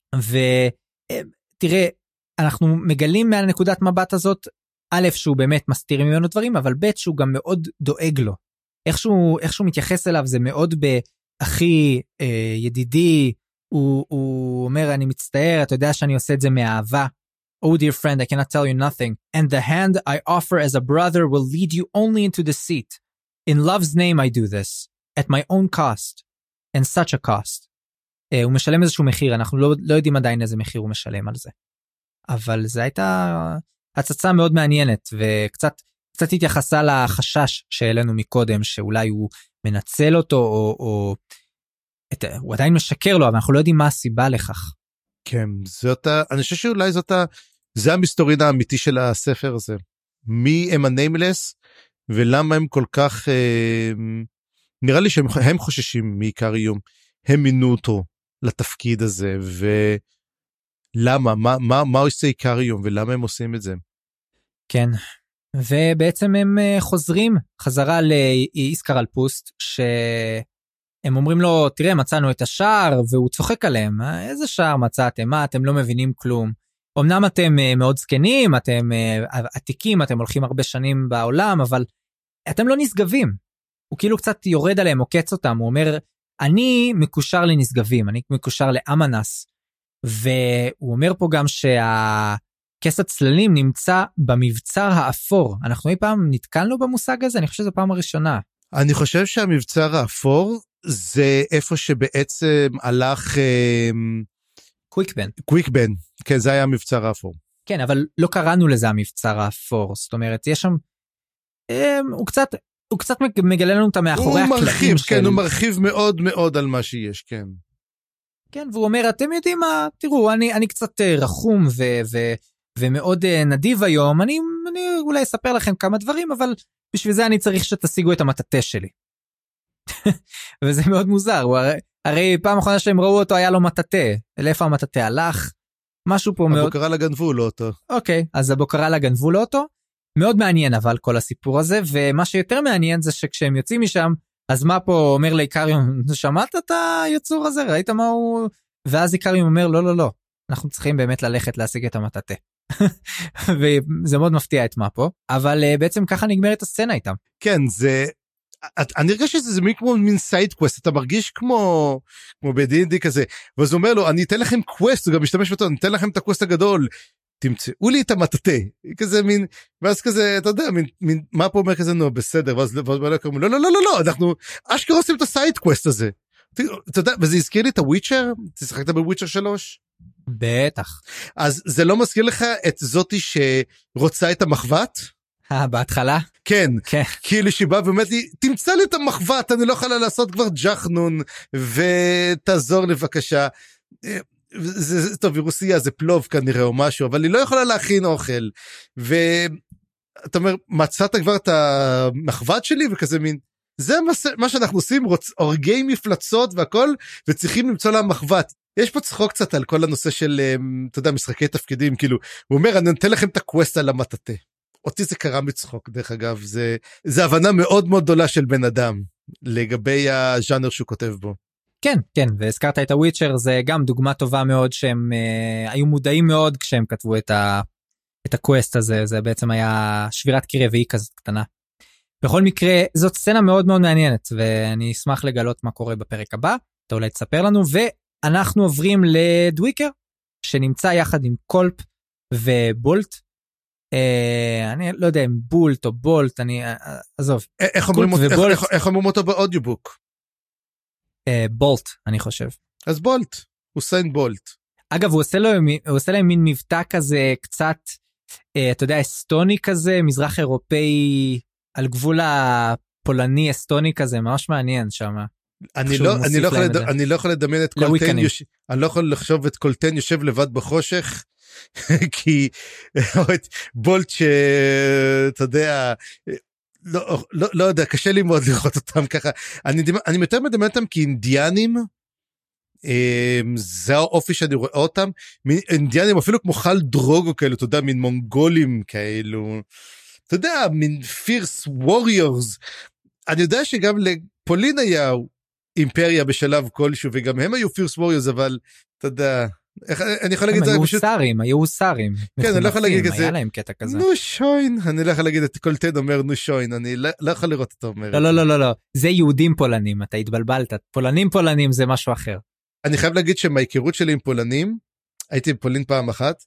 [SPEAKER 1] ותראה, אנחנו מגלים מהנקודת מבט הזאת, א', שהוא באמת מסתיר ממנו דברים, אבל ב', שהוא גם מאוד דואג לו. איך שהוא מתייחס אליו, זה מאוד באחי, ידידי, הוא אומר, אני מצטער, אתה יודע שאני עושה את זה מאהבה. Oh dear friend, I cannot tell you nothing. And the hand I offer as a brother will lead you only into deceit. In love's name I do this, at my own cost, and such a cost. הוא משלם איזשהו מחיר, אנחנו לא יודעים עדיין איזה מחיר הוא משלם על זה. אבל זו הייתה הצצה מאוד מעניינת, וקצת התייחסה לחשש שהעלינו מקודם, שאולי הוא מנצל אותו, או הוא עדיין משקר לו, אבל אנחנו לא יודעים מה הסיבה לכך.
[SPEAKER 2] כן, אני חושב שאולי זה המסתורין האמיתי של הספר הזה. מי הם הניימלס, ולמה הם כל כך, נראה לי שהם חוששים מאיקריום, הם מינו אותו לתפקיד הזה, ולמה, מה עושה איקריום, ולמה הם עושים את זה?
[SPEAKER 1] כן, ובעצם הם חוזרים חזרה לאיסקר על פוסט, שהם אומרים לו, תראה, מצאנו את השער, והוא צוחק עליהם, איזה שער מצאתם? מה, אתם לא מבינים כלום? אמנם אתם מאוד זקנים, אתם עתיקים, אתם הולכים הרבה שנים בעולם, אבל אתם לא נשגבים. הוא כאילו קצת יורד עליהם, עוקץ אותם, הוא אומר, אני מקושר לנשגבים, אני מקושר לאמנס, והוא אומר פה גם כס הצללים נמצא במבצר האפור. אנחנו אי פעם נתקלנו במושג הזה? אני חושב שזו פעם הראשונה.
[SPEAKER 2] אני חושב שהמבצר האפור זה איפה שבעצם הלך קוויקבן. כן, זה היה המבצר האפור.
[SPEAKER 1] כן, אבל לא קראנו לזה המבצר האפור. זאת אומרת, יש שם הוא קצת מגלה לנו את מאחורי הקלעים של...
[SPEAKER 2] כן, הוא מרחיב מאוד מאוד על מה שיש, כן.
[SPEAKER 1] כן, והוא אומר, אתם יודעים מה, תראו, אני קצת רחום ומאוד נדיב היום, אני אולי אספר לכם כמה דברים, אבל בשביל זה אני צריך שתשיגו את המטאטה שלי. וזה מאוד מוזר, הרי פעם אחרונה שהם ראו אותו היה לו מטאטה, לאיפה המטאטה הלך? משהו פה מאוד...
[SPEAKER 2] הבוקרלה גנבו לו אותו.
[SPEAKER 1] אוקיי, אז הבוקרלה גנבו לו אותו, מאוד מעניין אבל כל הסיפור הזה, ומה שיותר מעניין זה שכשהם יוצאים משם, אז מה פה אומר לאיקריום, שמעת את היצור הזה? ראית מה הוא... ואז איקריום אומר, לא, אנחנו צריכים באמת ללכת להשיג את המטאטה. וזה מאוד מפתיע את מה פה, אבל בעצם ככה נגמרת הסצנה איתם.
[SPEAKER 2] כן, זה... אני הרגש שזה כמו מין סייד קווסט, אתה מרגיש כמו ב-D&D כזה, ואז הוא אומר לו, אני אתן לכם קווסט, הוא גם משתמש בו, אני אתן לכם את הקווסט הגדול, תמצאו לי את המטאטה, כזה מין, ואז כזה, אתה יודע, מין, מה פה אומר כזה, נו, בסדר, ואז לא, אנחנו אשכרה עושים את הסייד קווסט הזה, אתה יודע, וזה הזכיר לי את הוויצ'ר, תשחקת בוויצ'ר 3?
[SPEAKER 1] בטח.
[SPEAKER 2] אז זה לא מזכיר לך את זאתי שרוצה את המחבת?
[SPEAKER 1] בהתחלה?
[SPEAKER 2] כן, כאילו שבא ואומרת לי, תמצא לי את המחבת, אני לא יכולה לעשות כבר ג'חנון, ותעזור לי בבקשה. זה טוב, רוסיה זה פלוב כנראה או משהו, אבל היא לא יכולה להכין אוכל. ואתה אומר, מצאת כבר את המחבת שלי, וכזה מין, זה מה שאנחנו עושים, הורגי מפלצות והכל, וצריכים למצוא לה מחבת. יש פה צחוק קצת על כל הנושא של, אתה יודע, משחקי תפקידים, כאילו, הוא אומר, אני נותן לכם את הקווסט על המטאטה. אותי זה קרה מצחוק, דרך אגב, זה הבנה מאוד מאוד גדולה של בן אדם, לגבי הז'אנר שהוא כותב בו.
[SPEAKER 1] כן, והזכרת את הוויצ'ר, זה גם דוגמה טובה מאוד, שהם היו מודעים מאוד כשהם כתבו את הקווסט הזה, זה בעצם היה שבירת קיר רביעי כזאת קטנה. בכל מקרה, זאת סצנה מאוד מאוד מעניינת, ואני אשמח לגלות מה קורה בפרק הבא, אתה אולי תספר לנו, ואנחנו עוברים לדוויקר, שנמצא יחד עם קולפ ובולט, אני לא יודע אם בולט או בולט, אני עזוב.
[SPEAKER 2] איך אומרים אותו באודיובוק?
[SPEAKER 1] בולט, אני חושב.
[SPEAKER 2] אז בולט, הוסיין בולט.
[SPEAKER 1] אגב, הוא עושה להם מין מבטא כזה קצת, אתה יודע, אסטוני כזה, מזרח אירופאי, על גבול הפולני אסטוני כזה, ממש מעניין שם.
[SPEAKER 2] אני לא יכול לדמיין את קולטן, אני לא יכול לחשוב את קולטן יושב לבד בחושך, כי בולט שאתה יודע, לא יודע, קשה לי מאוד לראות אותם ככה, אני יותר מדמיין אותם כאינדיאנים, זה האופי שאני רואה אותם, אינדיאנים אפילו כמו חל דרוגו כאלו, אתה יודע, מין מונגולים כאלו, אתה יודע, מין פירס ווריורס, אני יודע שגם לפולין היה אימפריה בשלב כלשהו, וגם הם היו פירס ווריורס, אבל אתה יודע, אני יכול להגיד את זה
[SPEAKER 1] פשוט... היו סרים.
[SPEAKER 2] כן, אני לא יכול להגיד את זה.
[SPEAKER 1] היה להם קטע כזה.
[SPEAKER 2] נו שוין, אני לא יכול להגיד את קולטן אומר נו שוין, אני לא יכול לראות אותו אומר.
[SPEAKER 1] לא, זה יהודים פולנים, אתה התבלבלת, פולנים זה משהו אחר.
[SPEAKER 2] אני חייב להגיד שמהיכרות שלי עם פולנים, הייתי בפולין פעם אחת,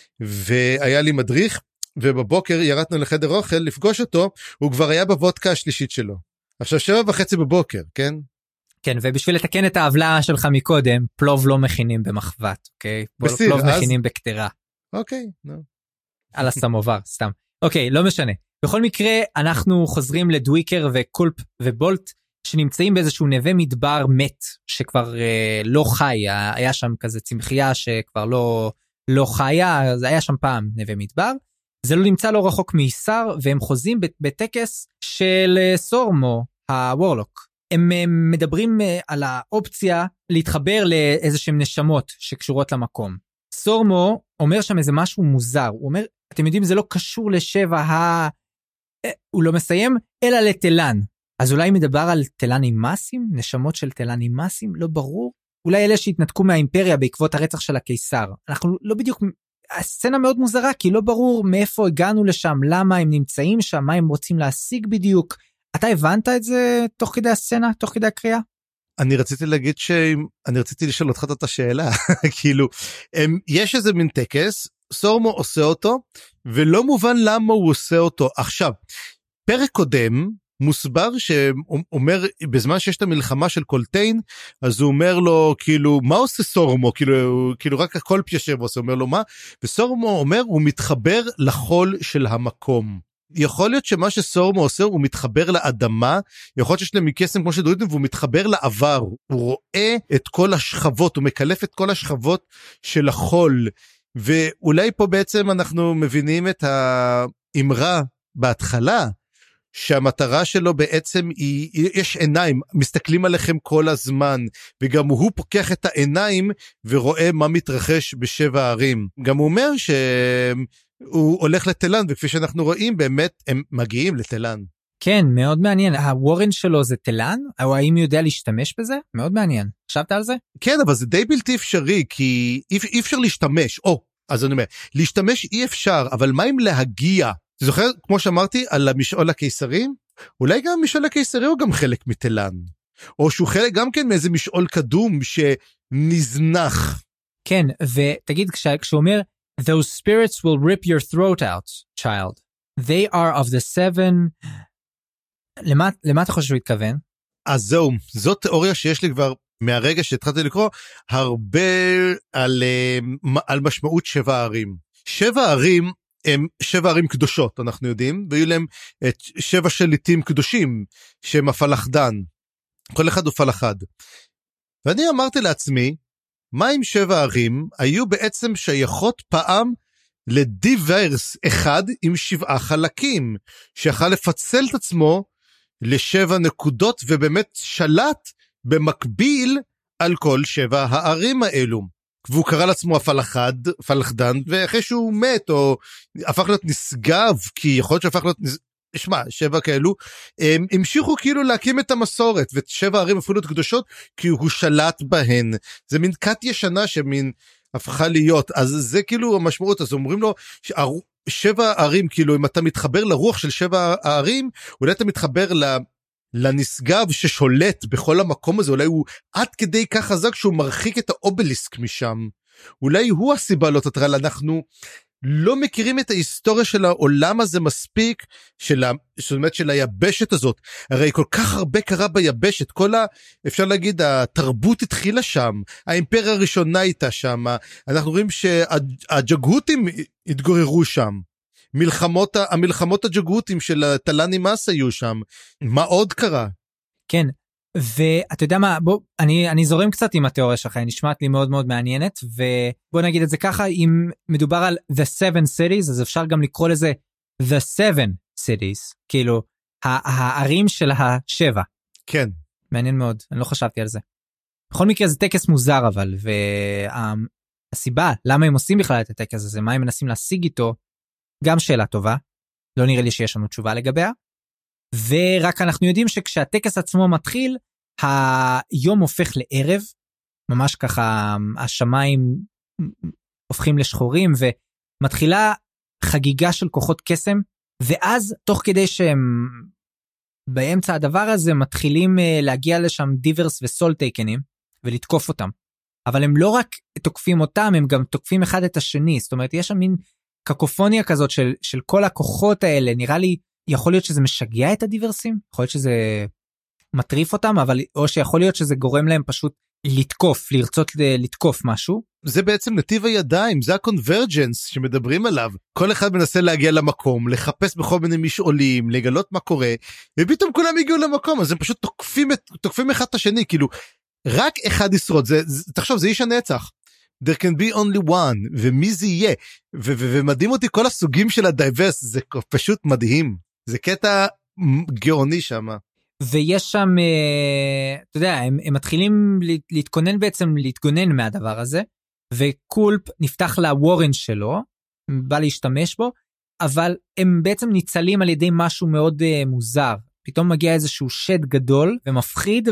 [SPEAKER 2] והיה לי מדריך, ובבוקר ירדנו לחדר אוכל לפגוש אותו, הוא כבר היה בוודקה השלישית שלו. עכשיו 7:30 בבוקר, כן?
[SPEAKER 1] כן, ובשביל לתקן את העוולה שלך מקודם, פלוב לא מכינים במחבת, אוקיי? פלוב מכינים בקטרה.
[SPEAKER 2] אוקיי, נו.
[SPEAKER 1] על הסמובר, סתם. אוקיי, לא משנה. בכל מקרה, אנחנו חוזרים לדוויקר וקולפ ובולט, שנמצאים באיזשהו נווה מדבר מת, שכבר לא חי, היה שם כזה צמחייה שכבר לא חיה, זה היה שם פעם נווה מדבר, זה לא נמצא לא רחוק מישר, והם חוזים בטקס של סורמו, הוורלוק. הם מדברים על האופציה להתחבר לאיזשהם נשמות שקשורות למקום. סורמו אומר שם איזה משהו מוזר, הוא אומר, אתם יודעים, זה לא קשור לשבע הוא לא מסיים, אלא לתלן. אז אולי מדבר על תלנימאסים, נשמות של תלנימאסים, לא ברור. אולי אלה שהתנתקו מהאימפריה בעקבות הרצח של הקיסר. אנחנו לא בדיוק, הסצנה מאוד מוזרה, כי לא ברור מאיפה הגענו לשם, למה הם נמצאים שם, מה הם רוצים להשיג בדיוק. אתה הבנת את זה תוך כדי הסצנה, תוך כדי הקריאה?
[SPEAKER 2] אני רציתי לשאול אותך את השאלה, כאילו, יש איזה מין טקס, סורמו עושה אותו, ולא מובן למה הוא עושה אותו. עכשיו, פרק קודם, מוסבר שאומר, בזמן שיש את המלחמה של קולטיין, אז הוא אומר לו, כאילו, מה עושה סורמו? כאילו רק הכל פיישב עושה, אומר לו מה? וסורמו אומר, הוא מתחבר לחול של המקום. יכול להיות שמה שסורמו עושה, הוא מתחבר לאדמה, יכול להיות שיש להם מקסם כמו שדויתם, והוא מתחבר לעבר, הוא רואה את כל השכבות, הוא מקלף את כל השכבות של החול, ואולי פה בעצם אנחנו מבינים את האמרה בהתחלה, שהמטרה שלו בעצם יש עיניים, מסתכלים עליכם כל הזמן, וגם הוא פוקח את העיניים ורואה מה מתרחש בשבע הערים. גם הוא אומר שהוא הולך לתלן, וכפי שאנחנו רואים באמת הם מגיעים לתלן.
[SPEAKER 1] כן, מאוד מעניין. הוורן שלו זה תלן? או האם הוא יודע להשתמש בזה? מאוד מעניין. חשבת על זה?
[SPEAKER 2] כן, אבל זה די בלתי אפשרי, כי אי אפשר להשתמש. אז אני אומר, להשתמש אי אפשר, אבל מה אם להגיע? אתה זוכר, כמו שאמרתי, על המשעול הקיסרי? אולי גם המשעול הקיסרי הוא גם חלק מתלן. או שהוא חלק גם כן מאיזה משעול קדום שנזנח. כן,
[SPEAKER 1] ותגיד, כשהוא אומר, those spirits will rip your throat out, child. They are of the seven... למה אתה חושב שהוא התכוון?
[SPEAKER 2] אז זהו, זאת תיאוריה שיש לי כבר מהרגע שהתחלתי לקרוא, הרבה על משמעות שבע הערים. שבע הערים הם שבע ערים קדושות, אנחנו יודעים, והיו להם את שבע שליטים קדושים, שהם הפלחדן. כל אחד הוא פלחד. ואני אמרתי לעצמי, מה אם שבע ערים היו בעצם שייכות פעם לדיברס אחד עם 7 חלקים, שיכל לפצל את עצמו ל7 נקודות, ובאמת שלט במקביל על כל 7 הערים האלו. והוא קרא לעצמו הפלחדן, ואחרי שהוא מת, או הפך להיות נשגב, כי יכול להיות שהפך להיות, שמע, 7 כאלו, הם המשיכו כאילו להקים את המסורת, ו7 הערים הפכו להיות קדושות, כי הוא שלט בהן. זה מין כת ישנה שמין הפכה להיות, אז זה כאילו המשמעות, אז אומרים לו, 7 ערים, כאילו אם אתה מתחבר לרוח של 7 הערים, אולי אתה מתחבר לנשגב ששולט בכל המקום הזה, אולי הוא עד כדי כך חזק שהוא מרחיק את האובליסק משם, אולי הוא הסיבה לא תטרל, אנחנו לא מכירים את ההיסטוריה של העולם הזה מספיק, של היבשת הזאת, הרי כל כך הרבה קרה ביבשת, אפשר להגיד, התרבות התחילה שם, האימפריה הראשונה הייתה שם, אנחנו רואים שהג'גהותים התגוררו שם, המלחמות הג'גהותים של תלן-אימאס היו שם, מה עוד קרה?
[SPEAKER 1] כן, ואתה יודע מה, אני זורם קצת עם התיאוריה שלך, היא נשמעת לי מאוד מאוד מעניינת, ובוא נגיד את זה ככה, אם מדובר על The Seven Cities, אז אפשר גם לקרוא לזה The Seven Cities, כאילו, הערים של 7.
[SPEAKER 2] כן.
[SPEAKER 1] מעניין מאוד, אני לא חשבתי על זה. בכל מקרה זה טקס מוזר אבל, והסיבה, למה הם עושים בכלל את הטקס הזה, מה הם מנסים להשיג איתו, גם שאלה טובה, לא נראה לי שיש לנו תשובה לגביה, ורק אנחנו יודעים שכשהטקס עצמו מתחיל, היום הופך לערב, ממש ככה השמיים הופכים לשחורים, ומתחילה חגיגה של כוחות קסם, ואז תוך כדי שהם באמצע הדבר הזה, מתחילים להגיע לשם דיברס וסול טייקנים, ולתקוף אותם. אבל הם לא רק תוקפים אותם, הם גם תוקפים אחד את השני, זאת אומרת יש שם מין קקופוניה כזאת של כל הכוחות האלה, נראה לי יכול להיות שזה משגע את הדיברסים, יכול להיות שזה מטריף אותם, אבל או שיכול להיות שזה גורם להם פשוט לתקוף, לרצות לתקוף משהו.
[SPEAKER 2] זה בעצם נתיב הידיים, זה הקונברג'נס שמדברים עליו. כל אחד מנסה להגיע למקום, לחפש בכל מיני משעולים, לגלות מה קורה, ופתאום כולם הגיעו למקום, אז הם פשוט תוקפים אחד את השני, כאילו, רק אחד ישרוד, תחשוב, זה איש הנצח. There can be only one, ומי זה יהיה? ומדהים אותי כל הסוגים של הדייברס, זה פשוט מדהים. זה קטע גאוני שם.
[SPEAKER 1] ויש שם, אתה יודע, הם מתחילים להתגונן מהדבר הזה, וקולפ נפתח לוורן שלו, בא להשתמש בו, אבל הם בעצם ניצלים על ידי משהו מאוד מוזר. פתאום מגיע איזשהו שד גדול ומפחיד,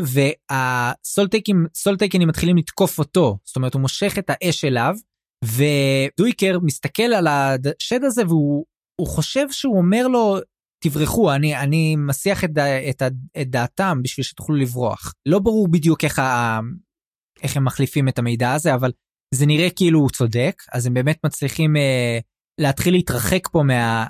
[SPEAKER 1] והסולטייקנים מתחילים לתקוף אותו, זאת אומרת הוא מושך את האש אליו, ודויקר מסתכל על השד הזה, והוא חושב שהוא אומר לו, תברחו, אני מסיח את דעתם בשביל שתוכלו לברוח. לא ברור בדיוק איך הם מחליפים את המידע הזה, אבל זה נראה כאילו הוא צודק, אז הם באמת מצליחים להתחיל להתרחק פה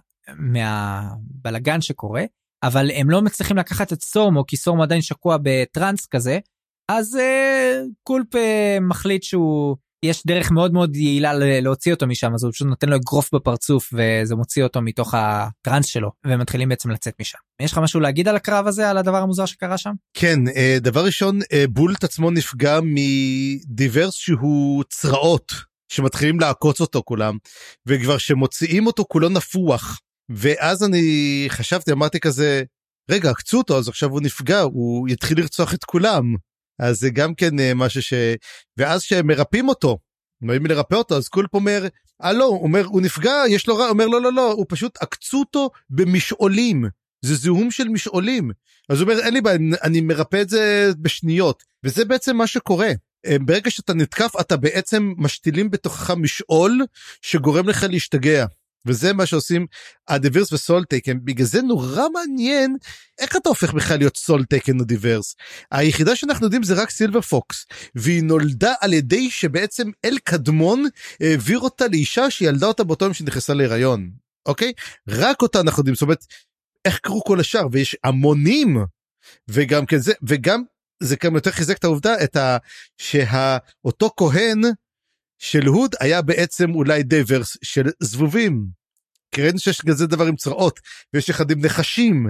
[SPEAKER 1] מהבלגן שקורה, אבל הם לא מצליחים לקחת את סורמו, כי סורמו עדיין שקוע בטרנס כזה, אז קולפ מחליט יש דרך מאוד מאוד יעילה להוציא אותו משם, אז הוא פשוט נותן לו אגרוף בפרצוף, וזה מוציא אותו מתוך הטרנס שלו, והם מתחילים בעצם לצאת משם. יש לך משהו להגיד על הקרב הזה, על הדבר המוזר שקרה שם?
[SPEAKER 2] כן, דבר ראשון, בולט עצמו נפגע מדיברס שהוא צרעות, שמתחילים לעקוץ אותו כולם, וכבר שמוציאים אותו כולו נפוח, ואז אני חשבתי, אמרתי כזה, רגע, עקצו אותו, אז עכשיו הוא נפגע, הוא יתחיל לרצוח את כולם. אז זה גם כן משהו ואז שמרפאים אותו, אם לרפא אותו, אז קולפ אומר, לא, הוא נפגע, יש לו רע, אומר לא, הוא פשוט עקצו אותו במשעולים, זה זיהום של משעולים. אז הוא אומר, אין לי בעיה, אני מרפא את זה בשניות, וזה בעצם מה שקורה. ברגע שאתה נתקף, אתה בעצם משתילים בתוכך משעול, שגורם לך להשתגע. וזה מה שעושים הדיברס וסולטקן. בגלל זה נורא מעניין איך אתה הופך בכלל להיות סולטקן או דיברס. היחידה שאנחנו יודעים זה רק סילבר פוקס, והיא נולדה על ידי שבעצם אל קדמון העביר אותה לאישה שילדה אותה באותו יום שנכנסה להיריון. אוקיי? רק אותה אנחנו יודעים. זאת אומרת, איך קראו כל השאר, ויש המונים, וגם כן זה, וגם זה גם יותר חיזק את העובדה, שאותו כהן של הוד היה בעצם אולי דיברס של זבובים. קראנו שיש כזה דבר עם צרעות, ויש אחד עם נחשים,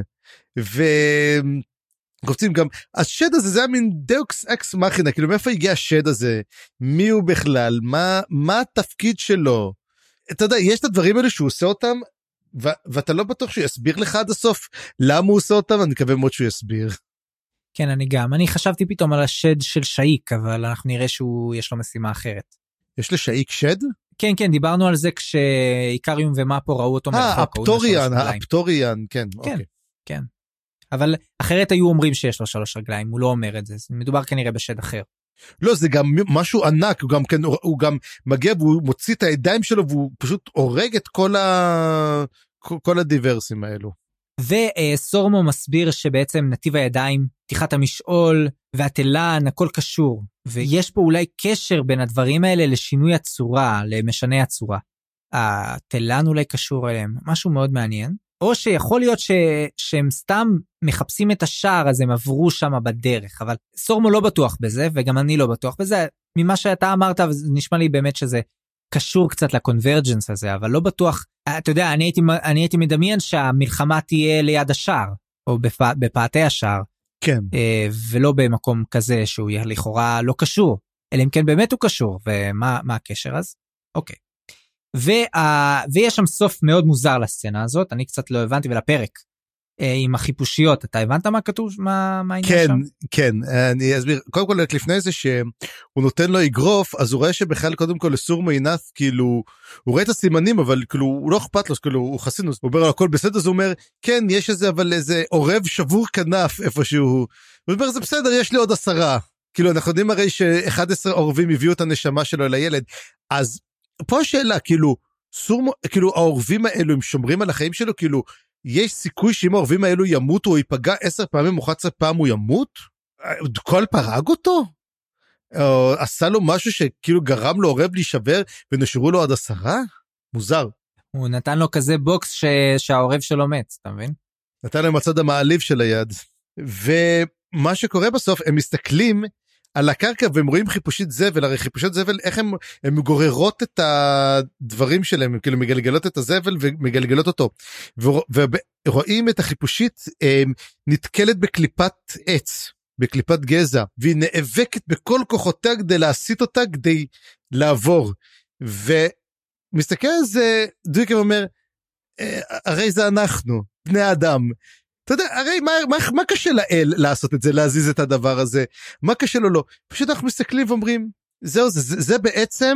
[SPEAKER 2] וקופצים גם, השד הזה זה היה מין דאוקס אקס מכינה, כאילו מאיפה הגיע השד הזה? מי הוא בכלל? מה התפקיד שלו? אתה יודע, יש את הדברים האלה שהוא עושה אותם, ואתה לא בטוח שהוא יסביר לך עד הסוף למה הוא עושה אותם, אני מקווה מאוד שהוא יסביר.
[SPEAKER 1] כן, אני חשבתי פתאום על השד של שאיק, אבל אנחנו נראה שיש לו משימה אחרת.
[SPEAKER 2] יש לשאיק שד?
[SPEAKER 1] כן, דיברנו על זה כשאיקריום ומאפו ראו אותו מרחוק.
[SPEAKER 2] האפטוריאן, כן.
[SPEAKER 1] כן. אבל אחרת היו אומרים שיש לו 3 רגליים, הוא לא אומר את זה, מדובר כנראה בשד אחר.
[SPEAKER 2] לא, זה גם משהו ענק, הוא גם מגיע והוא מוציא את הידיים שלו, והוא פשוט הורג את כל הדיברסים האלו.
[SPEAKER 1] וסורמו מסביר שבעצם נתיב הידיים, פתיחת המשעול והתלן, הכל קשור, ויש פה אולי קשר בין הדברים האלה לשינוי הצורה, למשנה הצורה. התלן אולי קשור אליהם, משהו מאוד מעניין, או שיכול להיות שהם סתם מחפשים את השער, אז הם עברו שם בדרך, אבל סורמו לא בטוח בזה, וגם אני לא בטוח בזה, ממה שאתה אמרת, נשמע לי באמת שזה קשור קצת לקונברג'נס הזה, אבל לא בטוח, אתה יודע, אני הייתי מדמיין שהמלחמה תהיה ליד השער, או בפאתי השער,
[SPEAKER 2] כן.
[SPEAKER 1] ולא במקום כזה שהוא לכאורה לא קשור, אלא אם כן באמת הוא קשור, ומה הקשר אז? אוקיי. ויש שם סוף מאוד מוזר לסצנה הזאת, אני קצת לא הבנתי, ולפרק, עם החיפושיות, אתה הבנת מה כתוב, מה העניין שם?
[SPEAKER 2] כן, אני אסביר, קודם כל לפני זה שהוא נותן לו אגרוף, אז הוא רואה שבכלל קודם כל לסורמו עינף, כאילו, הוא רואה את הסימנים, אבל כאילו, הוא לא אכפת לו, כאילו, הוא חסינוס, הוא אומר, הכל בסדר, אז הוא אומר, כן, יש איזה, אבל איזה עורב שבור כנף איפשהו, הוא אומר, זה בסדר, יש לי עוד 10, כאילו, אנחנו יודעים הרי ש11 עורבים הביאו את הנשמה שלו לילד, אז פה השאלה, כאילו, סורמו, כאילו, העורבים האלו, הם שומרים על החיים שלו, כאילו, יש סיכוי שאם העורבים האלו ימותו, או ייפגע 10 פעמים, או 11 פעם הוא ימות? כל פרג אותו? או עשה לו משהו שכאילו גרם לו עורב להישבר, ונשארו לו עד 10? מוזר.
[SPEAKER 1] הוא נתן לו כזה בוקס שהעורב שלו מת, אתה מבין?
[SPEAKER 2] נתן להם הצד המעליב של היד. ומה שקורה בסוף, הם מסתכלים על הקרקע, והם רואים חיפושית זבל, הרי חיפושית זבל, איך הם מגוררות את הדברים שלהם, הם כאילו מגלגלות את הזבל, ומגלגלות אותו, ורואים את החיפושית, נתקלת בקליפת עץ, בקליפת גזע, והיא נאבקת בכל כוחותיה, כדי להסיט אותה, כדי לעבור, ומסתכל על זה, דויקר אומר, הרי זה אנחנו, בני האדם, אתה יודע, הרי מה קשה לאל לעשות את זה, להזיז את הדבר הזה? מה קשה לו לא? פשוט אנחנו מסתכלים ואומרים, זהו, זה בעצם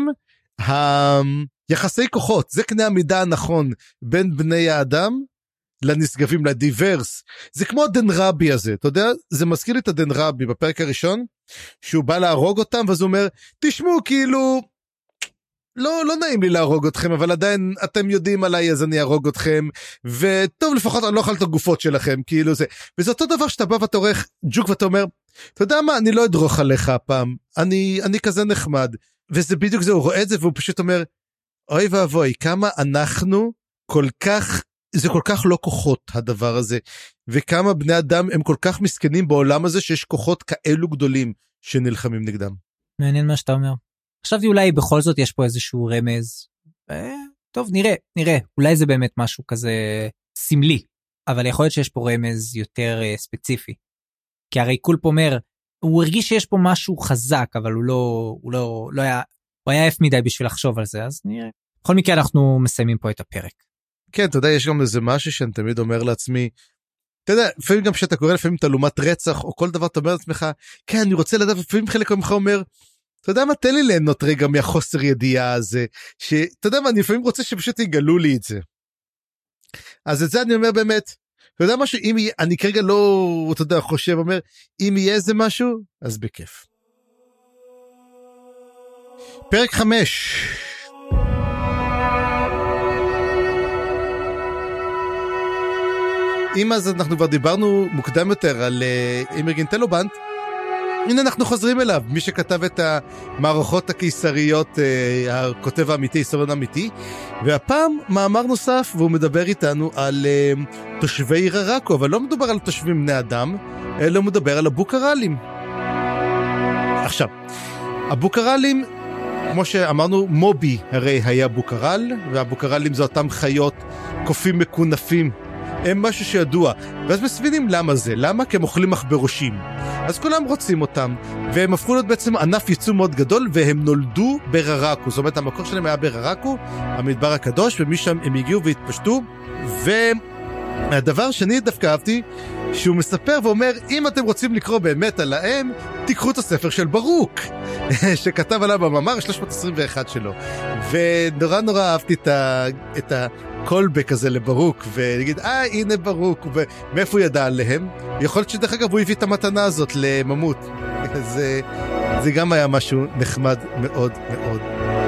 [SPEAKER 2] יחסי כוחות, זה קנה המידה הנכון בין בני האדם לנשגבים, לדיברס. זה כמו הדן רבי הזה, אתה יודע? זה מזכיר לי את הדן רבי בפרק הראשון, שהוא בא להרוג אותם, ואז הוא אומר, תשמעו, כאילו, לא נעים לי להרוג אתכם, אבל עדיין אתם יודעים עליי, אז אני ארוג אתכם, וטוב, לפחות אני לא אוכל את הגופות שלכם, כאילו זה. וזה אותו דבר שאתה בא ואתה עורך ג'וק ואתה אומר, אתה יודע מה, אני לא אדרוך עליך הפעם, אני כזה נחמד, וזה בדיוק זה, הוא רואה את זה, והוא פשוט אומר, אוי ואבוי, כמה אנחנו זה כל כך לא כוחות הדבר הזה, וכמה בני אדם הם כל כך מסכנים בעולם הזה, שיש כוחות כאלו גדולים שנלחמים נגדם.
[SPEAKER 1] מעניין מה שאתה אומר. חשבתי אולי בכל זאת יש פה איזשהו רמז, טוב נראה, אולי זה באמת משהו כזה סמלי, אבל יכול להיות שיש פה רמז יותר ספציפי, כי הרי קולפ אומר, הוא הרגיש שיש פה משהו חזק, אבל הוא היה עייף מדי בשביל לחשוב על זה, אז נראה. בכל מקרה אנחנו מסיימים פה את הפרק.
[SPEAKER 2] כן, אתה יודע, יש גם איזה משהו שאני תמיד אומר לעצמי, אתה יודע, לפעמים גם כשאתה קורא לפעמים תעלומת רצח או כל דבר, אתה אומר לעצמך, כן, אני רוצה לדעת, לפעמים חלק ממך אומר, אתה יודע מה, תן לי ליהנות רגע מהחוסר ידיעה הזה, שאתה יודע מה, אני לפעמים רוצה שפשוט יגלו לי את זה. אז את זה אני אומר באמת, אתה יודע משהו, אם יהיה, אני כרגע לא, אתה יודע, חושב, אומר, אם יהיה איזה משהו, אז בכיף. פרק 5. אם אז אנחנו כבר דיברנו מוקדם יותר על אימרגן טלובנט, הנה אנחנו חוזרים אליו, מי שכתב את המערכות הקיסריות, הכותב האמיתי, היסטוריון אמיתי, והפעם מאמר נוסף, והוא מדבר איתנו על תושבי עיר עראקו, אבל לא מדובר על תושבים בני אדם, אלא מדבר על הבוקרלים. עכשיו, הבוקרלים, כמו שאמרנו, מובי הרי היה בוקרל, והבוקרלים זה אותם חיות, קופים מקונפים, הם משהו שידוע, ואז מסבינים למה זה, למה? כי הם אוכלים מחברושים. אז כולם רוצים אותם, והם הפכו להיות בעצם ענף ייצוא מאוד גדול, והם נולדו ברראקו, זאת אומרת המקור שלהם היה ברראקו, המדבר הקדוש, ומשם הם הגיעו והתפשטו, והדבר שאני דווקא אהבתי, שהוא מספר ואומר, אם אתם רוצים לקרוא באמת על האם, תיקחו את הספר של ברוק, שכתב עליו במאמר 321 שלו, ונורא נורא אהבתי את הקולבק הזה לברוק, ונגיד, הנה ברוק, ומאיפה הוא ידע עליהם? יכול להיות שדרך אגב הוא הביא את המתנה הזאת לממות, זה גם היה משהו נחמד מאוד מאוד.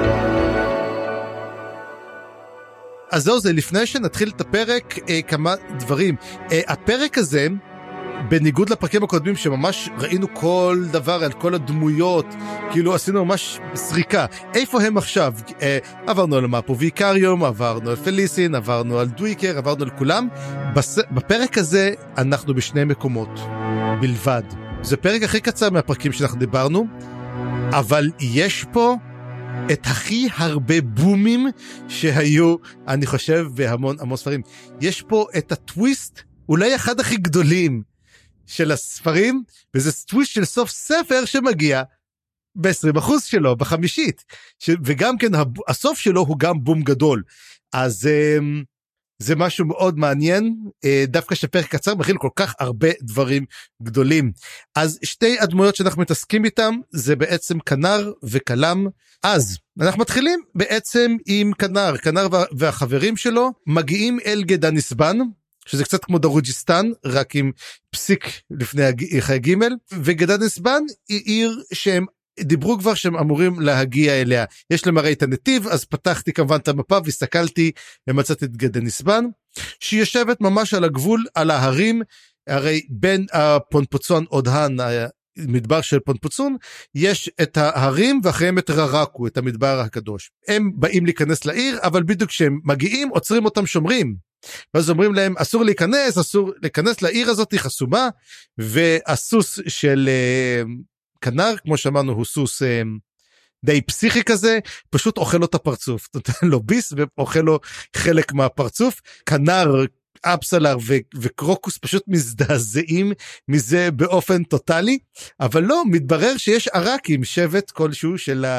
[SPEAKER 2] אז זהו זה, לפני שנתחיל את הפרק, כמה דברים. הפרק הזה, בניגוד לפרקים הקודמים, שממש ראינו כל דבר על כל הדמויות, כאילו עשינו ממש סריקה. איפה הם עכשיו? עברנו על מפו ויקריום, עברנו על פליסין, עברנו על דוויקר, עברנו על כולם. בפרק הזה אנחנו בשני מקומות בלבד. זה פרק הכי קצר מהפרקים שאנחנו דיברנו, אבל יש פה את הכי הרבה בומים שהיו, אני חושב, בהמון ספרים. יש פה את הטוויסט, אולי אחד הכי גדולים של הספרים, וזה טוויסט של סוף ספר שמגיע ב-20% שלו, בחמישית. וגם כן, הסוף שלו הוא גם בום גדול. אז זה משהו מאוד מעניין, דווקא שפרק קצר מכיל כל כך הרבה דברים גדולים. אז שתי הדמויות שאנחנו מתעסקים איתם, זה בעצם כנר וכלם. אז אנחנו מתחילים בעצם עם כנר, כנר והחברים שלו מגיעים אל גדניסבן, שזה קצת כמו דרוג'יסטן, רק עם פסיק לפני חי ג', וגדניסבן היא עיר שהם דיברו כבר שהם אמורים להגיע אליה. יש להם הרי את הנתיב, אז פתחתי כמובן את המפה והסתכלתי ומצאתי את גדניסבן, שהיא יושבת ממש על הגבול, על ההרים, הרי בין הפונפוצון אודהן, המדבר של פונפוצון, יש את ההרים ואחריהם את רראקו, את המדבר הקדוש. הם באים להיכנס לעיר, אבל בדיוק כשהם מגיעים, עוצרים אותם שומרים. ואז אומרים להם, אסור להיכנס לעיר הזאת, היא חסומה, והסוס של כנר, כמו שאמרנו, הוא סוס די פסיכי כזה, פשוט אוכל לו את הפרצוף, נותן לו ביס ואוכל לו חלק מהפרצוף. כנר, אפסלר וקרוקוס פשוט מזדעזעים מזה באופן טוטלי, אבל לא, מתברר שיש ערקים, שבט כלשהו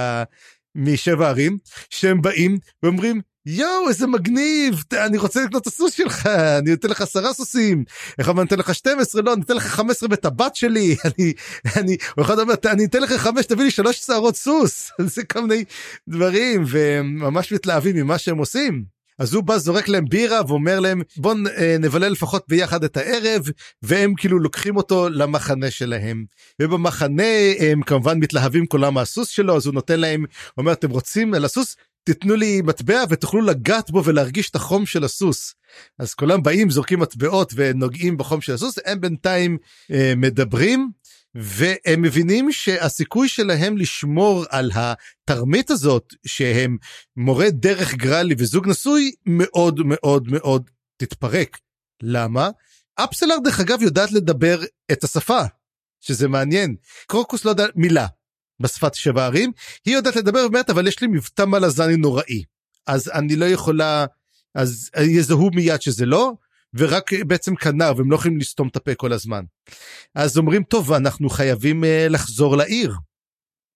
[SPEAKER 2] משבע ערים, שהם באים ואומרים, יואו, איזה מגניב, אני רוצה לקנות את הסוס שלך, אני אתן לך 10 סוסים, איך אני אתן לך 12, לא, אני אתן לך 15 בטבט שלי, הוא אחד אומר, אני אתן לך 5, תביא לי 3 שערות סוס, זה כל מיני דברים, וממש מתלהבים ממה שהם עושים. אז הוא בא, זורק להם בירה, ואומר להם, בוא נבלה לפחות ביחד את הערב, והם כאילו לוקחים אותו למחנה שלהם. ובמחנה הם כמובן מתלהבים כולם מהסוס שלו, אז הוא נותן להם, אומר, אתם רוצים על הסוס? תתנו לי מטבע ותוכלו לגעת בו ולהרגיש את החום של הסוס. אז כולם באים, זורקים מטבעות ונוגעים בחום של הסוס, הם בינתיים מדברים, והם מבינים שהסיכוי שלהם לשמור על התרמית הזאת, שהם מורה דרך גרלי וזוג נשוי, מאוד מאוד מאוד תתפרק. למה? אפסלר דרך אגב יודעת לדבר את השפה, שזה מעניין. קרוקוס לא יודע מילה בשפת 7 ערים, היא יודעת לדבר באמת, אבל יש לי מבטא מלזני נוראי, אז אני לא יכולה, אז יזהו מיד שזה לא, ורק בעצם כנר, והם לא יכולים לסתום את הפה כל הזמן. אז אומרים, טוב, אנחנו חייבים לחזור לעיר.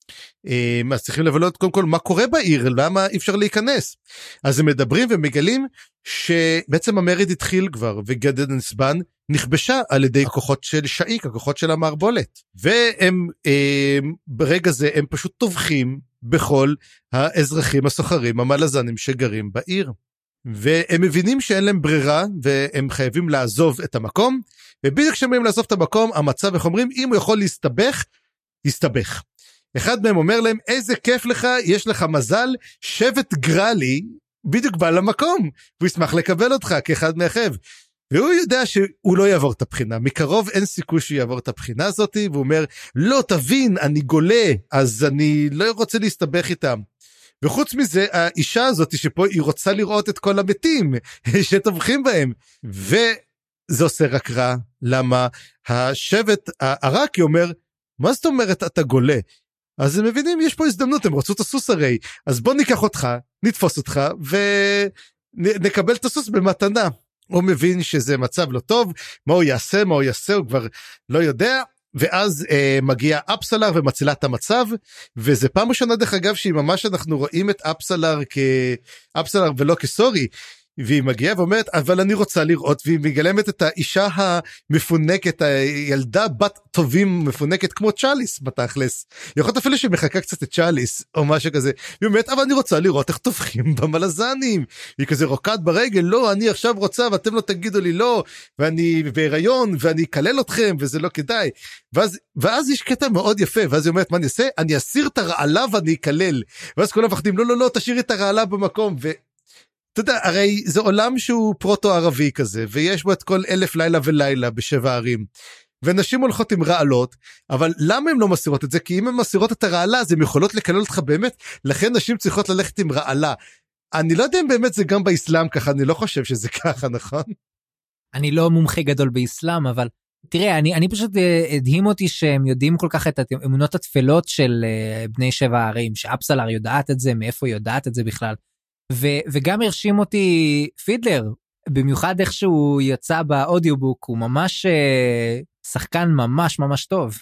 [SPEAKER 2] אז צריכים לבלות קודם כל מה קורה בעיר, למה אי אפשר להיכנס. אז הם מדברים ומגלים שבעצם המרד התחיל כבר, וגדנסבן נכבשה על ידי כוחות של שאיק, הכוחות של המערבולת. והם ברגע זה הם פשוט טובחים בכל האזרחים הסוחרים המלזנים שגרים בעיר. והם מבינים שאין להם ברירה, והם חייבים לעזוב את המקום, ובדיוק כשהם באים לעזוב את המקום, המצב, איך אומרים, אם הוא יכול להסתבך, יסתבך. אחד מהם אומר להם, איזה כיף לך, יש לך מזל, שבט גרלי, בדיוק בא למקום, והוא ישמח לקבל אותך כאחד מאחיו. והוא יודע שהוא לא יעבור את הבחינה, מקרוב אין סיכוי שהוא יעבור את הבחינה הזאת, והוא אומר, לא תבין, אני גולה, אז אני לא רוצה להסתבך איתם. וחוץ מזה, האישה הזאת שפה היא רוצה לראות את כל המתים שטובחים בהם, וזה עושה רק רע, למה השבט הערקי אומר, מה זאת אומרת אתה גולה? אז הם מבינים, יש פה הזדמנות, הם רצו את הסוס הרי, אז בוא ניקח אותך, נתפוס אותך, ונקבל את הסוס במתנה. הוא מבין שזה מצב לא טוב, מה הוא יעשה, הוא כבר לא יודע, ואז מגיע אפסלר ומצילה את המצב, וזה פעם ראשונה דרך אגב, שהיא ממש אנחנו רואים את אפסלר כאפסלר ולא כסורי, והיא מגיעה ואומרת, אבל אני רוצה לראות, והיא מגלמת את האישה המפונקת, הילדה בת טובים מפונקת כמו צ'אליס בתכלס, יכול להיות אפילו שהיא מחכה קצת את צ'אליס, או משהו כזה, והיא אומרת, אבל אני רוצה לראות איך טובחים במלזנים, והיא כזה רוקעת ברגל, לא, אני עכשיו רוצה, ואתם לא תגידו לי לא, ואני בהיריון, ואני אקלל אתכם, וזה לא כדאי, ואז יש קטע מאוד יפה, ואז היא אומרת, מה אני אעשה? אני אסיר את הרעלה ואני אקלל, ואז כולם מפחדים, לא, תשאירי את הרעלה במקום, אתה יודע, הרי זה עולם שהוא פרוטו-ערבי כזה, ויש בו את כל 1000 לילה ולילה בשבע ערים, ונשים הולכות עם רעלות, אבל למה הן לא מסירות את זה? כי אם הן מסירות את הרעלה, אז הן יכולות לקלל אותך באמת, לכן נשים צריכות ללכת עם רעלה. אני לא יודע אם באמת זה גם באסלאם ככה, אני לא חושב שזה ככה, נכון?
[SPEAKER 1] אני לא מומחה גדול באסלאם, אבל תראה, אני פשוט הדהים אותי שהם יודעים כל כך את האמונות התפלות של בני שבע הערים, שאפסלר יודעת את זה, מאיפה יודעת את זה בכלל. וגם הרשים אותי פידלר, במיוחד איך שהוא יצא באודיובוק, הוא ממש שחקן ממש ממש טוב,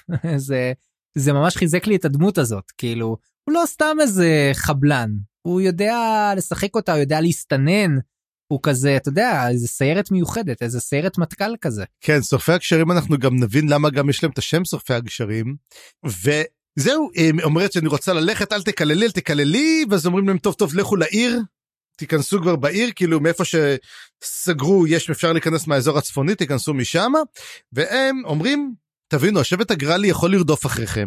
[SPEAKER 1] זה ממש חיזק לי את הדמות הזאת, כאילו, הוא לא סתם איזה חבלן, הוא יודע לשחק אותה, הוא יודע להסתנן, הוא כזה, אתה יודע, איזה סיירת מיוחדת, איזה סיירת מטכ"ל כזה.
[SPEAKER 2] כן, שורפי הקשרים אנחנו גם נבין למה גם יש להם את השם שורפי הקשרים, זהו, אומרת שאני רוצה ללכת, אל תקללי, ואז אומרים להם, טוב, לכו לעיר, תיכנסו כבר בעיר, כאילו מאיפה שסגרו, אפשר להיכנס מהאזור הצפוני, תיכנסו משם, והם אומרים, תבינו, השבט הגרלי יכול לרדוף אחריכם,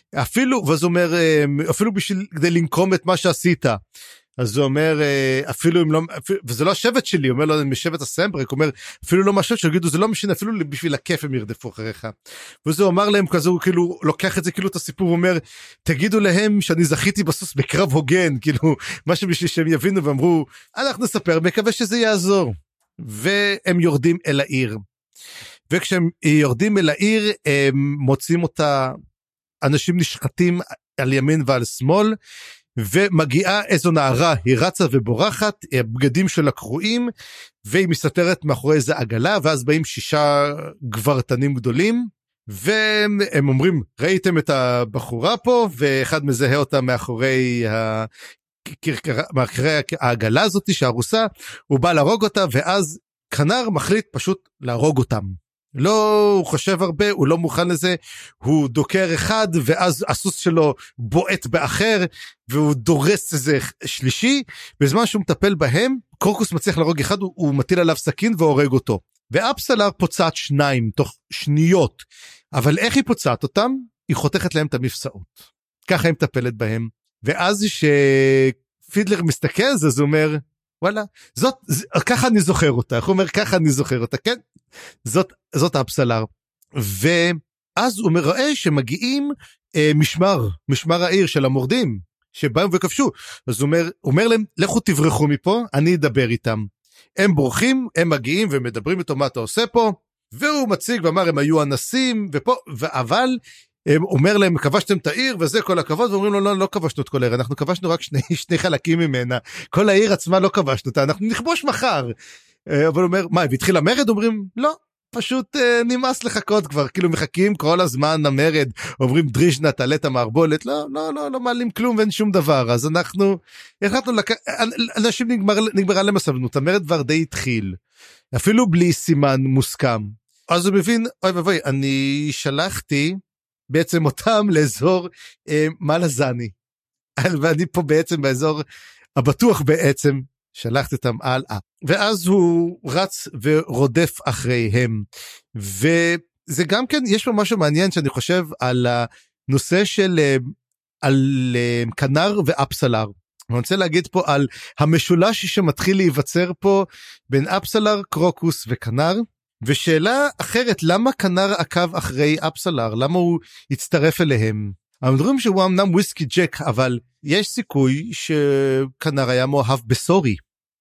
[SPEAKER 2] ואז הוא אומר, אפילו כדי לנקום את מה שעשית, אז הוא אומר, אפילו אם לא, וזה לא השבט שלי, הוא אומר לו, משבט הסמברק, הוא אומר, אפילו לא משהו שיגידו, זה לא משנה, אפילו בשביל הכיף הם ירדפו אחריך. וזה הוא אמר להם כזה, הוא כאילו, לוקח את זה כאילו את הסיפור, הוא אומר, תגידו להם שאני זכיתי בסוס בקרב הוגן, כאילו, משהו בשביל שהם יבינו ואמרו, אנחנו נספר, מקווה שזה יעזור. והם יורדים אל העיר. וכשהם יורדים אל העיר, הם מוצאים אותה, אנשים נשחטים על ימין ועל שמאל, ומגיעה איזו נערה, היא רצה ובורחת, הבגדים שלה קרועים, והיא מסתתרת מאחורי איזו עגלה, ואז באים 6 גברתנים גדולים, והם אומרים, ראיתם את הבחורה פה, ואחד מזהה אותה מאחורי העגלה הזאת שהרוסה, הוא בא להרוג אותה, ואז כנר מחליט פשוט להרוג אותם. לא, הוא חושב הרבה, הוא לא מוכן לזה, הוא דוקר אחד, ואז הסוס שלו בועט באחר, והוא דורס איזה שלישי, בזמן שהוא מטפל בהם, קורקוס מצליח להרוג אחד, הוא מטיל עליו סכין והורג אותו. ואפסלר פוצעת 2 תוך שניות, אבל איך היא פוצעת אותם? היא חותכת להם את המפסעות. ככה היא מטפלת בהם. ואז שפידלר מסתכל על זה, אז הוא אומר, וואלה, ככה אני זוכר אותה, הוא אומר, ככה אני זוכר אותה, כן? זאת אפסלר. ואז הוא מראה שמגיעים משמר העיר של המורדים, שבאים וכבשו. אז הוא אומר להם, לכו תברחו מפה, אני אדבר איתם. הם בורחים, הם מגיעים ומדברים איתו, מה אתה עושה פה? והוא מציג ואמר, הם היו אנסים, אבל הם אומר להם, כבשתם את העיר, וזה כל הכבוד, ואומרים לו, לא כבשנו את כל העיר, אנחנו כבשנו רק שני חלקים ממנה, כל העיר עצמה לא כבשנו אותה, אנחנו נכבוש מחר. אבל הוא אומר, מה, והתחיל המרד? אומרים, לא, פשוט נמאס לחכות כבר, כאילו מחכים כל הזמן המרד, אומרים דריז'נה תעלה את המערבולת, לא מעלים כלום ואין שום דבר, אז אנחנו החלטנו, אנשים נגמרה להם הסבלנות, המרד כבר די התחיל, אפילו בלי סימן מוסכם, אז הוא מבין, אוי, אני שלחתי בעצם אותם לאזור מלאזני, ואני פה בעצם באזור הבטוח בעצם, שלחת אותם הלאה, ואז הוא רץ ורודף אחריהם, וזה גם כן, יש פה משהו מעניין שאני חושב על הנושא של, על כנר ואפסלר, אני רוצה להגיד פה על המשולש שמתחיל להיווצר פה, בין אפסלר, קרוקוס וכנר, ושאלה אחרת, למה כנר עקב אחרי אפסלר, למה הוא הצטרף אליהם? המדברים שהוא אמנם וויסקי ג'ק, אבל יש סיכוי שכנר היה מאוהב בסורי.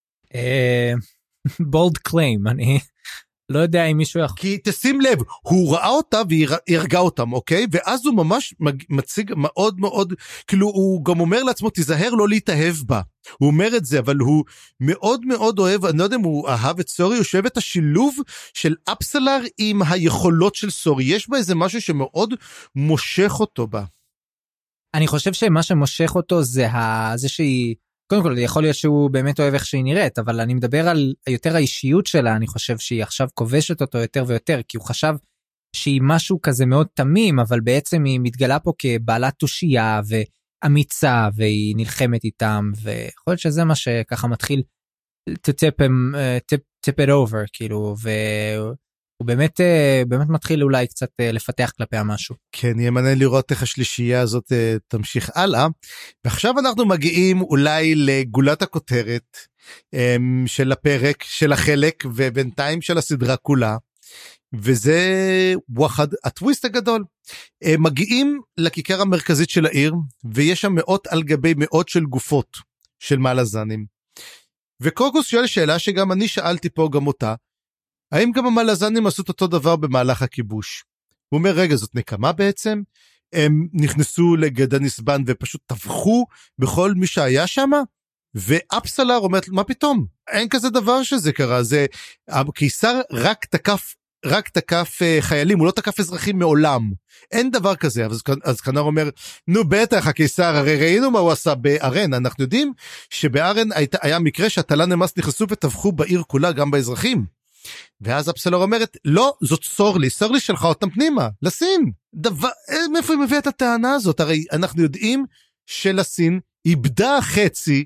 [SPEAKER 1] בולד קליים, אני לא יודע אם מישהו יכול...
[SPEAKER 2] כי תשים לב, הוא ראה אותה והרגע אותם, אוקיי? ואז הוא ממש מציג מאוד מאוד, כאילו הוא גם אומר לעצמו, תיזהר לא להתאהב בה. הוא אומר את זה, אבל הוא מאוד מאוד אוהב, אני לא יודע אם הוא אהב את סורי, הוא שואב את השילוב של אפסלר עם היכולות של סורי. יש בה איזה משהו שמאוד מושך אותו בה.
[SPEAKER 1] אני חושב שמה שמושך אותו זה שהיא, קודם כל יכול להיות שהוא באמת אוהב איך שהיא נראית, אבל אני מדבר על יותר האישיות שלה, אני חושב שהיא עכשיו כובשת אותו יותר ויותר, כי הוא חשב שהיא משהו כזה מאוד תמים, אבל בעצם היא מתגלה פה כבעלת תושייה ואמיצה, והיא נלחמת איתם, ויכול להיות שזה מה שככה מתחיל to tip it over, כאילו, הוא באמת מתחיל אולי קצת לפתח כלפי המשהו.
[SPEAKER 2] כן, יהיה מעניין לראות איך השלישייה הזאת תמשיך הלאה, ועכשיו אנחנו מגיעים אולי לגולת הכותרת של הפרק, של החלק, ובינתיים של הסדרה כולה, וזה וואחד הטוויסט הגדול. מגיעים לכיכר המרכזית של העיר, ויש שם מאות על גבי מאות של גופות של מלאזנים, וקרוקוס שואל שאלה שגם אני שאלתי פה גם אותה, האם גם המלאזנים עשו אותו דבר במהלך הכיבוש? הוא אומר, רגע, זאת נקמה בעצם? הם נכנסו לגדן נסבן ופשוט טבחו בכל מי שהיה שם? ואפסלר אומרת, מה פתאום? אין כזה דבר שזה קרה, זה, הקיסר רק תקף חיילים, הוא לא תקף אזרחים מעולם, אין דבר כזה. אז כנר אומר, נו בטח הקיסר, הרי ראינו מה הוא עשה בארן, אנחנו יודעים שבארן היה מקרה שהטלן נמאס נכנסו וטבחו בעיר כולה גם באזרחים. ואז אפסלר אומרת, לא, זאת סורלי שלחה אותם פנימה, לסין. מאיפה היא מביאה את הטענה הזאת? הרי אנחנו יודעים שלסין איבדה חצי,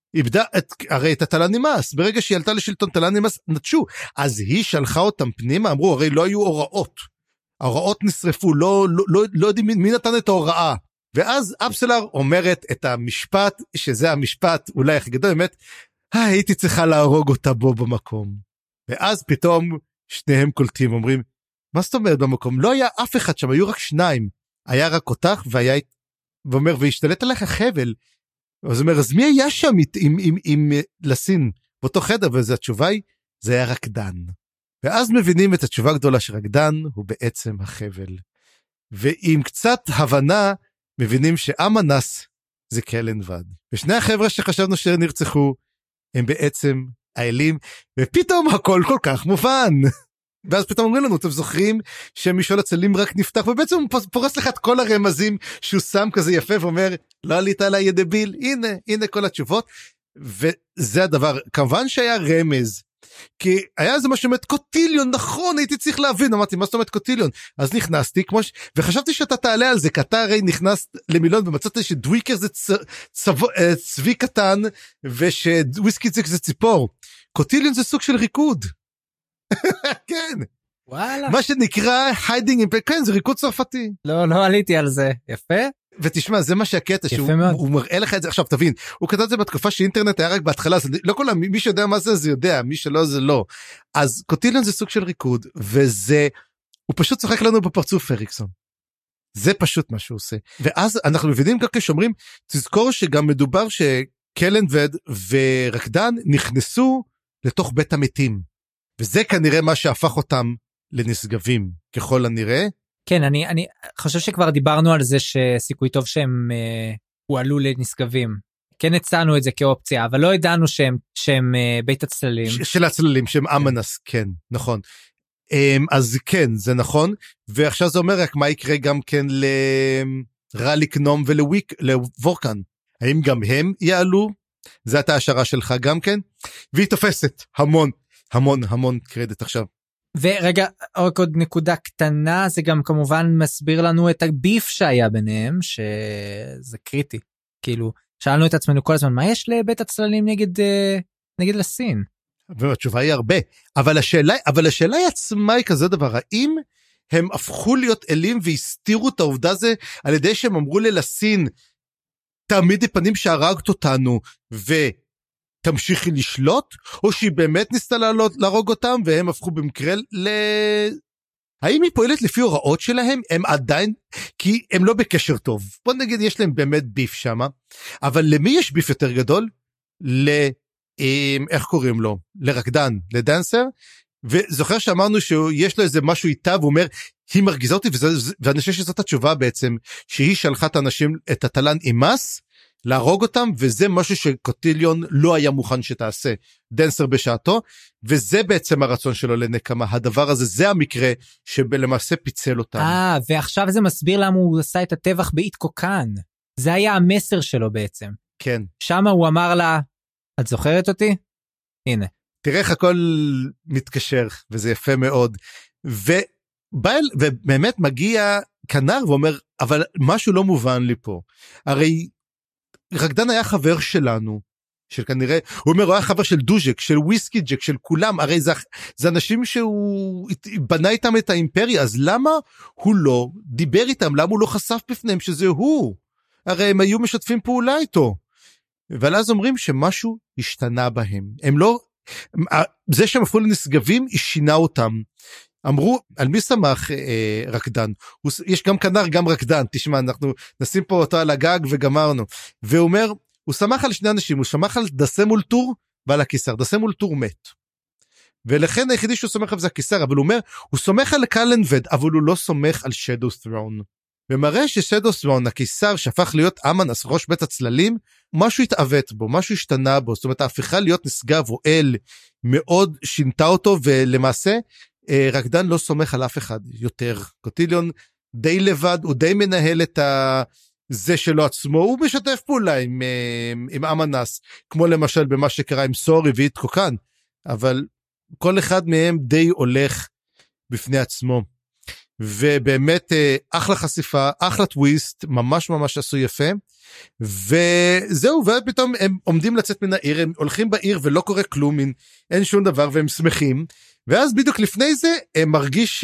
[SPEAKER 2] הרי את הטלן נמאס, ברגע שהיא עלתה לשלטון טלן נמאס, נטשו, אז היא שלחה אותם פנימה, אמרו, הרי לא היו ההוראות נשרפו, לא יודעים מי נתן את ההוראה. ואז אפסלר אומרת את המשפט, שזה המשפט אולי הכי גדול, באמת, הייתי צריכה להרוג אותה בו במקום. ואז פתאום שניהם קולטים, אומרים, מה זאת אומרת במקום? לא היה אף אחד שם, היו רק שניים. היה רק אותך, ואומר, והשתלט עליך חבל. אז אומר, אז מי היה שם עם לסין באותו חדר? וזה התשובה היא, זה היה רקדן. ואז מבינים את התשובה הגדולה שרקדן הוא בעצם החבל. ועם קצת הבנה, מבינים שאמנס זה קלנבד. ושני החבר'ה שחשבנו שנרצחו, הם בעצם האלים, ופתאום הכל כל כך מובן. ואז פתאום אומרים לנו, אתם זוכרים שמשול הצלים רק נפתח, ובעצם הוא פורס לך את כל הרמזים שהוא שם כזה יפה, ואומר, לא עלית עליי ידביל, הנה כל התשובות, וזה הדבר. כמובן שהיה רמז, כי היה איזה משהו אומרת, קוטיליון, נכון, הייתי צריך להבין, אמרתי, מה זאת אומרת קוטיליון? אז נכנסתי, וחשבתי שאתה תעלה על זה, כי אתה הרי נכנס למילון, ומצאתי שדוויקר זה צבי קטן, ושוויסקי זה ציפור. קוטיליון זה סוג של ריקוד. כן.
[SPEAKER 1] וואלה.
[SPEAKER 2] מה שנקרא hiding in, כן, זה ריקוד צרפתי.
[SPEAKER 1] לא עליתי על זה, יפה.
[SPEAKER 2] ותשמע, זה מה שהקטע, שהוא מראה לך את זה, עכשיו תבין, הוא כתב את זה בתקופה שאינטרנט היה רק בהתחלה, אז לא כל מי שיודע מה זה, זה יודע, מי שלא זה לא. אז קוטיליון זה סוג של ריקוד, וזה, הוא פשוט צוחק לנו בפרצוף פריקסון. זה פשוט מה שהוא עושה. ואז אנחנו מבינים גם כשאומרים, תזכור שגם מדובר שקלנבד ורקדן נכנסו לתוך בית המתים. וזה כנראה מה שהפך אותם לנשגבים, ככל הנראה.
[SPEAKER 1] כן, אני חושב שכבר דיברנו על זה שסיכוי טוב שהם הועלו לנשגבים. כן הצענו את זה כאופציה, אבל לא ידענו שהם בית הצללים.
[SPEAKER 2] של הצללים, שהם אמנס, כן, נכון. אז כן, זה נכון, ועכשיו זה אומר רק מה יקרה גם כן לרליק נום ולוורקן, האם גם הם יעלו? זה הייתה השערה שלך גם כן, והיא תופסת המון קרדיט עכשיו.
[SPEAKER 1] ורגע, עוד נקודה קטנה, זה גם כמובן מסביר לנו את הביף שהיה ביניהם, שזה קריטי, כאילו, שאלנו את עצמנו כל הזמן, מה יש לבית הצללים נגד לסין?
[SPEAKER 2] והתשובה היא הרבה, אבל השאלה היא עצמה היא כזה דבר, האם הם הפכו להיות אלים והסתירו את העובדה הזה, על ידי שהם אמרו לסין, תעמידי פנים שהרגת אותנו, ותמשיכי לשלוט, או שהיא באמת ניסתה להרוג אותם, והם הפכו במקרה האם היא פועלת לפי הוראות שלהם? הם עדיין, כי הם לא בקשר טוב. בוא נגיד, יש להם באמת ביף שמה, אבל למי יש ביף יותר גדול? איך קוראים לו? לרקדן, לדנסר, וזוכר שאמרנו שיש לו איזה משהו איתה, והוא אומר, היא מרגיזה אותי, ואני חושב שזאת התשובה בעצם, שהיא שלחה את האנשים, את הטלן עם מס, להרוג אותם, וזה משהו שקוטיליון לא היה מוכן שתעשה, דנסר בשעתו, וזה בעצם הרצון שלו לנקמה, הדבר הזה, זה המקרה שבלמעשה פיצל אותם.
[SPEAKER 1] ועכשיו זה מסביר למה הוא עשה את הטבח באית קוקן, זה היה המסר שלו בעצם.
[SPEAKER 2] כן.
[SPEAKER 1] שמה הוא אמר לה, את זוכרת אותי? הנה.
[SPEAKER 2] תראה איך הכל מתקשר, וזה יפה מאוד, ובאמת מגיע כנר ואומר, אבל משהו לא מובן לי פה, הרי רקדן היה חבר שלנו, של כנראה, הוא אומר, הוא היה חבר של דוז'ק, של וויסקי ג'ק, של כולם, הרי זה אנשים שהוא בנה איתם את האימפריה, אז למה הוא לא דיבר איתם, למה הוא לא חשף בפניהם שזה הוא? הרי הם היו משתפים פעולה איתו, אבל אז אומרים שמשהו השתנה בהם, הם לא, זה שהם הפכו לנשגבים, שינה אותם, אמרו, על מי שמח רקדן? יש גם כנר, גם רקדן, תשמע, אנחנו נשים פה אותו על הגג וגמרנו, והוא אומר, הוא שמח על שני אנשים, הוא שמח על דסמולטור ועל הקיסר, דסמולטור מת, ולכן היחידי שהוא סומך עליו זה הקיסר, אבל הוא אומר, הוא סומך על קלנבד, אבל הוא לא סומך על שדו ת'רון, ומראה ששדו ת'רון, הקיסר שהפך להיות אמנס, ראש בית הצללים, משהו התעוות בו, משהו השתנה בו, זאת אומרת, ההפיכה להיות נשגב או אל, מאוד שינתה אותו, ולמעשה, רקדן לא סומך על אף אחד יותר, קוטיליון די לבד, הוא די מנהל את זה שלו עצמו, הוא משתף פעולה עם אמנס, כמו למשל במה שקרה עם סורי ואית קוקן, אבל כל אחד מהם די הולך בפני עצמו, ובאמת אחלה חשיפה, אחלה טוויסט, ממש עשו יפה, וזהו, ופתאום הם עומדים לצאת מן העיר, הם הולכים בעיר ולא קורה כלום, אין שום דבר והם שמחים, ואז בדיוק לפני זה הם מרגיש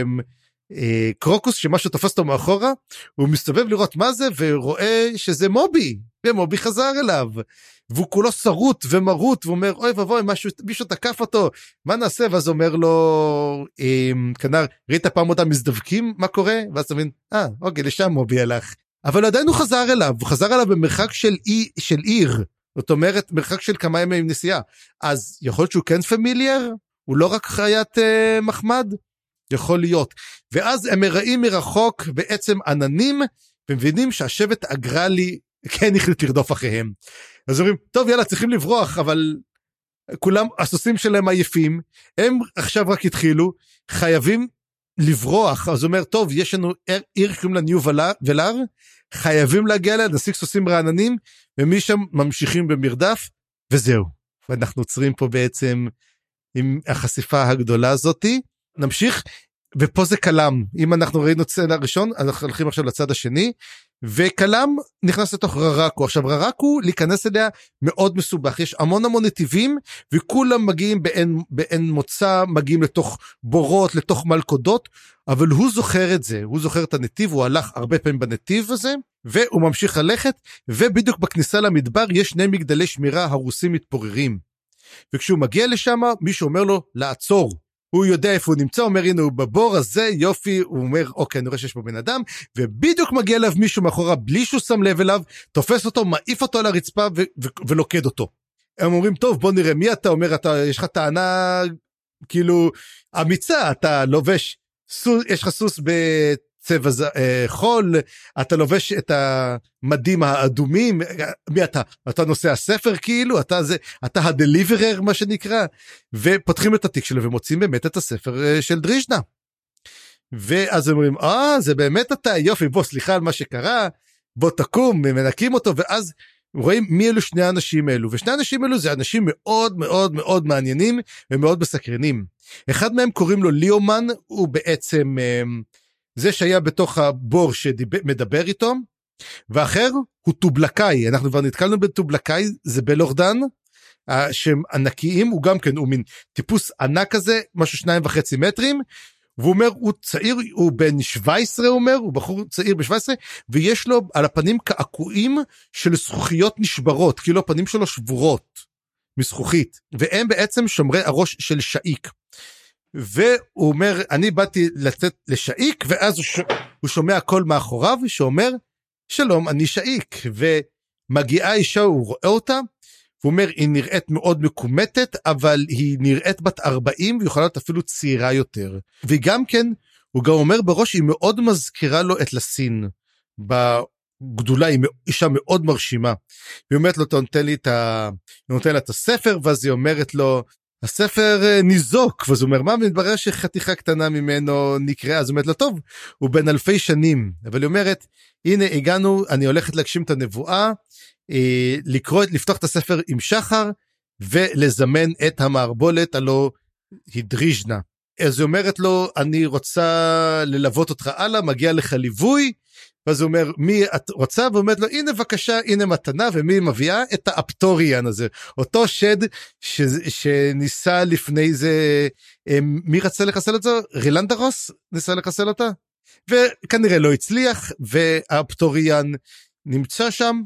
[SPEAKER 2] קרוקוס שמשהו תופס אותו מאחורה, הוא מסתובב לראות מה זה ורואה שזה מובי, ומובי חזר אליו, והוא כולו שרוט ומרוט, ואומר אוי ובוי, מישהו תקף אותו, מה נעשה? ואז אומר לו כנר, ראית פעם אותם מזדבקים מה קורה? ואז אתה מבין, אוקיי, לשם מובי הלך, אבל עדיין הוא חזר אליו במרחק של עיר, זאת אומרת מרחק של כמה ימים נסיעה, אז יכול להיות שהוא כן פמיליאר, הוא לא רק חיית מחמד, יכול להיות, ואז הם מראים מרחוק בעצם עננים, ומבינים שהשבט הגרלי כן החליט לרדוף אחריהם, אז אומרים, טוב יאללה צריכים לברוח, אבל כולם הסוסים שלהם עייפים, הם עכשיו רק התחילו, חייבים לברוח, אז הוא אומר, טוב יש לנו עיר קוראים לה ניו ולר, חייבים להגיע לה, נשיג סוסים רעננים, ומשם ממשיכים במרדף, וזהו, ואנחנו עוצרים פה בעצם, עם החשיפה הגדולה הזאת, נמשיך, ופה זה קלם, אם אנחנו ראינו את הצד הראשון, אנחנו הולכים עכשיו לצד השני, וקלם נכנס לתוך ררקו, עכשיו ררקו להיכנס אליה מאוד מסובך, יש המון נתיבים, וכולם מגיעים באין מוצא, מגיעים לתוך בורות, לתוך מלכודות, אבל הוא זוכר את זה, הוא זוכר את הנתיב, הוא הלך הרבה פעמים בנתיב הזה, והוא ממשיך ללכת, ובדיוק בכניסה למדבר, יש שני מגדלי שמירה הרוסים מתפוררים, וכשהוא מגיע לשם, מישהו אומר לו לעצור, הוא יודע איפה הוא נמצא, הוא אומר הנה הוא בבור הזה, יופי, הוא אומר אוקיי אני רואה שיש פה בן אדם, ובדיוק מגיע אליו מישהו מאחורה, בלי שהוא שם לב אליו, תופס אותו, מעיף אותו על הרצפה ולוקד אותו. הם אומרים טוב בוא נראה מי אתה, אומר יש לך טענה כאילו אמיצה, אתה לובש, יש לך סוס צבע חול, אתה לובש את המדים האדומים, מי אתה? אתה נושא הספר כאילו, אתה הדליברר מה שנקרא, ופותחים את התיק שלו ומוצאים באמת את הספר של דריז'נה. ואז אומרים, זה באמת אתה, יופי, בוא סליחה על מה שקרה, בוא תקום, מנקים אותו, ואז רואים מי אלו שני האנשים אלו, ושני האנשים אלו זה אנשים מאוד מאוד מאוד מעניינים, ומאוד מסקרנים. אחד מהם קוראים לו ליאומן, הוא בעצם זה שהיה בתוך הבור שמדבר איתו, ואחר הוא טובלקאי, אנחנו כבר נתקלנו בטובלקאי, זה בלורדן, שהם ענקיים, הוא גם כן, הוא מין טיפוס ענק כזה, משהו 2.5 מטרים, והוא אומר, הוא צעיר, הוא בן 17, הוא אומר, הוא בחור צעיר ב-17, ויש לו על הפנים קעקועים של זכוכיות נשברות, כאילו הפנים שלו שבורות מזכוכית, והם בעצם שומרי הראש של שאיק. והוא אומר, אני באתי לצאת לשאיק, ואז הוא שומע קול מאחוריו, שאומר, שלום, אני שאיק, ומגיעה אישה, הוא רואה אותה, הוא אומר, היא נראית מאוד מקומטת, אבל היא נראית בת 40, ויכולה להיות אפילו צעירה יותר. וגם כן, הוא גם אומר בראש, היא מאוד מזכירה לו את לסין, בגדולה, היא אישה מאוד מרשימה. היא אומרת לו, נותן לה את הספר, ואז היא אומרת לו, הספר ניזוק, ואז הוא אומר, מה? מתברר שחתיכה קטנה ממנו נקראה, אז הוא אומרת לו, טוב, הוא בן אלפי שנים, אבל היא אומרת, הנה הגענו, אני הולכת להגשים את הנבואה, לפתוח את הספר עם שחר, ולזמן את המערבולת, הלא היא דריז'נה. אז היא אומרת לו, אני רוצה ללוות אותך הלאה, מגיע לך ליווי, ואז הוא אומר, מי את רוצה? ואומרת לו, הנה בבקשה, הנה מתנה, ומי מביאה? את האפטוריאן הזה, אותו שד שניסה לפני זה, מי רצה לחסל אותו? רילנדרוס ניסה לחסל אותה? וכנראה לא הצליח, והאפטוריאן נמצא שם,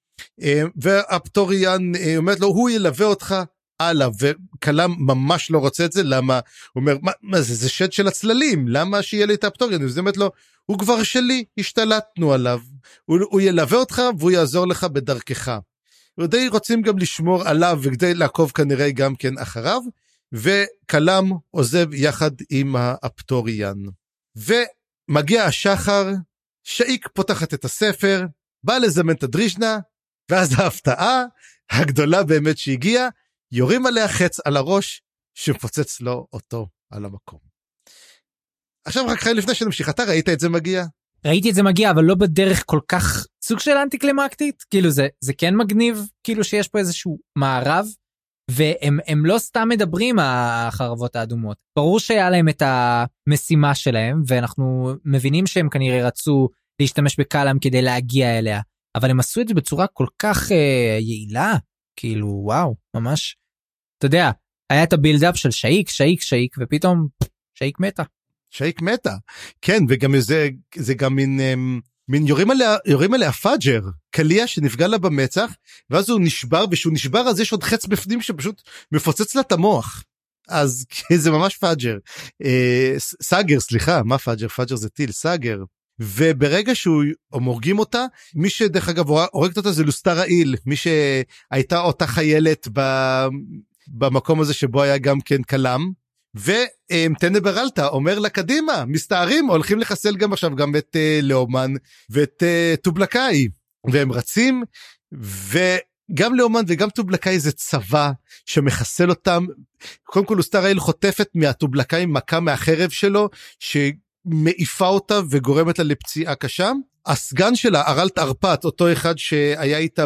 [SPEAKER 2] והאפטוריאן אומרת לו, הוא ילווה אותך הלאה, וקלם ממש לא רוצה את זה, למה? הוא אומר, מה זה? זה שד של הצללים, למה שיהיה לי את האפטוריאן? וזה אומרת לו, הוא כבר שלי, השתלטנו עליו, הוא ילווה אותך והוא יעזור לך בדרכך. ודי רוצים גם לשמור עליו, וכדי לעקוב כנראה גם כן אחריו, וקלם עוזב יחד עם האפטוריאן. ומגיע השחר, שאיק פותחת את הספר, בא לזמן את הדריז'נה, ואז ההפתעה הגדולה באמת שהגיעה, יורים עליה חץ על הראש, שמפוצץ לו אותו על המקום. עכשיו רק חי לפני שנמשיך, אתה ראית את זה מגיע?
[SPEAKER 1] ראיתי את זה מגיע, אבל לא בדרך כל כך סוג של אנטי-קלימקטית, כאילו זה כן מגניב, כאילו שיש פה איזשהו מערב, והם לא סתם מדברים החרבות האדומות. ברור שהיה להם את המשימה שלהם, ואנחנו מבינים שהם כנראה רצו להשתמש בקלם כדי להגיע אליה, אבל הם עשו את זה בצורה כל כך יעילה, כאילו וואו, ממש, אתה יודע, היה את הבילדאפ של שאיק, ופתאום שאיק מתה.
[SPEAKER 2] שאיק מתה, כן, וגם זה גם מין יורים עליה פאג'ר, קליה שנפגע לה במצח, ואז הוא נשבר, ושהוא נשבר אז יש עוד חץ בפנים שפשוט מפוצץ לה את המוח, אז זה ממש פאג'ר, סאגר, סליחה, מה פאג'ר? פאג'ר זה טיל, סאגר, וברגע שהוא מורגים אותה, מי שדרך אגב הורגת אותה זה לוסטרה איל, מי שהייתה אותה חיילת במקום הזה שבו היה גם כן קלם, וטנברלטה אומר לה קדימה, מסתערים, הולכים לחסל גם עכשיו גם את לאומן ואת טובלקאי, והם רצים, וגם לאומן וגם טובלקאי זה צבא שמחסל אותם, קודם כל לוסטרה איל חוטפת מהטובלקאי מכה מהחרב שלו, שמעיפה אותה וגורמת לה לפציעה קשה, הסגן שלה, ארלט ארפט, אותו אחד שהיה איתה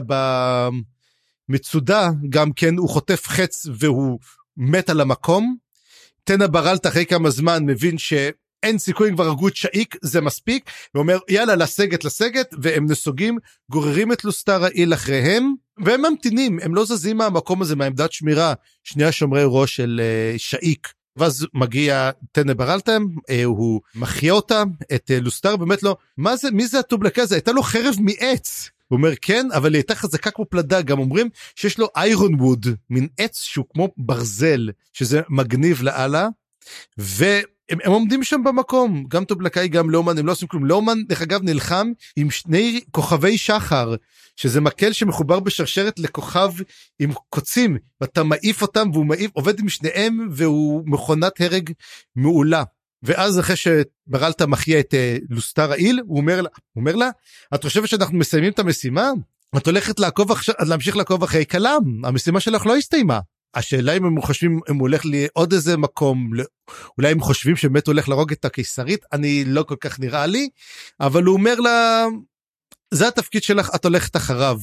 [SPEAKER 2] במצודה, גם כן הוא חוטף חץ והוא מת על המקום, טנברלטה אחרי כמה זמן מבין שאין סיכוי כבר הרגו את שאיק, זה מספיק, ואומר יאללה לסגת, והם נסוגים, גוררים את לוסטרה איל אחריהם, והם ממתינים, הם לא זזים מהמקום הזה, מהעמדת שמירה, שני השומרי ראש של שאיק, ואז מגיע טנברלטה, הוא מחיה אותה, את לוסטרה, באמת לא, מי זה הטובלקאי הזה? הייתה לו חרב מעץ, הוא אומר כן, אבל היא הייתה חזקה כמו פלדה, גם אומרים שיש לו איירון ווד, מין עץ שהוא כמו ברזל, שזה מגניב לאללה, והם עומדים שם במקום, גם טובלקאי, גם לאומן, הם לא עושים כלום, לאומן דרך אגב נלחם עם שני כוכבי שחר, שזה מקל שמחובר בשרשרת לכוכב עם קוצים, ואתה מעיף אותם, והוא עובד עם שניהם, והוא מכונת הרג מעולה, ואז אחרי שברלת מכריע את לוסטר העיל, הוא אומר לה, את חושבת שאנחנו מסיימים את המשימה? את הולכת להמשיך לעקוב אחרי קלאם, המשימה שלך לא הסתיימה. השאלה אם הם חושבים, אם הוא הולך לעוד איזה מקום, אולי הם חושבים שבאמת הוא הולך להרוג את הקיסרית, אני לא כל כך נראה לי, אבל הוא אומר לה, זה התפקיד שלך, את הולכת אחריו.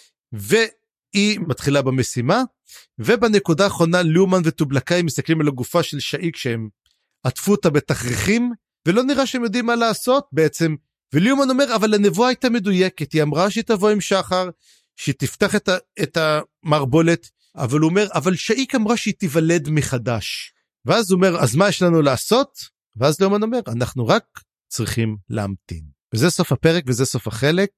[SPEAKER 2] והיא מתחילה במשימה, ובנקודה האחרונה, ליאומן וטובלקאי מסתכלים על הגופה של שאי, כשהם עטפו אותה בתכריכים, ולא נראה שהם יודעים מה לעשות בעצם, וליאומן אומר, אבל הנבואה הייתה מדויקת, היא אמרה שהיא תבוא עם שחר, שהיא תפתח את המערבולת, אבל הוא אומר, אבל שאיק אמרה שהיא תיוולד מחדש. ואז הוא אומר, אז מה יש לנו לעשות? ואז ליאומן אומר, אנחנו רק צריכים להמתין. וזה סוף הפרק וזה סוף החלק,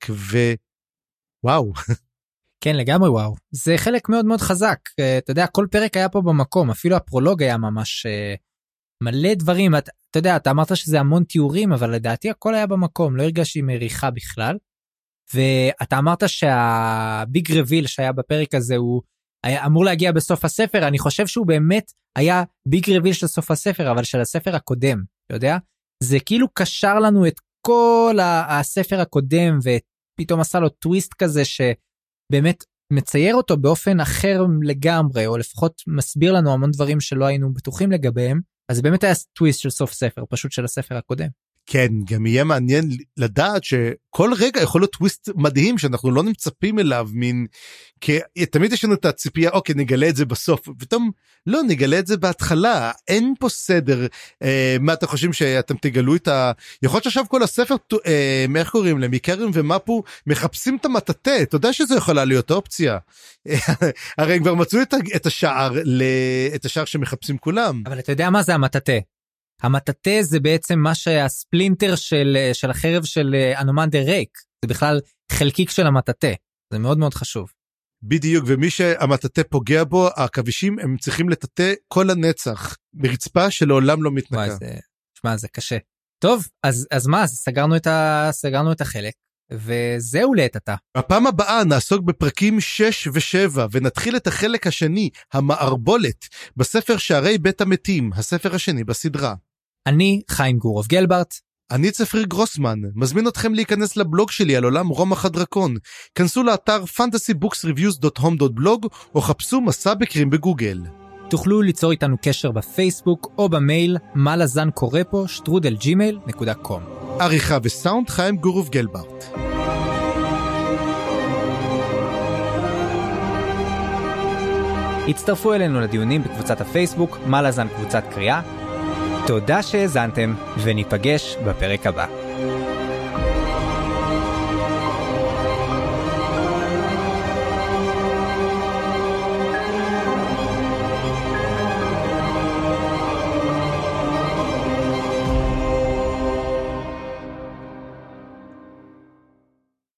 [SPEAKER 2] ווואו.
[SPEAKER 1] כן, לגמרי וואו. זה חלק מאוד מאוד חזק. אתה יודע, כל פרק היה פה במקום, אפילו הפרולוג היה ממש מלא דברים. אתה יודע, אתה אמרת שזה המון תיאורים, אבל לדעתי הכל היה במקום, לא הרגשתי מריחה בכלל. ואתה אמרת שהביג רביל שהיה בפרק הזה הוא היה אמור להגיע בסוף הספר, אני חושב שהוא באמת היה ביג רביל של סוף הספר, אבל של הספר הקודם, אתה יודע? זה כאילו קשר לנו את כל הספר הקודם, ופתאום עשה לו טוויסט כזה, שבאמת מצייר אותו באופן אחר לגמרי, או לפחות מסביר לנו המון דברים שלא היינו בטוחים לגביהם, אז זה באמת היה טוויסט של סוף ספר, פשוט של הספר הקודם.
[SPEAKER 2] כן, גם יהיה מעניין לדעת שכל רגע יכול להיות טוויסט מדהים שאנחנו לא נמצפים אליו, כי תמיד יש לנו את הציפייה, אוקיי, נגלה את זה בסוף, ופתאום לא, נגלה את זה בהתחלה, אין פה סדר, מה אתה חושבים שאתם תגלו יכול להיות שעכשיו כל הספר, איך קוראים להם, מקרים ומפו, מחפשים את המטאטה, אתה יודע שזה יכולה להיות אופציה, הרי הם כבר מצאו את השער שמחפשים כולם.
[SPEAKER 1] אבל אתה יודע מה זה המטאטה? המטאטה זה בעצם מה שהספלינטר של החרב של אנומנדר ריק, זה בכלל חלקיק של המטאטה, זה מאוד מאוד חשוב.
[SPEAKER 2] בדיוק, ומי שהמטאטה פוגע בו, הכבישים הם צריכים לטאטא כל הנצח, ברצפה שלעולם לא מתנקה.
[SPEAKER 1] שמע, זה קשה. טוב, אז מה, סגרנו את החלק, וזהו לעת עתה.
[SPEAKER 2] הפעם הבאה נעסוק בפרקים 6 ו7, ונתחיל את החלק השני, המערבולת, בספר שערי בית המתים, הספר השני בסדרה.
[SPEAKER 1] אני חיים גורוב גלברט.
[SPEAKER 2] אני צפריר גרוסמן, מזמין אתכם להיכנס לבלוג שלי על עולם רומח הדרקון. כנסו לאתר fantasybooksreviews.home.blog או חפשו מסע בקרים בגוגל.
[SPEAKER 1] תוכלו ליצור איתנו קשר בפייסבוק או במייל malazankorepo@gmail.com.
[SPEAKER 2] עריכה וסאונד חיים גורוב גלברט.
[SPEAKER 1] הצטרפו אלינו לדיונים בקבוצת הפייסבוק מלאזן קבוצת קריאה. תודה שהאזנתם וניפגש בפרק הבא.